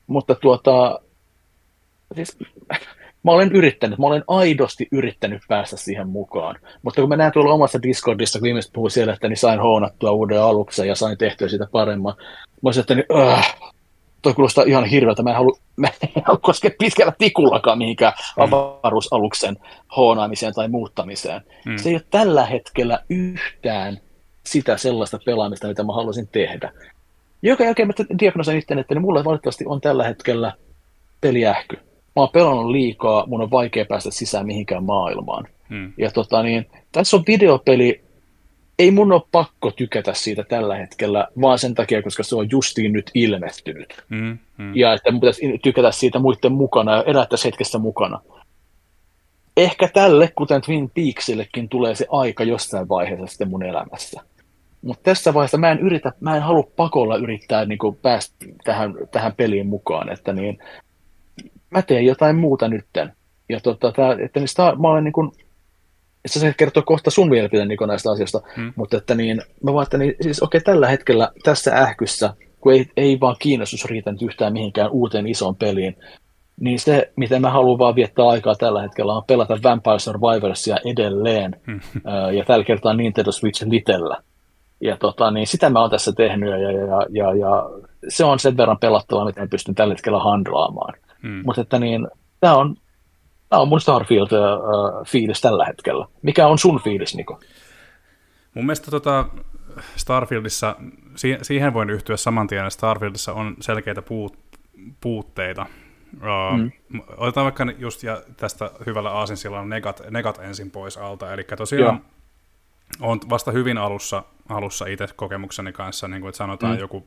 Mutta siis, mä olen aidosti yrittänyt päästä siihen mukaan. Mutta kun mä näen tuolla omassa Discordissa, kun viimeistä puhuin siellä, että niin sain hoonattua uuden aluksen ja sain tehtyä siitä paremman. Mä olisin, että toi kuulostaa ihan hirveältä. Mä en halua koskea pitkällä tikullakaan mihinkään avaruusaluksen hoonaamiseen tai muuttamiseen. Se ei ole tällä hetkellä yhtään sitä sellaista pelaamista, mitä mä haluaisin tehdä. Joka jälkeen mä diagnosoin itse, että mulla valitettavasti on tällä hetkellä peliähky. Mä oon pelannut liikaa, mun on vaikea päästä sisään mihinkään maailmaan. Ja tässä on videopeli, ei mun ole pakko tykätä siitä tällä hetkellä, vaan sen takia, koska se on justiin nyt ilmestynyt. Ja että mun pitäisi tykätä siitä muiden mukana ja elää tässä hetkessä mukana. Ehkä tälle, kuten Twin Peaksillekin, tulee se aika jossain vaiheessa sitten mun elämässä. Mutta tässä vaiheessa mä en halua pakolla yrittää niin kuin päästä tähän peliin mukaan, että mä teen jotain muuta nytten. Ja mä olen niin kuin, se kertoo kohta sun mielipiteen niin näistä asioista, mutta että mä vaan, että siis okei, tällä hetkellä tässä ähkyssä, kun ei vaan kiinnostus riitänyt yhtään mihinkään uuteen isoon peliin, niin se, mitä mä haluan vaan viettää aikaa tällä hetkellä, on pelata Vampire Survivorsia edelleen, ja tällä kertaa Nintendo Switch Litellä. Ja sitä mä oon tässä tehnyt, ja se on sen verran pelattavaa, mitä mä pystyn tällä hetkellä handlaamaan. Mutta että tää on mun Starfield-fiilis tällä hetkellä. Mikä on sun fiilis, Niko? Mun mielestä Starfieldissa, siihen voin yhtyä saman tien, että Starfieldissa on selkeitä puutteita. Otetaan vaikka just ja tästä hyvällä aasinsilalla negat ensin pois alta. Eli tosiaan olen vasta hyvin alussa itse kokemukseni kanssa, niin kuin, että sanotaan joku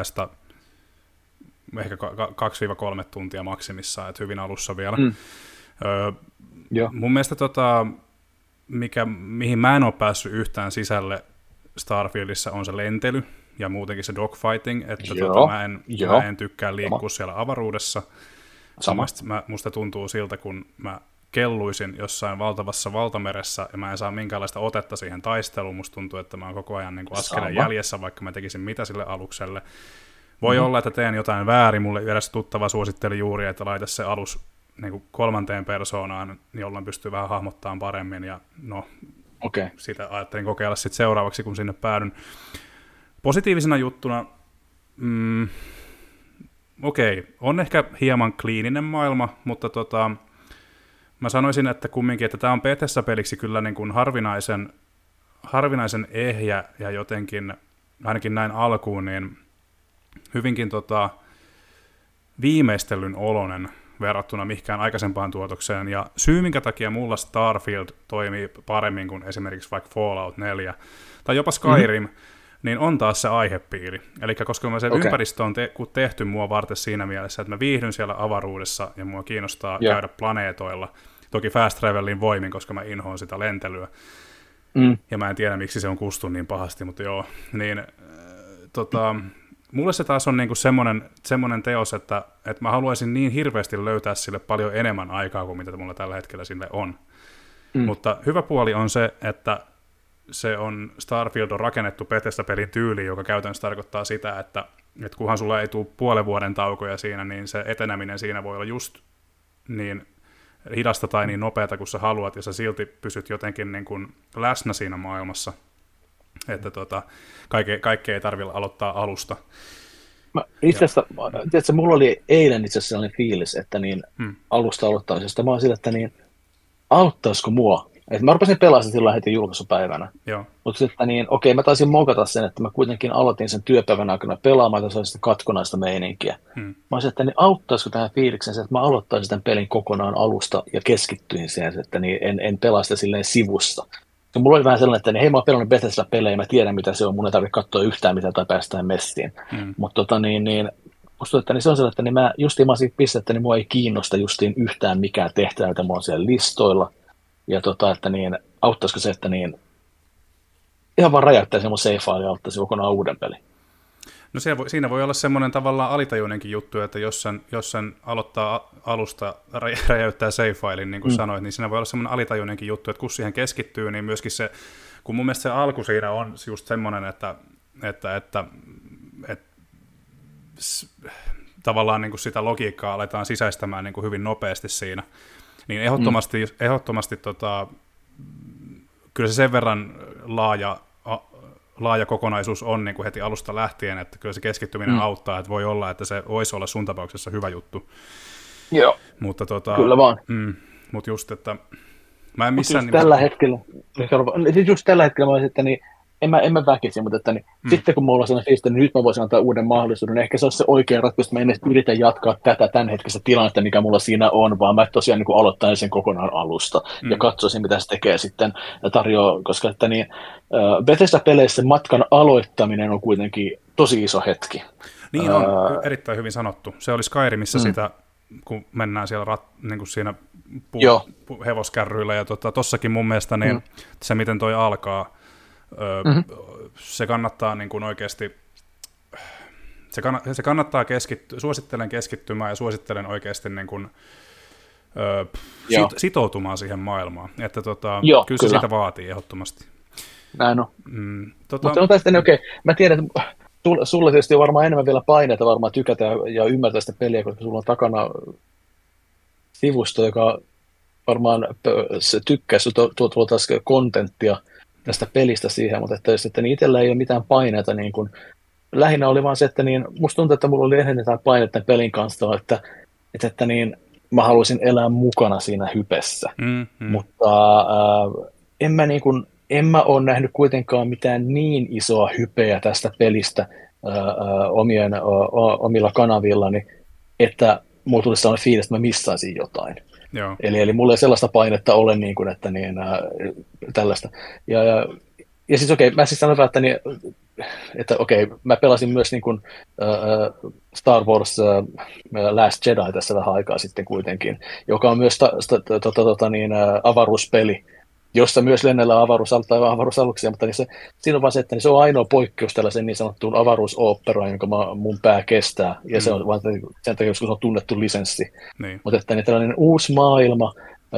ehkä 2-3 tuntia maksimissaan, että hyvin alussa vielä. Mun mielestä mihin mä en ole päässyt yhtään sisälle Starfieldissa on se lentely ja muutenkin se dogfighting, että mä en tykkää liikkua siellä avaruudessa. Musta tuntuu siltä, kun mä kelluisin jossain valtavassa valtameressä ja mä en saa minkäänlaista otetta siihen taisteluun. Musta tuntuu, että mä oon koko ajan niin kuin askeleen jäljessä, vaikka mä tekisin mitä sille alukselle. Voi olla, että teen jotain väärin. Mulle edes tuttava suositteli juuri, että laita se alus niin kuin 3. persoonaan, jolloin pystyy vähän hahmottamaan paremmin. Ja sitä ajattelin kokeilla sitten seuraavaksi, kun sinne päädyn. Positiivisena juttuna, on ehkä hieman kliininen maailma, mutta mä sanoisin, että kumminkin, että tämä on Bethesda-peliksi kyllä niin kuin harvinaisen ehjä ja jotenkin, ainakin näin alkuun, niin hyvinkin viimeistellyn oloinen verrattuna mihinkään aikaisempaan tuotokseen. Ja syy, minkä takia mulla Starfield toimii paremmin kuin esimerkiksi vaikka Fallout 4 tai jopa Skyrim, niin on taas se aihepiiri. Eli koska se ympäristö on tehty mua varten siinä mielessä, että mä viihdyn siellä avaruudessa ja mua kiinnostaa käydä planeetoilla. Toki fast travelin voimin, koska mä inhoon sitä lentelyä. Ja mä en tiedä, miksi se on kustunut niin pahasti, mutta joo. Niin, mulle se taas on niinku semmoinen teos, että mä haluaisin niin hirveästi löytää sille paljon enemmän aikaa kuin mitä mulla tällä hetkellä sille on. Mutta hyvä puoli on se, että Starfield on rakennettu Bethesda-pelin tyyliin, joka käytännössä tarkoittaa sitä, että kunhan sulla ei tule puolen vuoden taukoja siinä, niin se eteneminen siinä voi olla just niin hidasta tai niin nopeata kuin sä haluat, ja sä silti pysyt jotenkin niin kuin läsnä siinä maailmassa, että kaikkea ei tarvitse aloittaa alusta. Itse asiassa mulla oli eilen itse asiassa sellainen fiilis, että alusta aloittamisesta, mä oon sillä, että auttaisiko mua? Et mä rupesin pelaamaan silloin heti julkaisupäivänä. Mutta että mä taisin mokata sen, että mä kuitenkin aloitin sen työpäivän aikana pelaamaan, että se olisi katkonaista meininkiä. Mä olisin, että auttaisiko tähän fiiliksen se, että mä aloittaisin tämän pelin kokonaan alusta ja keskittyin siihen, että en pelaa sitä silleen sivussa. Ja mulla oli vähän sellainen, että hei, mä oon pelannut Bethesda-pelejä, mä tiedän mitä se on, mun ei tarvitse katsoa yhtään mitä tai päästään messiin. Mutta musta että se on sellainen, että mä justiin siitä pistettä, niin mua ei kiinnosta justiin yhtään mikään tehtävä, mitä mä oon siellä listoilla. Ja että auttaisiko se, että ihan vaan räjäyttäisi mun save-file ja ottaisi kokonaan uuden pelin. No siinä voi olla semmoinen tavallaan alitajuinenkin juttu, että jos sen aloittaa alusta räjäyttää save-filein, niin kuin sanoit, niin siinä voi olla semmoinen alitajuinenkin juttu, että kun siihen keskittyy, niin myöskin se, kun mun mielestä se alku siinä on just semmoinen, että tavallaan niin kuin sitä logiikkaa aletaan sisäistämään niin kuin hyvin nopeasti siinä, niin ehdottomasti kyllä se sen verran laaja kokonaisuus on niin kuin heti alusta lähtien, että kyllä se keskittyminen auttaa, että voi olla, että se voisi olla sun tapauksessa hyvä juttu. Joo, mutta kyllä vaan. Mutta just, että mä en missään just tällä hetkellä mä olisin, että niin, en mä väkisin, mutta että niin, sitten kun mulla on sellainen fiilis, niin nyt mä voisin antaa uuden mahdollisuuden, ehkä se olisi se oikea ratkaisu, että mä en edes yritä jatkaa tätä tämänhetkistä tilannetta, mikä mulla siinä on, vaan mä tosiaan niin aloittaisin sen kokonaan alusta ja katsoisin, mitä se tekee sitten tarjoaa, koska että niin, Bethesda-peleissä matkan aloittaminen on kuitenkin tosi iso hetki. Niin on, erittäin hyvin sanottu. Se oli Skyrimissä sitä, kun mennään siellä niin kuin siinä hevoskärryillä, ja tossakin mun mielestä niin se, miten toi alkaa, se kannattaa niin kuin oikeasti, se kannattaa suosittelen keskittymään ja suosittelen oikeasti niin kuin, sitoutumaan siihen maailmaan, että kyllä se sitä vaatii ehdottomasti. Näin on. Mutta sanotaan sitten, okei, mä tiedän, että sulla tietysti on varmaan enemmän vielä paineita varmaan tykätä ja ymmärtää sitä peliä, koska sulla on takana sivusto, joka varmaan se tykkäisi tuolta kontenttia tästä pelistä siihen, mutta että niin itsellä ei ole mitään paineita. Niin kun, lähinnä oli vaan se, että niin, musta tuntuu, että mulla oli enemmän paineita tämän pelin kanssa, että niin, mä haluaisin elää mukana siinä hypessä. Mutta en mä ole nähnyt kuitenkaan mitään niin isoa hypeä tästä pelistä omilla kanavillani, että mulla tulisi sellainen fiilis, että mä missaisin jotain. Joo. Eli mulla ei sellaista painetta ole, niin kuin, että tällaista. Ja siis okei, mä siis sanon, että okei, mä pelasin myös niin kuin, Star Wars Last Jedi tässä vähän aikaa sitten kuitenkin, joka on myös avaruuspeli, jossa myös lennellään avaruusaluksia, mutta niin siinä on vaan se, että niin se on ainoa poikkeus tällaisen niin sanottuun avaruusoopperaan, jonka mun pää kestää, ja se on vaan sen takia, koska se on tunnettu lisenssi. Niin. Mutta että niin tällainen uusi maailma,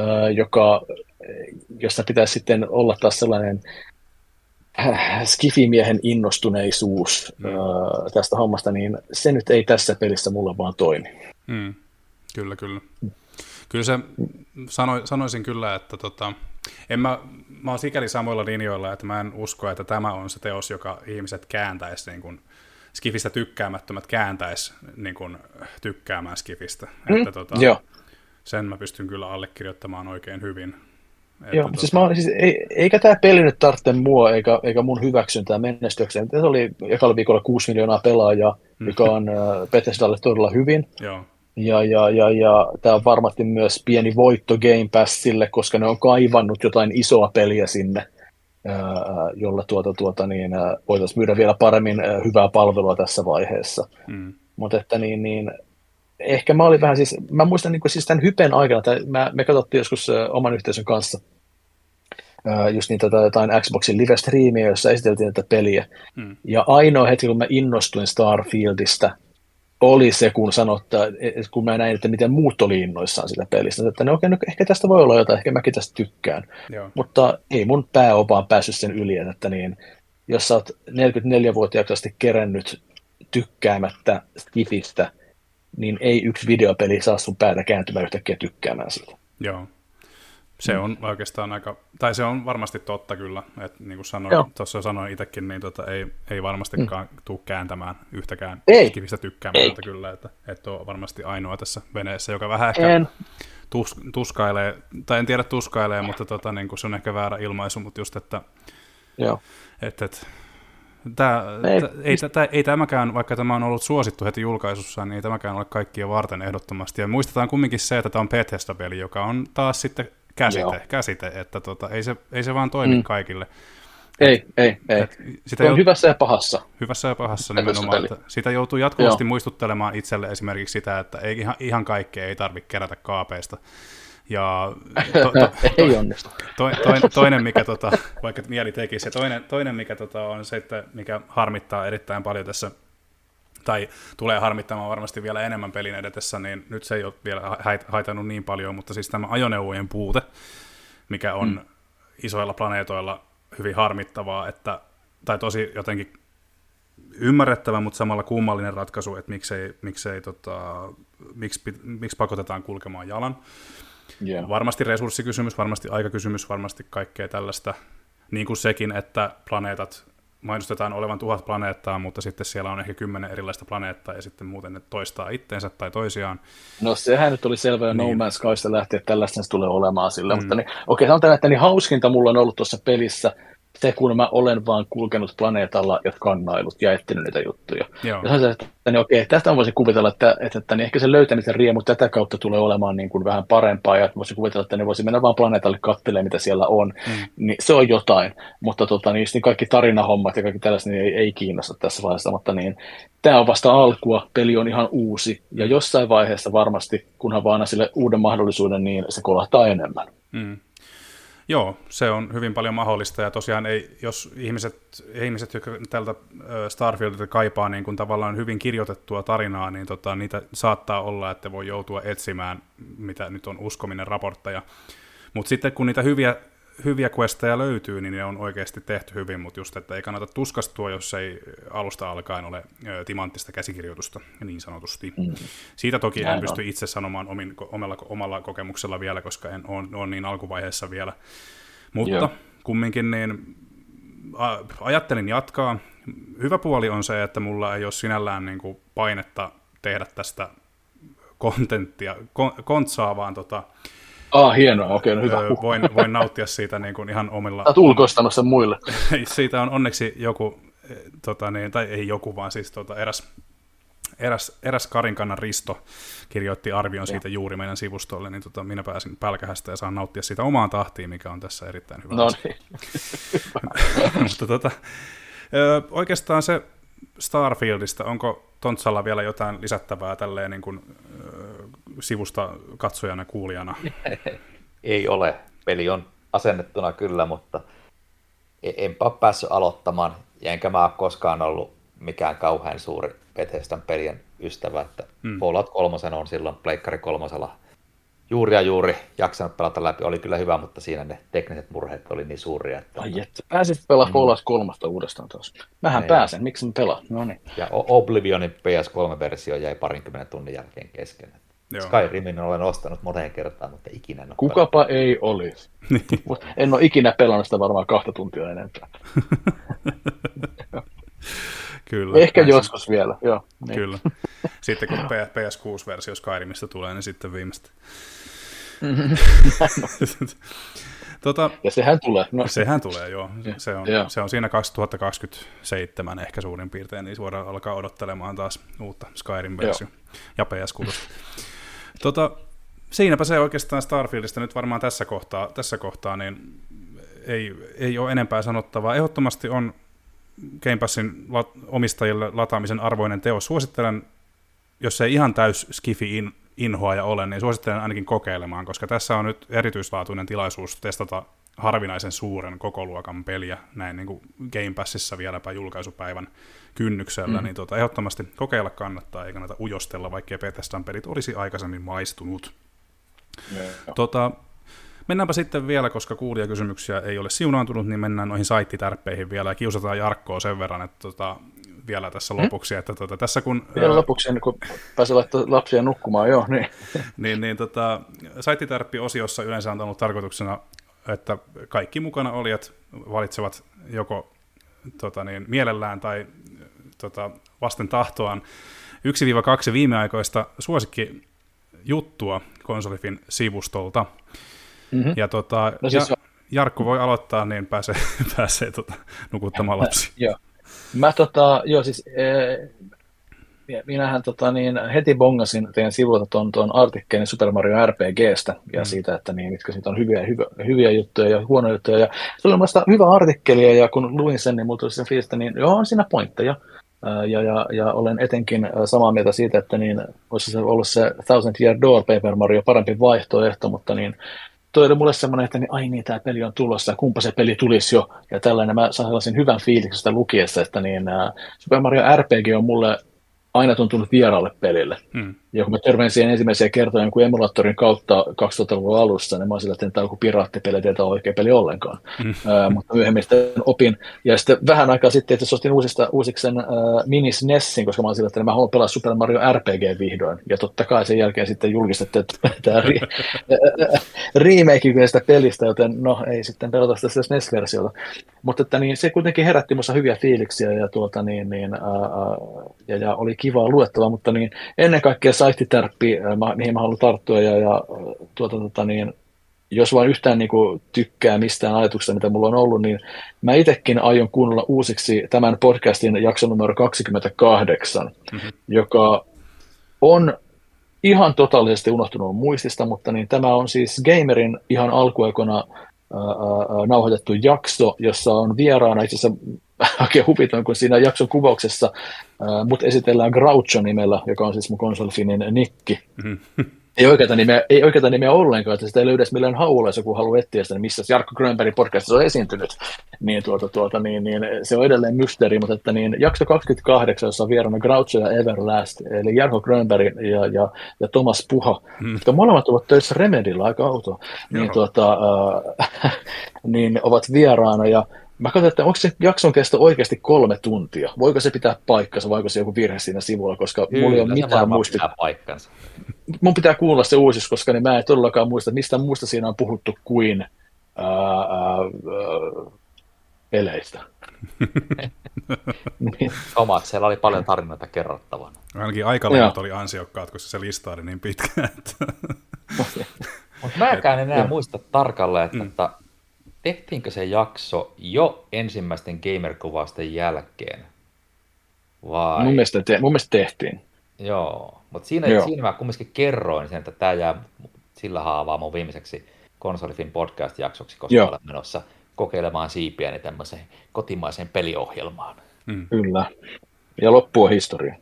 jossa pitäisi sitten olla taas sellainen skifimiehen innostuneisuus tästä hommasta, niin se nyt ei tässä pelissä mulla vaan toimi. Kyllä. Kyllä se, sanoisin kyllä, että mä oon sikäli samoilla linjoilla, että mä en usko, että tämä on se teos, joka ihmiset kääntäisi, niin kuin skifistä tykkäämättömät kääntäisi niin kuin tykkäämään skifistä. Että sen mä pystyn kyllä allekirjoittamaan oikein hyvin. Joo, eikä tämä peli nyt tarvitse mua eikä mun hyväksyntää menestykseen. Tässä oli ekalla viikolla 6 miljoonaa pelaajaa, joka on Bethesdalle todella hyvin. Joo. Ja tämä on varmasti myös pieni voitto Game Passille, koska ne on kaivannut jotain isoa peliä sinne, jolla voitaisiin myydä vielä paremmin hyvää palvelua tässä vaiheessa. Mutta että ehkä mä olin vähän siis, mä muistan siis tämän hypen aikana, me katsottiin joskus oman yhteisön kanssa just niitä jotain Xboxin live-striimiä, jossa esiteltiin tätä peliä. Ja ainoa hetki, kun mä innostuin Starfieldista, oli se, kun mä näin, että miten muut oli innoissaan sitä pelistä. Että no ehkä tästä voi olla jotain, ehkä mäkin tästä tykkään. Joo. Mutta ei mun pää ole vaan päässyt sen yli, että jos sä oot 44-vuotiaaksi asti kerännyt tykkäämättä skifistä, niin ei yksi videopeli saa sun päätä kääntymään yhtäkkiä tykkäämään siitä. Joo. Se on oikeastaan tai se on varmasti totta kyllä, että niin kuin tuossa sanoin itsekin, niin ei varmastikaan tule kääntämään yhtäkään skifistä tykkäämättä kyllä, että on varmasti ainoa tässä veneessä, joka vähän ehkä tuskailee, tai en tiedä tuskailee, mutta niin kuin se on ehkä väärä ilmaisu, mutta just, että ei tämäkään, vaikka tämä on ollut suosittu heti julkaisussa, niin ei tämäkään ole kaikkia varten ehdottomasti. Ja muistetaan kumminkin se, että tämä on Bethesda-peli, joka on taas sitten käsite, että ei se vaan toimi kaikille. Ei. Se on hyvässä ja pahassa. Hyvässä ja pahassa nimenomaan. Sitä joutuu jatkuvasti muistuttelemaan itselle esimerkiksi sitä, että ihan kaikkea ei tarvitse kerätä kaapeista. Ja ei onnistu. Toinen, mikä vaikka mieli tekisi, ja toinen mikä on se, että mikä harmittaa erittäin paljon tässä, tai tulee harmittamaan varmasti vielä enemmän pelin edetessä, niin nyt se ei ole vielä haitannut niin paljon, mutta siis tämä ajoneuvojen puute, mikä on isoilla planeetoilla hyvin harmittavaa, tai tosi jotenkin ymmärrettävä, mutta samalla kummallinen ratkaisu, että miksi pakotetaan kulkemaan jalan. Yeah. Varmasti resurssikysymys, varmasti aikakysymys, varmasti kaikkea tällaista. Niin kuin sekin, että planeetat mainostetaan olevan 1000 planeettaa, mutta sitten siellä on ehkä 10 erilaista planeettaa ja sitten muuten ne toistaa itteensä tai toisiaan. No sehän nyt oli selvä jo niin. No Man's Skysta lähtien, että tällaista se tulee olemaan sillä. Mutta niin, okei, sanotaan, että niin hauskinta mulla on ollut tuossa pelissä se, kun mä olen vaan kulkenut planeetalla ja kannailut ja etsinyt niitä juttuja. Joo. Ja sanotaan, että niin, okei, tästä voisin kuvitella, että niin ehkä se löytämisen riemu tätä kautta tulee olemaan niin kuin vähän parempaa, ja voisin kuvitella, että ne voisi mennä vaan planeetalle katselemaan, mitä siellä on. Niin se on jotain, mutta niin kaikki tarinahommat ja kaikki tällaiset niin ei kiinnosta tässä vaiheessa, mutta niin, tämä on vasta alkua, peli on ihan uusi, ja jossain vaiheessa varmasti, kunhan vaan sille uuden mahdollisuuden, niin se kolahtaa enemmän. Joo, se on hyvin paljon mahdollista, ja tosiaan jos ihmiset jotka tältä Starfieldilta kaipaa niin kuin tavallaan hyvin kirjoitettua tarinaa, niin niitä saattaa olla, että voi joutua etsimään, mitä nyt on uskominen raportteja. Mutta sitten kun niitä hyviä questeja löytyy, niin ne on oikeasti tehty hyvin, mutta just, että ei kannata tuskastua, jos ei alusta alkaen ole timanttista käsikirjoitusta, niin sanotusti. Siitä toki en pysty itse sanomaan omalla kokemuksella vielä, koska en ole niin alkuvaiheessa vielä. Mutta kumminkin niin ajattelin jatkaa. Hyvä puoli on se, että mulla ei ole sinällään niin kuin painetta tehdä tästä kontenttia, kontsaa, vaan hienoa, okei, no hyvä. Voin nauttia siitä niin kuin ihan omilla... Olet ulkoistanut sen muille. Siitä on onneksi joku, tai ei joku, vaan siis eräs Karinkannan Risto kirjoitti arvion siitä juuri meidän sivustolle, niin minä pääsin pälkähästä ja saan nauttia siitä omaan tahtiin, mikä on tässä erittäin hyvä. No niin. Mutta oikeastaan se Starfieldista, onko Tontsalla vielä jotain lisättävää tälleen niin kuin, sivusta katsojana, kuulijana? Ei ole. Peli on asennettuna kyllä, mutta enpä ole päässyt aloittamaan. Ja enkä mä ole koskaan ollut mikään kauhean suuri Bethesdan pelien ystävä. Että Fallout 3 on silloin Pleikkari 3 juuri jaksanut pelata läpi. Oli kyllä hyvä, mutta siinä ne tekniset murheet oli niin suuria. Että... Ai että, pääsit pelaa Fallout 3 uudestaan taas. Mähän pääsen, miksi mä pelaan? No niin. Ja Oblivionin PS3-versio jäi 20 tunnin jälkeen kesken. Skyrimin olen ostanut moneen kertaan, mutta ikinä en ole Kukapa ei olisi. En ole ikinä pelannut sitä varmaan 2 tuntia enempää. Kyllä. Ehkä joskus vielä, joo. Niin. Kyllä. Sitten kun PS6-versio Skyrimistä tulee, niin sitten viimeistä. Ja sehän tulee. No. Sehän tulee, joo. Se on siinä 2027 ehkä suurin piirtein, niin voidaan alkaa odottelemaan taas uutta Skyrim-versio ja PS6. Siinäpä se oikeastaan Starfieldista nyt varmaan tässä kohtaa niin ei ole enempää sanottavaa. Ehdottomasti on Game Passin omistajille lataamisen arvoinen teos. Suosittelen, jos ei ihan täys skifi-inhoaja ole, niin suosittelen ainakin kokeilemaan, koska tässä on nyt erityislaatuinen tilaisuus testata harvinaisen suuren kokoluokan peliä näin niin kuin Game Passissa vieläpä julkaisupäivän kynnyksellä, niin ehdottomasti kokeilla kannattaa, ei kannata ujostella, vaikkei Bethesdan pelit olisi aikaisemmin maistunut. Mennäänpä sitten vielä, koska kuulijakysymyksiä ei ole siunaantunut, niin mennään noihin saittitärppeihin vielä ja kiusataan Jarkkoa sen verran, että vielä tässä lopuksi, että tässä kun... Vielä lopuksi, ennen kuin pääsee laittamaan lapsia nukkumaan, joo, niin. niin saittitärppi-osiossa yleensä on ollut tarkoituksena, että kaikki mukana olijat valitsevat joko mielellään tai vasten tahtoaan 1-2 viimeaikoista suosikkijuttua Konsolifin sivustolta. Ja no siis Jarkko voi aloittaa, niin pääsee nukuttamaan lapsia. Joo. Minähän heti bongasin teidän sivuilta tuon artikkelin Super Mario RPGstä ja siitä, että mitkä siitä on hyviä juttuja ja huonoja juttuja. Ja se oli mielestäni hyvä artikkeli, ja kun luin sen, niin mulla tuli sen fiilistä, niin joo, on siinä pointteja. Ja olen etenkin samaa mieltä siitä, että olisi se ollut se Thousand Year Door Paper Mario parempi vaihtoehto, mutta toi oli mulle semmoinen, että tämä peli on tulossa, ja kumpa se peli tulisi jo, ja tällainen, mä sain sellaisen hyvän fiiliksen sitä lukiessa, että Super Mario RPG on mulle aina tuntunut vieraalle pelille. Ja kun mä törmäsin siihen ensimmäisiä kertoja jonkun emulaattorin kautta 2000-luvun alussa, niin mä oon sillä, että tämä on joku piraattipeli, että tämä on oikea peli ollenkaan. Mutta myöhemmin sitten opin. Ja sitten vähän aikaa sitten, että ostin uusiksi sen Mini SNESin, koska mä oon sillä, että mä haluan pelaa Super Mario RPG vihdoin. Ja totta kai sen jälkeen sitten julkistettiin tämä remake sitä pelistä, joten no ei sitten pelata sitä SNES-versiota. Mutta että niin, se kuitenkin herätti minussa hyviä fiiliksiä ja, ja oli kivaa luettavaa, mutta niin, ennen kaikkea saittitärppi, mihin mä haluan tarttua jos vain yhtään niin kuin, tykkää mistään ajatuksesta, mitä mulla on ollut, niin mä itsekin aion kuunnella uusiksi tämän podcastin jakson numero 28, joka on ihan totaalisesti unohtunut muistista, mutta niin tämä on siis Gamerin ihan alkuaikoina nauhoitettu jakso, jossa on vieraana itse asiassa oikein huviton, kun siinä jakson kuvauksessa mut esitellään Groucho nimellä, joka on siis mun konsolifinin nikki. Ei oikeata nimeä ollenkaan, että sitä ei löydä millään haulla, jos joku haluaa etsiä sitä, missä Jarkko Grönbergin podcastissa on esiintynyt. Niin, se on edelleen mysteeri, mutta että niin, jakso 28, jossa on vieraana Groucho ja Everlast, eli Jarkko Grönberg ja Thomas Puha, jotka molemmat ovat töissä Remedyllä, aika outoa, niin ovat vieraana ja mä katsoin, että onko se jakson kesto oikeasti 3 tuntia? Voiko se pitää paikkansa, vai onko se joku virhe siinä sivulla, koska mulla ei ole mitään muistia. Mun pitää kuulla se uusiksi, koska niin mä en todellakaan muista, että mistä muusta siinä on puhuttu kuin peleistä. Omat, siellä oli paljon tarinoita kerrottavana. Ainakin aikalennot oli ansiokkaat, koska se lista oli niin pitkä. Mutta mäkään enää muista tarkalleen, että tehtiinkö se jakso jo ensimmäisten gamer-kuvausten jälkeen? Vai? Mun mielestä tehtiin. Joo, mutta siinä mä kumminkin kerroin sen, että tämä jää sillä haavaa mun viimeiseksi Konsolifin podcast-jaksoksi, koska olen menossa kokeilemaan siipiäni tämmöiseen kotimaiseen peliohjelmaan. Kyllä. Ja loppu on historia.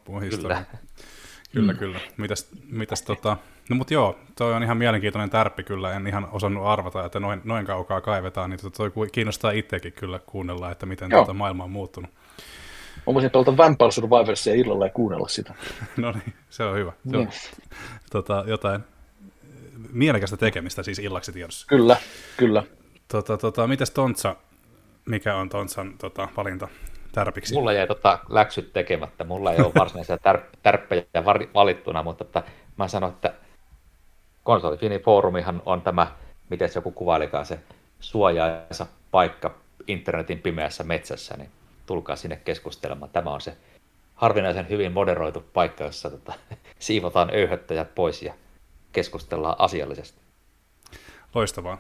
Kyllä. Mitäs no mut joo, toi on ihan mielenkiintoinen tärppi kyllä, en ihan osannut arvata, että noin kaukaa kaivetaan, niin toi kiinnostaa itsekin kyllä kuunnella, että miten maailma on muuttunut. Mä voisin pelata Vampire Survivorsia illalla ja kuunnella sitä. No niin, se on hyvä. Se on, jotain mielekästä tekemistä siis illaksi tiedossa. Kyllä. Mites Tontsa, mikä on Tontsan valinta tärpiksi? Mulla jäi läksyt tekemättä, mulla ei ole varsinaisia tärppejä valittuna, mutta mä sanon, että Konsolifinin foorumihan on tämä, miten joku kuvailikaan se suojaansa paikka internetin pimeässä metsässä, niin tulkaa sinne keskustelemaan. Tämä on se harvinaisen hyvin moderoitu paikka, jossa siivotaan öyhöttäjät pois ja keskustellaan asiallisesti. Loistavaa.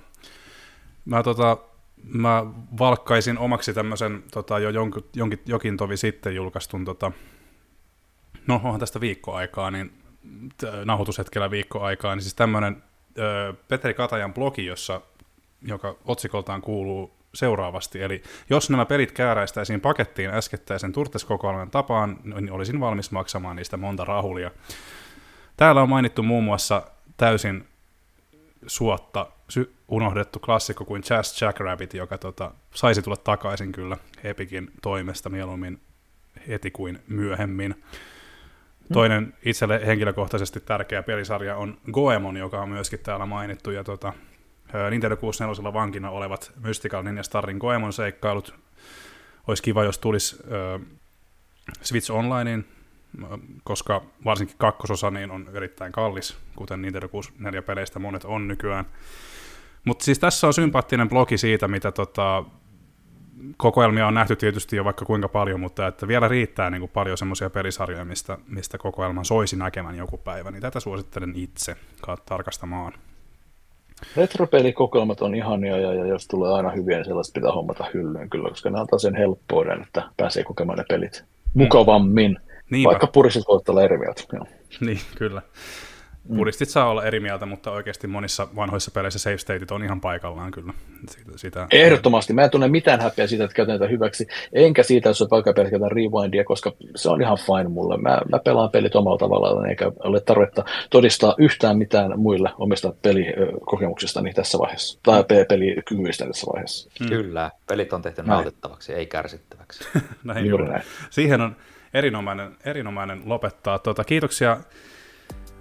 Mä valkkaisin omaksi tämmöisen jo jokin tovi sitten julkaistun, no onhan tästä viikkoaikaa, niin nauhoitushetkellä viikkoaikaa, niin siis tämmöinen Petri Katajan blogi, joka otsikoltaan kuuluu seuraavasti, eli jos nämä pelit kääräistäisiin pakettiin äskettäisen Turtes-kokoelman tapaan, niin olisin valmis maksamaan niistä monta rahulia. Täällä on mainittu muun muassa täysin suotta unohdettu klassikko kuin Jazz Jackrabbit, joka saisi tulla takaisin kyllä Epicin toimesta mieluummin heti kuin myöhemmin. Toinen itselle henkilökohtaisesti tärkeä pelisarja on Goemon, joka on myöskin täällä mainittu, ja Nintendo 64 vankina olevat Mystical Ninja Starin Goemon-seikkailut. Olisi kiva, jos tulisi Switch Onlineen, koska varsinkin kakkososa niin on erittäin kallis, kuten Nintendo 64-peleistä monet on nykyään. Mutta siis tässä on sympaattinen blogi siitä, mitä kokoelmia on nähty tietysti jo vaikka kuinka paljon, mutta että vielä riittää niin kuin paljon semmoisia pelisarjoja, mistä kokoelman soisi näkemään joku päivä, niin tätä suosittelen itse tarkastamaan. Retropelikokoelmat on ihania, ja jos tulee aina hyviä, niin sellaista pitää hommata hyllyyn kyllä, koska ne antaa sen helppouden, että pääsee kokemaan ne pelit mukavammin, vaikka puristit voivat olla eri mieltä. Niin, kyllä. Puristit saa olla eri mieltä, mutta oikeasti monissa vanhoissa peleissä save stateit on ihan paikallaan kyllä. Ehdottomasti. Mä en tunne mitään häpeä siitä, että käytän tätä hyväksi, enkä siitä, jos on vaikka pelkästään rewindia, koska se on ihan fine mulle. Mä pelaan pelit omalla tavallaan, eikä ole tarvetta todistaa yhtään mitään muille omista pelikokemuksistani tässä vaiheessa, tai pelikyvyistä tässä vaiheessa. Kyllä, pelit on tehty nautittavaksi, ei kärsittäväksi. Näin. Siihen on erinomainen lopettaa. Kiitoksia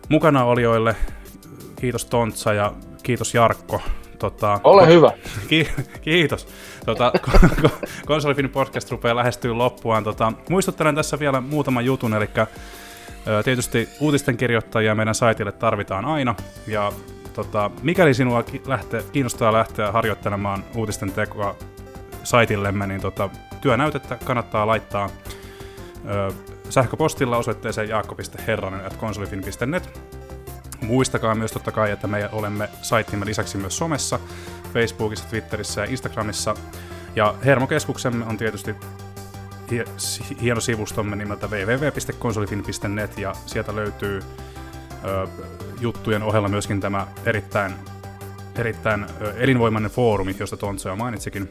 mukana olijoille kiitos Tontsa ja kiitos Jarkko. Ole hyvä. Kiitos. Konsolifin podcast rupeaa lähestyä loppuaan. Muistuttelen tässä vielä muutaman jutun, eli tietysti uutisten kirjoittajia meidän saitille tarvitaan aina, ja mikäli sinua kiinnostaa lähteä harjoittelemaan uutisten tekoa saitillemme, niin työnäytettä kannattaa laittaa sähköpostilla osoitteeseen jaakko.herranen@konsolifin.net. Muistakaa myös totta kai, että me olemme saittimme lisäksi myös somessa, Facebookissa, Twitterissä ja Instagramissa. Ja Hermokeskuksemme on tietysti hieno sivustomme nimeltä www.konsolifin.net, ja sieltä löytyy juttujen ohella myöskin tämä erittäin elinvoimainen foorumi, josta Tontsa jo mainitsikin.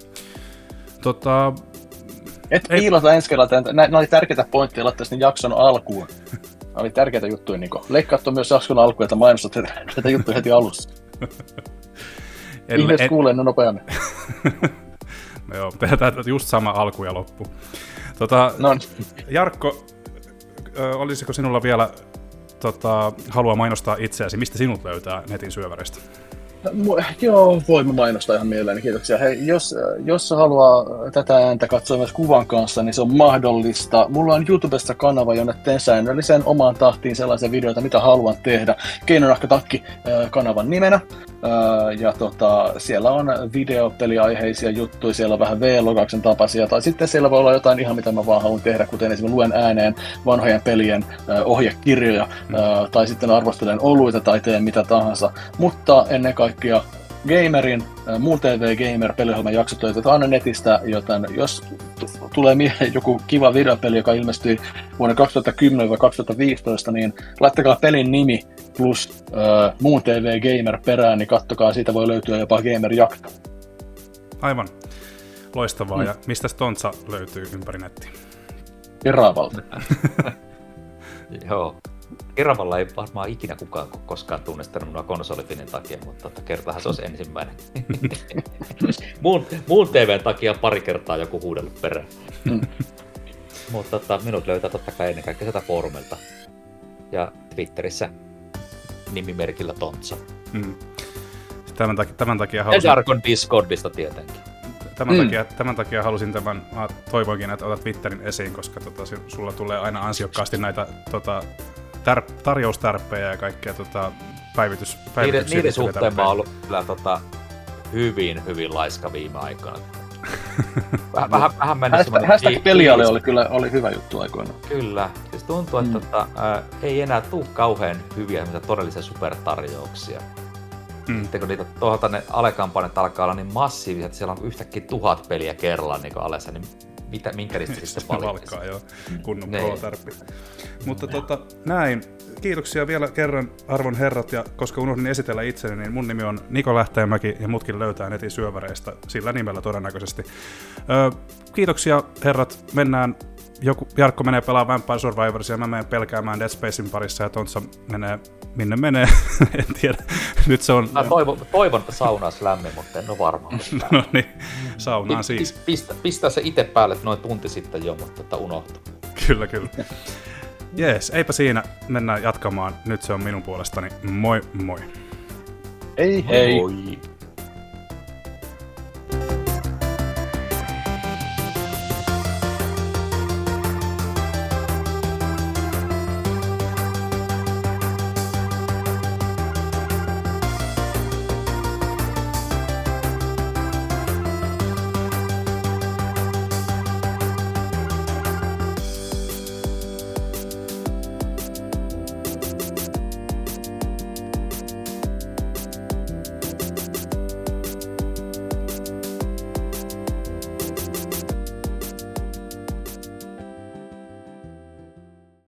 Et piilota ensi kerralla. Nämä oli tärkeitä pointteja laittaa sinne jakson alkuun. Nämä oli tärkeitä juttuja, Niko. Leikkaat myös jakson alkuun, että mainostat näitä juttuja heti alussa. Ihmiset kuulee ne nopeammin. No joo, tehdään just sama alku ja loppu. Jarkko, olisiko sinulla vielä halua mainostaa itseäsi? Mistä sinut löytää netin syöväreistä? Joo, voimme mainostaa ihan mielelläni, kiitoksia. Hei, jos haluaa tätä ääntä katsoa myös kuvan kanssa, niin se on mahdollista. Mulla on YouTubesta kanava, jonne teen säännöllisen omaan tahtiin sellaisia videoita, mitä haluan tehdä. Keinonahka Takki kanavan nimenä. Ja siellä on videopeliaiheisia juttuja, siellä on vähän V-logauksen tapaisia, tai sitten siellä voi olla jotain ihan mitä mä vaan haluan tehdä, kuten esimerkiksi luen ääneen vanhojen pelien ohjekirjoja, tai sitten arvostelen oluita tai teen mitä tahansa. Mutta ennen kaikkea Gamerin, muun TV Gamer peliohjelman jaksot löytyy aina netistä, joten jos tulee mieleen joku kiva videopeli, joka ilmestyi vuonna 2010 vai 2015, niin laittakaa pelin nimi plus muun TV Gamer perään, niin kattokaa, siitä voi löytyä jopa Gamer-jakso. Aivan. Loistavaa. Ja mistä Tontsa löytyy ympäri nettiä? Keravalta. Joo. Keravalla ei varmaan ikinä kukaan koskaan tunnistanut minua konsolifinin takia, mutta kertahan se olisi ensimmäinen. muun TVn takia pari kertaa joku huudellut perään. Mutta minut löytää totta kai ennen kaikkea sieltä foorumilta. Ja Twitterissä nimimerkillä Tontsa. Tämän takia halusin... Ja Jarkon Discordista tietenkin. Tämän takia halusin toivoinkin, että otat Twitterin esiin, koska sulla tulee aina ansiokkaasti näitä tarjoustärppejä ja kaikkea päivityksiä. Niiden suhteen mä oon ollut kyllä hyvin laiska viime aikoina. Vähän mennyt semmoinen... Hashtag-peliale oli hyvä juttu aikoina. Kyllä. Siis tuntuu, että ei enää tule kauhean hyviä todellisia supertarjouksia. Sitten kun niitä tuolta ne alekampanjat alkaa olla niin massiivisia, että siellä on yhtäkkiä 1000 peliä kerrallaan niin alessa, niin minkä niistä sitten valittaisi? Valkaa, joo. Kunnon pro-tarppi. Mutta näin. Kiitoksia vielä kerran, arvon herrat, ja koska unohdin esitellä itseni, niin mun nimi on Niko Lähteenmäki, ja mutkin löytää netin syöväreistä sillä nimellä todennäköisesti. Kiitoksia herrat, mennään. Jarkko menee pelaamaan Vampire Survivorsia, mä menen pelkäämään Dead Spacein parissa, ja Tontsa menee minne menee, en tiedä. Nyt se on... Mä toivon, että saunaisi lämmin, mutta en ole varma. No niin, saunaan siis. Pistää se itse päälle noin tunti sitten jo, mutta unohtuu. Kyllä. Jees, eipä siinä, mennään jatkamaan. Nyt se on minun puolestani. Moi moi. Hei hei. Moi.